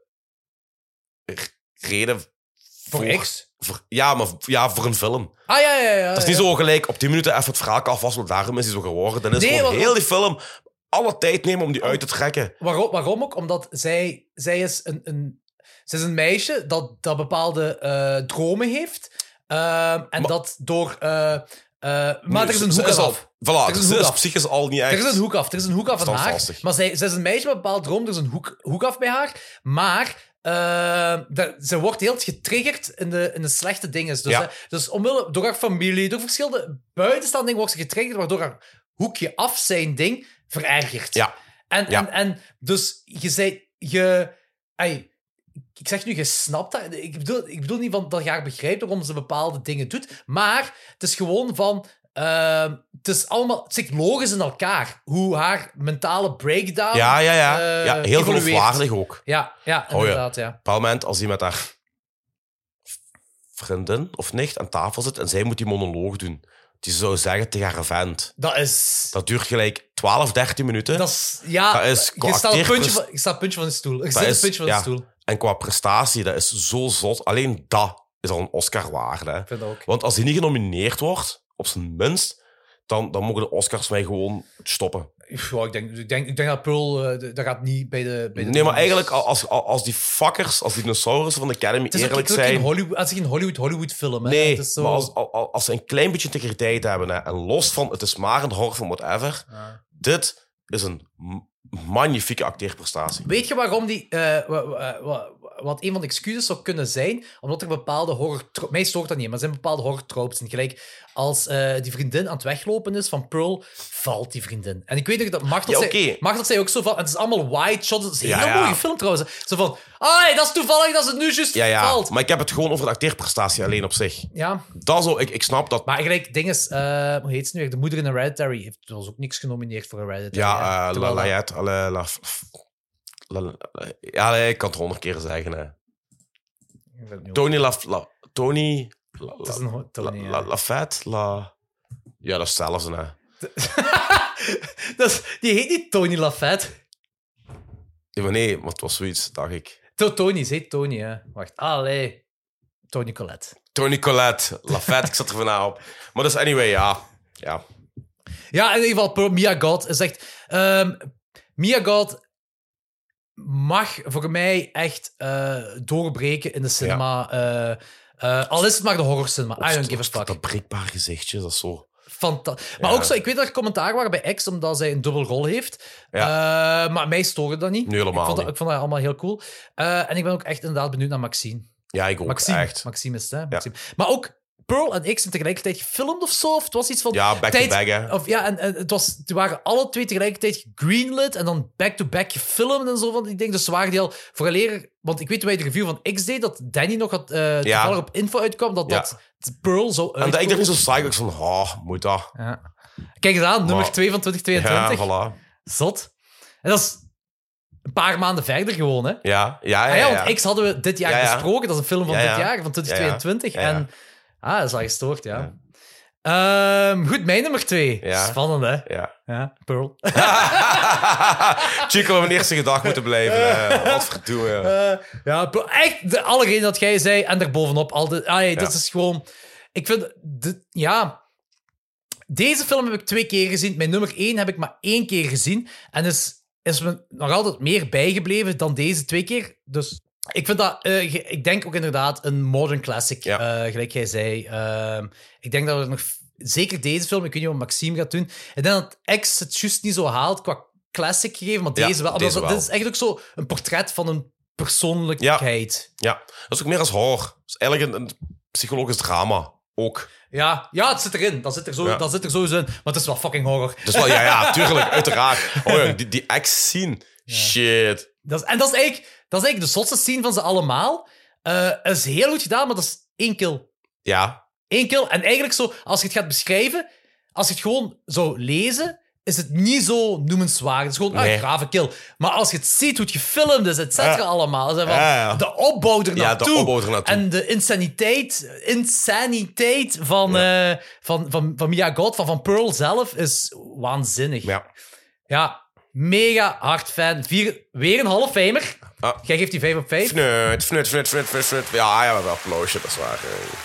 reden... Voor X? Voor een film. Ja. Dat is niet zo gelijk op 10 minuten even het verhaal afwassen, daarom is hij zo geworden. Dan is gewoon heel die film... alle tijd nemen om die uit te trekken. Waarom ook? Omdat zij is zij is een meisje dat bepaalde dromen heeft. Dat door... maar er is een hoek af. Voilà, ze is psychisch al niet echt... Er is een hoek af van haar. Maar zij is een meisje met een bepaalde droom. Er is een hoek af bij haar. Maar... ze wordt heel getriggerd in de slechte dingen. Dus omwille, door haar familie, door verschillende buitenstaande dingen wordt ze getriggerd, waardoor haar hoekje af zijn ding verergert. Ja. En dus je zei... Ik zeg nu, je snapt dat. Ik bedoel niet van dat je haar begrijpt waarom ze bepaalde dingen doet, maar het is gewoon van... het zit logisch in elkaar. Hoe haar mentale breakdown heel geloofwaardig ook. Ja, inderdaad, ja. Op een bepaald moment, als hij met haar vriendin of nicht aan tafel zit en zij moet die monoloog doen, die zou zeggen tegen haar vent. Dat duurt gelijk 12, 13 minuten. Dat is... Ja, je staat op het puntje van de stoel. Je zit op het puntje van de stoel. En qua prestatie, dat is zo zot. Alleen dat is al een Oscar waard. Hè. Ik vind dat ook. Want als hij niet genomineerd wordt, op zijn minst, dan mogen de Oscars mij gewoon stoppen. Ja, ik denk dat Pearl, dat gaat niet bij de nee, maar eigenlijk, als die fuckers, als die dinosaurussen van de Academy eerlijk zijn... Het is geen Hollywood film. Hè. Nee, het is zo... maar als ze een klein beetje integriteit hebben, hè, en los van het is maar een horrorfilm, whatever, dit is een magnifieke acteerprestatie. Weet je waarom die... wat een van de excuses zou kunnen zijn, omdat er bepaalde horror... Mij stoort dat niet, maar er zijn bepaalde horror-tropes in. Gelijk, als die vriendin aan het weglopen is van Pearl, valt die vriendin. En ik weet nog dat Machtel zei ook zo van... En het is allemaal wide shots. Het is een heel mooie film trouwens. Zo van... dat is toevallig dat het nu juist valt. Maar ik heb het gewoon over de acteerprestatie alleen op zich. Ja. Dat zo, ik snap dat... Maar gelijk, ding is... hoe heet ze nu? De moeder in Hereditary was ook niks genomineerd voor Hereditary. Ja, ik kan het 100 keer zeggen. Hè. Tony Het is een Tony, Lafette? Ja, dat is hetzelfde, hè. Die heet niet Tony Lafette. Ja, maar nee, maar het was zoiets, dacht ik. Tony, ze heet Tony, hè. Wacht, Tony Collette. Tony Collette, Lafette, ik zat er vanaf op. Maar dus, anyway, ja. Ja, in ieder geval, Mia Goth is echt... Mia Goth mag voor mij echt doorbreken in de cinema. Al is het maar de horrorcinema. I don't give a fuck. Dat breekbaar gezichtje, dat is zo... Fantastisch. Maar ook zo, ik weet dat er commentaar waren bij X, omdat zij een dubbel rol heeft. Maar mij stoorde dat niet. Nee, helemaal niet. Ik vond dat allemaal heel cool. En ik ben ook echt inderdaad benieuwd naar Maxine. Ja, ik ook, echt. Maxime is het, hè? Maxime. Maar ook Pearl en X zijn tegelijkertijd gefilmd of zo. Of het was iets van... Ja, back-to-back, hè. Die waren alle twee tegelijkertijd greenlit en dan back-to-back gefilmd en zo. Van die dingen. Dus ze waren die al vooraleer... Want ik weet hoe wij de review van X deed, dat Danny nog had toevallig op info uitkwam, dat Pearl zo uitkomt. En ik dacht niet zo saai, ik van, moet dat. Ja. Kijk eens aan, nummer 2 van 2022. Ja, voilà. Zot. En dat is een paar maanden verder gewoon, hè. Ja. Want X hadden we dit jaar besproken. Dat is een film van dit jaar, van 2022. Ja. En dat is al gestoord, ja. Goed, mijn nummer 2. Ja. Spannend, hè? Ja. Pearl. Chico, mijn eerste gedag moeten blijven. Wat verdoe. Pearl, echt alle redenen dat jij zei en daarbovenop. Dat is gewoon... Ik vind... Deze film heb ik 2 keer gezien. Mijn nummer 1 heb ik maar 1 keer gezien. En is me nog altijd meer bijgebleven dan deze 2 keer. Dus... Ik vind dat, ik denk ook inderdaad een modern classic, gelijk jij zei. Ik denk dat we nog, zeker deze film, ik weet niet wat Maxime gaat doen. Ik denk dat X het juist niet zo haalt qua classic gegeven, maar deze wel. Dit is echt ook zo een portret van een persoonlijkheid. Ja, dat is ook meer als horror. Dat is eigenlijk een psychologisch drama, ook. Ja, het zit erin. Dat zit er sowieso in. Maar het is wel fucking horror. Dus wel, tuurlijk, uiteraard. Die X-scene, shit. Dat is eigenlijk de zotste scene van ze allemaal. Het is heel goed gedaan, maar dat is 1 kill. Ja. 1 kill. En eigenlijk zo, als je het gaat beschrijven, als je het gewoon zou lezen, is het niet zo noemenswaardig. Het is gewoon een grave kill. Maar als je het ziet, hoe het gefilmd is, et cetera, allemaal. De opbouw ernaartoe. En de insaniteit van Mia Goth, van Pearl zelf, is waanzinnig. Ja. Mega hard fan. Weer een Hall of Famer. Jij geeft die 5 op 5. Fnut. Ja, wel applausje, dat is waar.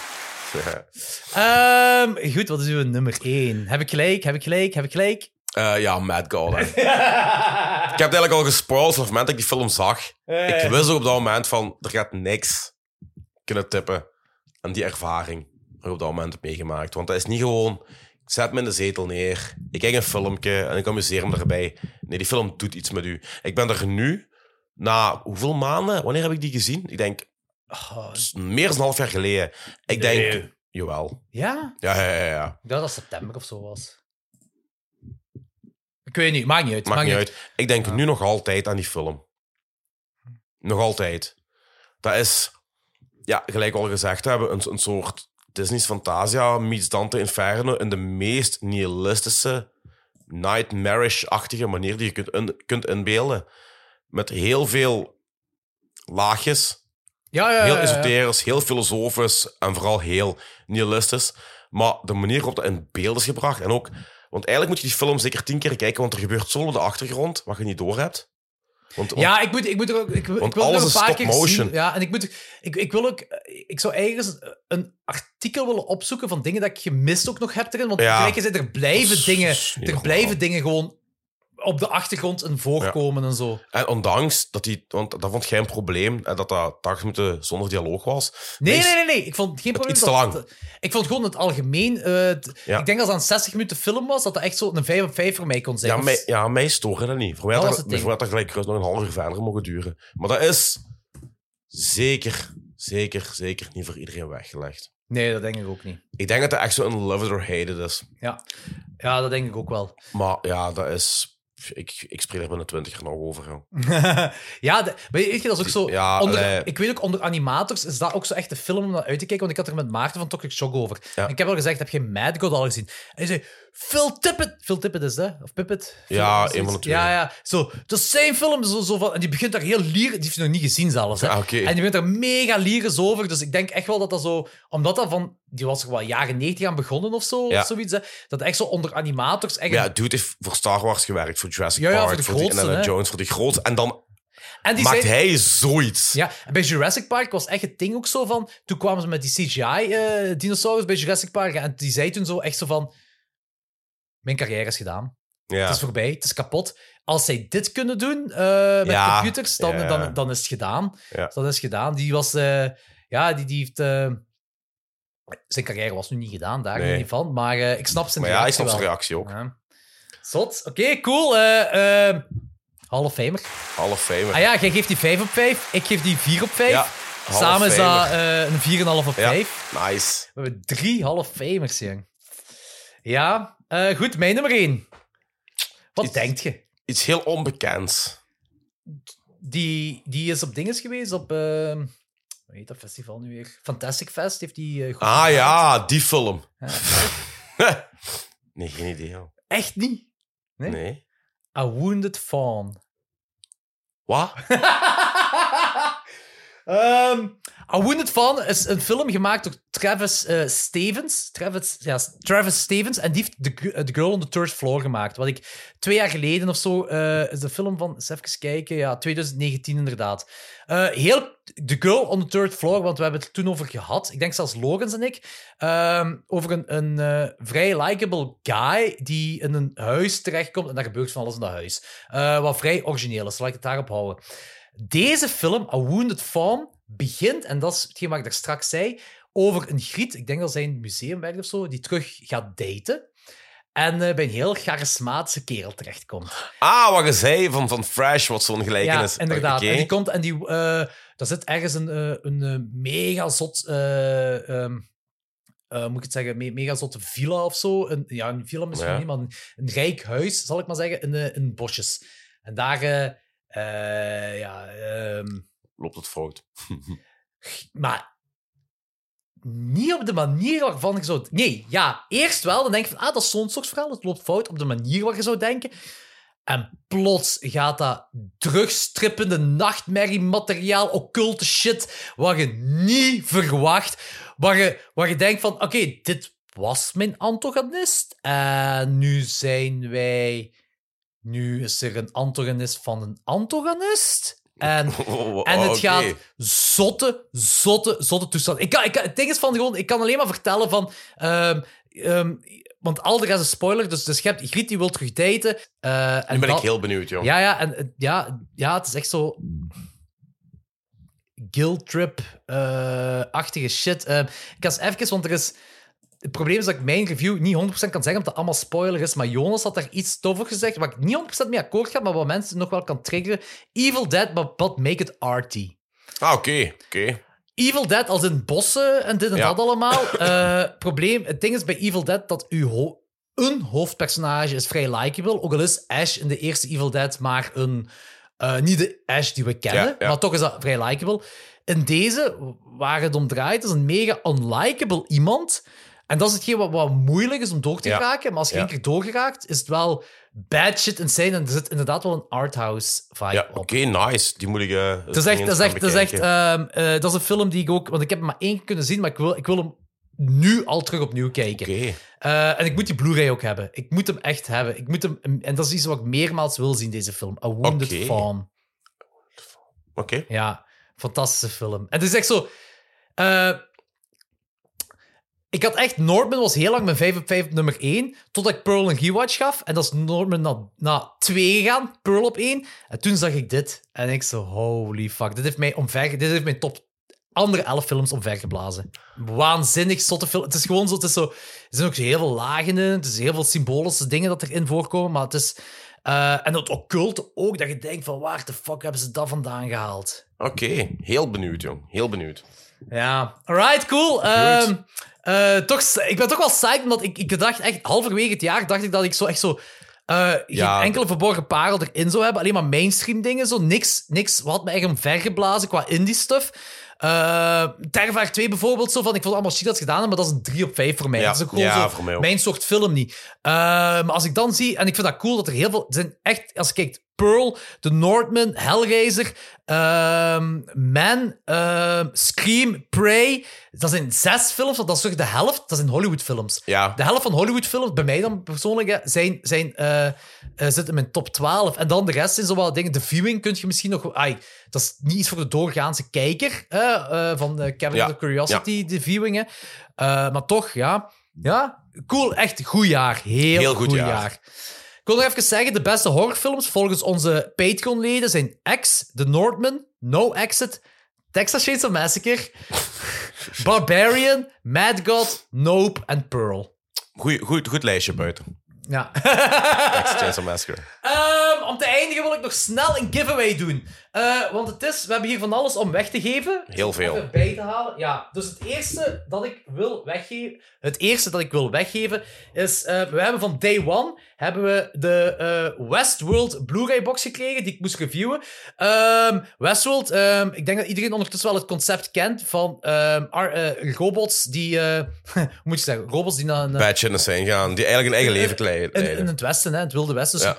Goed, wat is uw nummer 1? Heb ik gelijk? Ja, Mad God. Ik heb het eigenlijk al gespoild vanaf het moment dat ik die film zag. Ik wist ook op dat moment van, er gaat niks kunnen tippen aan die ervaring die ik op dat moment heb meegemaakt. Want dat is niet gewoon... Ik zet me in de zetel neer, ik kijk een filmpje en ik amuseer me erbij. Nee, die film doet iets met u. Ik ben er nu, na hoeveel maanden? Wanneer heb ik die gezien? Ik denk, meer dan een half jaar geleden. Ik denk, jawel. Ja? Ja. Ik dacht dat september of zo was. Ik weet niet, maakt niet uit. Ik denk nu nog altijd aan die film. Nog altijd. Dat is, gelijk al gezegd hebben, een soort... Disney's Fantasia meets Dante Inferno in de meest nihilistische, nightmarish-achtige manier die je kunt inbeelden. Met heel veel laagjes. Heel esoterisch, heel filosofisch en vooral heel nihilistisch. Maar de manier waarop dat in beeld is gebracht. En ook, want eigenlijk moet je die film zeker 10 keer kijken, want er gebeurt zo op de achtergrond wat je niet doorhebt. Ik wil alles is stop motion. Zien. Ja, en ik zou ergens een artikel willen opzoeken van dingen dat ik gemist ook nog heb erin. Want tegelijkertijd, er blijven dingen gewoon op de achtergrond in voorkomen en zo. En ondanks dat want dat vond jij een probleem, dat 80 minuten zonder dialoog was. Nee. Ik vond geen probleem. Iets te lang. Ik vond gewoon het algemeen... Ik denk als het een 60 minuten film was, dat echt zo een 5 op 5 voor mij kon zijn. Mij stoorde dat niet. Voor mij had dat gelijk nog een half uur verder mogen duren. Maar dat is... zeker niet voor iedereen weggelegd. Nee, dat denk ik ook niet. Ik denk dat het echt zo een love it or hate it is. Ja, dat denk ik ook wel. Maar ja, dat is... Ik spreek er binnen 20 jaar nog over. Joh. Ja, weet je, dat is ook zo... Ja, ik weet ook, onder animators is dat ook zo echt de film om naar uit te kijken, want ik had er met Maarten van Toxic Shock over. Ja. En ik heb al gezegd, heb je Mad God al gezien? En hij zei, Phil Tippett is dat? Of Pippet? Ja, een van de twee. Ja. Zo, dat is zijn film. Zo van, en die begint daar heel lyrisch... Die heeft je nog niet gezien zelfs. Hè? Ah, okay. En die begint daar mega lyrisch over. Dus ik denk echt wel dat dat zo... Omdat dat van... Die was er wel jaren 90 aan begonnen of zo. Ja. Of zoiets. Hè? Dat echt zo onder animators... Echt Ja, dude heeft voor Star Wars gewerkt, voor Jurassic Ja, Park, voor de voor grootste, Indiana hè. Jones, voor de grootste. En dan en die maakt zei- hij zoiets. Ja, en bij Jurassic Park was echt het ding ook zo van... Toen kwamen ze met die CGI-dinosaurus bij Jurassic Park. En die zei toen zo echt zo van... Mijn carrière is gedaan. Ja. Het is voorbij. Het is kapot. Als zij dit kunnen doen met Ja. computers, dan is het gedaan. Ja. Dus dat is gedaan. Die was... die heeft... zijn carrière was nu niet gedaan, daar Nee. niet van. Maar ik snap zijn Maar ja, ik reactie snap zijn wel. reactie ook. Ja. Zot. Oké, cool. Hall of Famer. Hall of Famer. Ah ja, jij geeft die 5 op 5. Ik geef die 4 op 5. Ja, Hall Samen of is dat Famer. een 4,5 op Ja, 5. nice. We hebben 3 Hall of Famers, jong. Ja, goed. Mijn nummer 1. Wat Iets- denkt je? Iets heel onbekends. Die is op dinges geweest, op... hoe heet dat festival nu weer? Fantastic Fest heeft die... goed Ah gemaakt. ja, die film. Nee, geen idee. Joh. Echt niet? Nee? Nee. A Wounded Fawn. Wat? A Wounded Fawn is een film gemaakt door Travis Stevens. Travis Stevens. En die heeft The Girl on the Third Floor gemaakt. Wat ik 2 jaar geleden of zo... is de film van... Eens even kijken. Ja, 2019 inderdaad. Heel The Girl on the Third Floor, want we hebben het er toen over gehad. Ik denk zelfs Logans en ik. Over een vrij likable guy die in een huis terechtkomt. En daar gebeurt van alles in dat huis. Wat vrij origineel is. Laat ik het daarop houden. Deze film, A Wounded Fawn, begint, en dat is hetgeen wat ik daar straks zei, over een griet, ik denk dat zij in het museum werkt of zo, die terug gaat daten. En bij een heel charismatische kerel terechtkomt. Ah, wat je zei van Fresh, wat zo'n gelijkenis. Ja, inderdaad. Oké. En die komt en die... daar zit ergens een mega zot... moet ik het zeggen? Mega zotte villa of zo. Een villa misschien Ja. niet, maar een rijk huis, zal ik maar zeggen, in bosjes. En daar... Loopt het fout? maar niet op de manier waarvan ik zou... Nee, ja, eerst wel. Dan denk je van, dat is zo'n soort verhaal. Het loopt fout op de manier waar je zou denken. En plots gaat dat drugstrippende nachtmerriemateriaal, occulte shit, wat je niet verwacht. Waar je denkt van, oké, dit was mijn antagonist. En nu is er een antagonist van een antagonist. En het gaat zotte toestand. Het ding is van gewoon, ik kan alleen maar vertellen van... want al de rest is spoiler, dus je hebt Griet die wil terug daten. Nu ben ik heel benieuwd, joh. Ja, het is echt zo... Guilt trip-achtige shit. Ik ga eens even, want er is... Het probleem is dat ik mijn review niet 100% kan zeggen, omdat dat allemaal spoiler is. Maar Jonas had daar iets toffer gezegd, waar ik niet 100% mee akkoord ga, maar wat mensen nog wel kan triggeren. Evil Dead, but make it arty. Ah, oké. Evil Dead als in bossen en dit en dat allemaal. Het ding is bij Evil Dead dat een hoofdpersonage is vrij likable. Ook al is Ash in de eerste Evil Dead maar niet de Ash die we kennen, maar toch is dat vrij likable. In deze, waar het om draait, is een mega unlikable iemand. En dat is hetgeen wat moeilijk is om door te geraken. Maar als je één keer doorgeraakt, is het wel bad shit insane. En er zit inderdaad wel een arthouse vibe op. Oké, nice. Die moet ik Dat is een film die ik ook... Want ik heb hem maar 1 keer kunnen zien, maar ik wil hem nu al terug opnieuw kijken. Oké. En ik moet die Blu-ray ook hebben. Ik moet hem echt hebben. En dat is iets wat ik meermaals wil zien, deze film. A Wounded Fawn. Oké. Ja, fantastische film. En het is echt zo... ik had echt... Norman was heel lang mijn 5 op 5 op nummer 1, totdat ik Pearl een rewatch gaf. En dat is Norman na 2 gegaan, Pearl op 1. En toen zag ik dit. En ik zo, holy fuck. Dit heeft mijn top andere 11 films omvergeblazen. Waanzinnig zotte film. Het is gewoon zo... Er zijn ook heel veel lagen in. Het is heel veel symbolische dingen dat erin voorkomen. Maar het is... En het occult ook, dat je denkt van waar de fuck hebben ze dat vandaan gehaald? Oké, heel benieuwd, jong. Heel benieuwd. Ja, alright, cool. Ik ben toch wel psyched, omdat ik dacht echt, halverwege het jaar dacht ik dat ik zo echt zo... geen enkele verborgen parel erin zou hebben. Alleen maar mainstream dingen. Zo. Niks wat me echt omvergeblazen qua indie stuff. Terrifier 2 bijvoorbeeld. Zo van, ik vond allemaal shit dat ze gedaan hebben, maar dat is een 3 op 5 voor mij. Ja, Dat is ook gewoon zo voor mij ook. mijn soort film niet. Maar als ik dan zie... En ik vind dat cool dat er heel veel... Er zijn echt, als je kijkt... Pearl, The Northman, Hellraiser, Man, Scream, Prey. Dat zijn 6 films, dat is toch de helft? Dat zijn Hollywood-films. Ja. De helft van Hollywood-films, bij mij dan persoonlijk, zit in mijn top 12. En dan de rest zijn zo wel dingen. De Viewing kun je misschien nog... dat is niet iets voor de doorgaanse kijker van Kevin the Curiosity, de Viewing. Hè. Maar toch, ja. Ja, cool. Echt goed jaar. Heel goed jaar. Ik wil nog even zeggen, de beste horrorfilms volgens onze Patreon-leden zijn X, The Northman, No Exit, Texas Chainsaw Massacre, Barbarian, Mad God, Nope en Pearl. Goed lijstje buiten. Ja. Texas Chainsaw Massacre. Om te eindigen wil ik nog snel een giveaway doen. Want we hebben hier van alles om weg te geven. Heel veel. Even bij te halen. Ja, dus het eerste dat ik wil weggeven is... we hebben van Day One de Westworld Blu-ray box gekregen die ik moest reviewen. Westworld, ik denk dat iedereen ondertussen wel het concept kent van robots die... hoe moet je zeggen? Robots die naar een... Bad shit zijn gaan, die eigenlijk een eigen leven leiden. In het Westen, hè, het Wilde Westen. Dus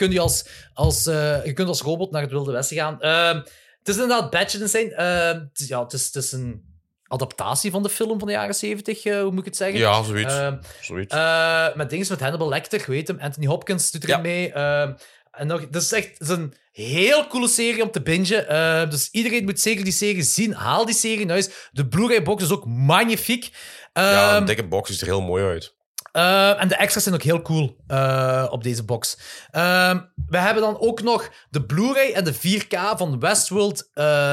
je kunt als robot naar het Wilde Westen gaan. Het is inderdaad Bad shit zijn. Het is een adaptatie van de film van de jaren 70, hoe moet ik het zeggen? Ja, zoiets. Met dingen met Hannibal Lecter, weet hem. Anthony Hopkins doet erin mee. En nog, het is een heel coole serie om te bingen. Dus iedereen moet zeker die serie zien. Haal die serie naar huis. De Blu-ray box is ook magnifiek. Een dikke box ziet er heel mooi uit. En de extras zijn ook heel cool op deze box. We hebben dan ook nog de Blu-ray en de 4K van Westworld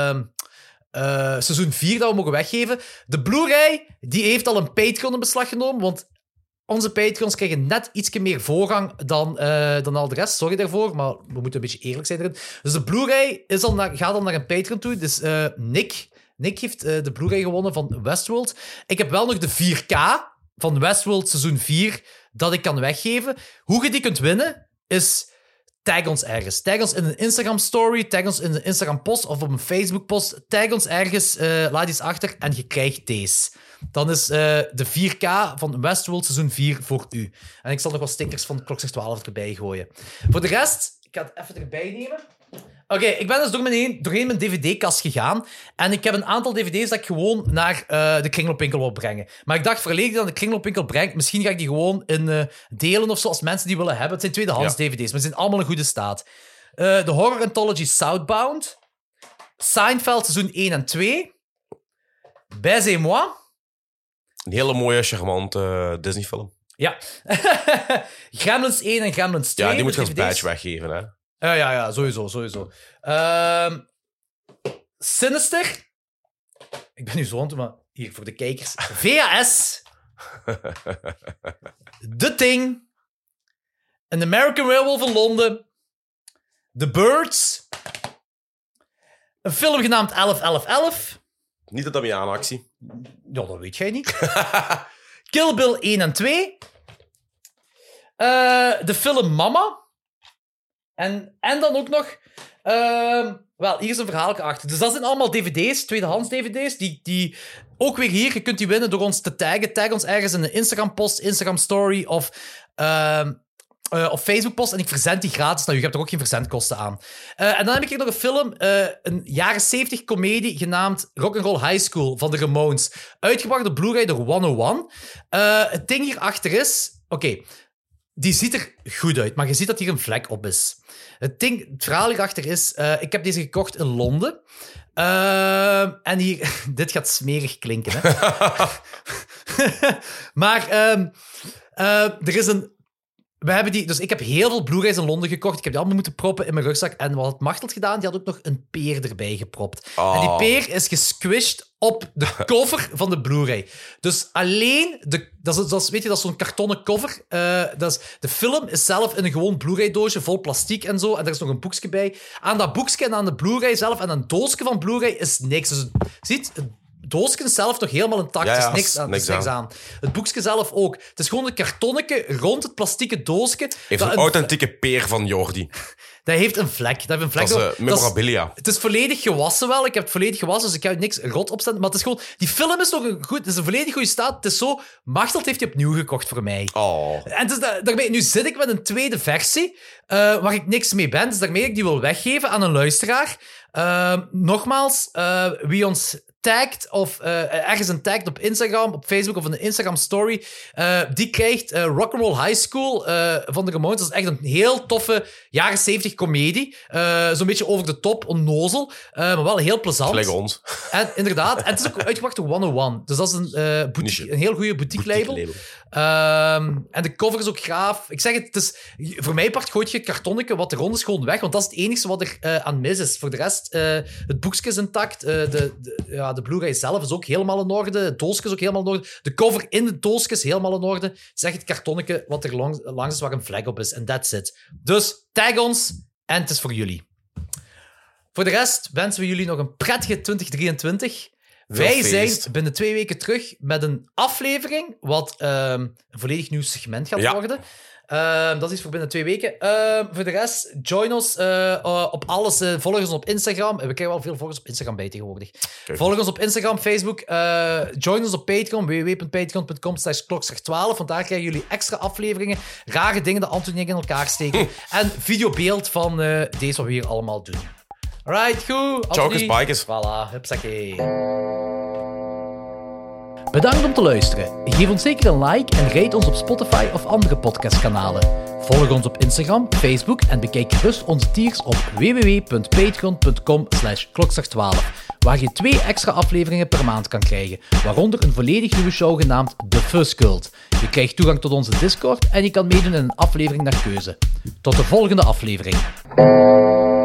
seizoen 4 dat we mogen weggeven. De Blu-ray die heeft al een Patreon in beslag genomen, want onze Patreons krijgen net ietsje meer voorrang dan al de rest. Sorry daarvoor, maar we moeten een beetje eerlijk zijn erin. Dus de Blu-ray gaat al naar een Patreon toe. Dus Nick heeft de Blu-ray gewonnen van Westworld. Ik heb wel nog de 4K van Westworld seizoen 4 dat ik kan weggeven. Hoe je die kunt winnen, is tag ons ergens. Tag ons in een Instagram story, tag ons in een Instagram post of op een Facebook post. Tag ons ergens, laat iets achter en je krijgt deze. Dan is de 4K van Westworld seizoen 4 voor u. En ik zal nog wat stickers van Klokslag 12 erbij gooien. Voor de rest, ik ga het even erbij nemen. Oké, ik ben dus doorheen mijn dvd-kast gegaan. En ik heb een aantal dvd's dat ik gewoon naar de Kringloopwinkel wil brengen. Maar ik dacht, verleden dat ik de Kringloopwinkel breng, misschien ga ik die gewoon in delen of zo, als mensen die willen hebben. Het zijn tweedehands dvd's, maar ze zijn allemaal in goede staat. De Horror Anthology Southbound. Seinfeld seizoen 1 en 2. Baisez-moi. Een hele mooie, charmante Disney-film. Ja. Gremlins 1 en Gremlins 2. Ja, die moet je als DVD's. badge weggeven, hè. Ja, sowieso. Sinister. Ik ben nu zo aan het doen, maar hier voor de kijkers. VHS. The Thing. An American Werewolf in Londen. The Birds. Een film genaamd 11-11-11. Niet de Damian-actie. Ja, dat weet jij niet. Kill Bill 1 en 2. De film Mama. En dan ook nog... wel, hier is een verhaal achter. Dus dat zijn allemaal dvd's, tweedehands dvd's, die ook weer hier, je kunt die winnen door ons te taggen. Tag ons ergens in een Instagram-post, Instagram-story of Facebook-post en ik verzend die gratis. Nou, je hebt er ook geen verzendkosten aan. En dan heb ik hier nog een film, een jaren 70 comedie genaamd Rock'n'Roll High School van de Ramones. Uitgebracht op Blu-ray door 101. Het ding hierachter is... Oké, die ziet er goed uit, maar je ziet dat hier een vlek op is. Het verhaal hierachter is... ik heb deze gekocht in Londen. En hier... Dit gaat smerig klinken, hè. Maar er is een we hebben dus ik heb heel veel Blu-rays in Londen gekocht. Ik heb die allemaal moeten proppen in mijn rugzak. En wat had Machteld gedaan? Die had ook nog een peer erbij gepropt. En die peer is gesquished op de cover van de Blu-ray. Dus alleen... Dat is zo'n kartonnen cover. De film is zelf in een gewoon Blu-ray-doosje vol plastiek en zo. En er is nog een boekje bij. Aan dat boekje en aan de Blu-ray zelf en een doosje van Blu-ray is niks. Dus ziet... Het doosje zelf nog helemaal intact. Ja, er is niks aan. Het boekje zelf ook. Het is gewoon een kartonnetje rond het plastieke doosje. Heeft een authentieke peer van Jordi. Dat heeft een vlek. Dat is memorabilia. Het is volledig gewassen wel. Ik heb het volledig gewassen, dus ik ga niks rot opzetten. Maar het is gewoon... Die film is nog het is een volledig goede staat. Het is zo... Machteld heeft die opnieuw gekocht voor mij. En dus daarmee, nu zit ik met een tweede versie, waar ik niks mee ben. Dus daarmee ik die wil weggeven aan een luisteraar. Nogmaals, wie ons tagt of ergens een tagt op Instagram, op Facebook of een Instagram story, die krijgt Rock'n'Roll High School van de Ramones. Dat is echt een heel toffe jaren 70 comedie. Zo'n beetje over de top, onnozel, maar wel heel plezant. Gelijk ons. En inderdaad, en het is ook uitgebracht door 101. Dus dat is een heel goede boutique-label. En de cover is ook gaaf. Ik zeg het is... Voor mij part gooit je kartonnetje wat er rond is gewoon weg, want dat is het enige wat er aan mis is. Voor de rest, het boekje is intact. De Blu-ray zelf is ook helemaal in orde. Het doosje is ook helemaal in orde. De cover in het doosje is helemaal in orde. Het is echt het kartonnetje wat er langs is, waar een vlek op is. En that's it. Dus tag ons en het is voor jullie. Voor de rest wensen we jullie nog een prettige 2023. Wij zijn binnen 2 weken terug met een aflevering, wat een volledig nieuw segment gaat worden. Dat is voor binnen 2 weken. Voor de rest, join ons op alles. Volg ons op Instagram. We krijgen wel veel volgers op Instagram bij tegenwoordig. Volg ons op Instagram, Facebook. Join ons op Patreon, www.patreon.com/klokslag12. Want daar krijgen jullie extra afleveringen. Rare dingen dat Anthony in elkaar steken. En videobeeld van deze wat we hier allemaal doen. Alright, goed. Chokers, bikers. Voilà, hupsakee. Bedankt om te luisteren. Geef ons zeker een like en rate ons op Spotify of andere podcastkanalen. Volg ons op Instagram, Facebook en bekijk gerust onze tiers op www.patreon.com/klokslag12, waar je 2 extra afleveringen per maand kan krijgen, waaronder een volledig nieuwe show genaamd The Fuzz Cult. Je krijgt toegang tot onze Discord en je kan meedoen in een aflevering naar keuze. Tot de volgende aflevering.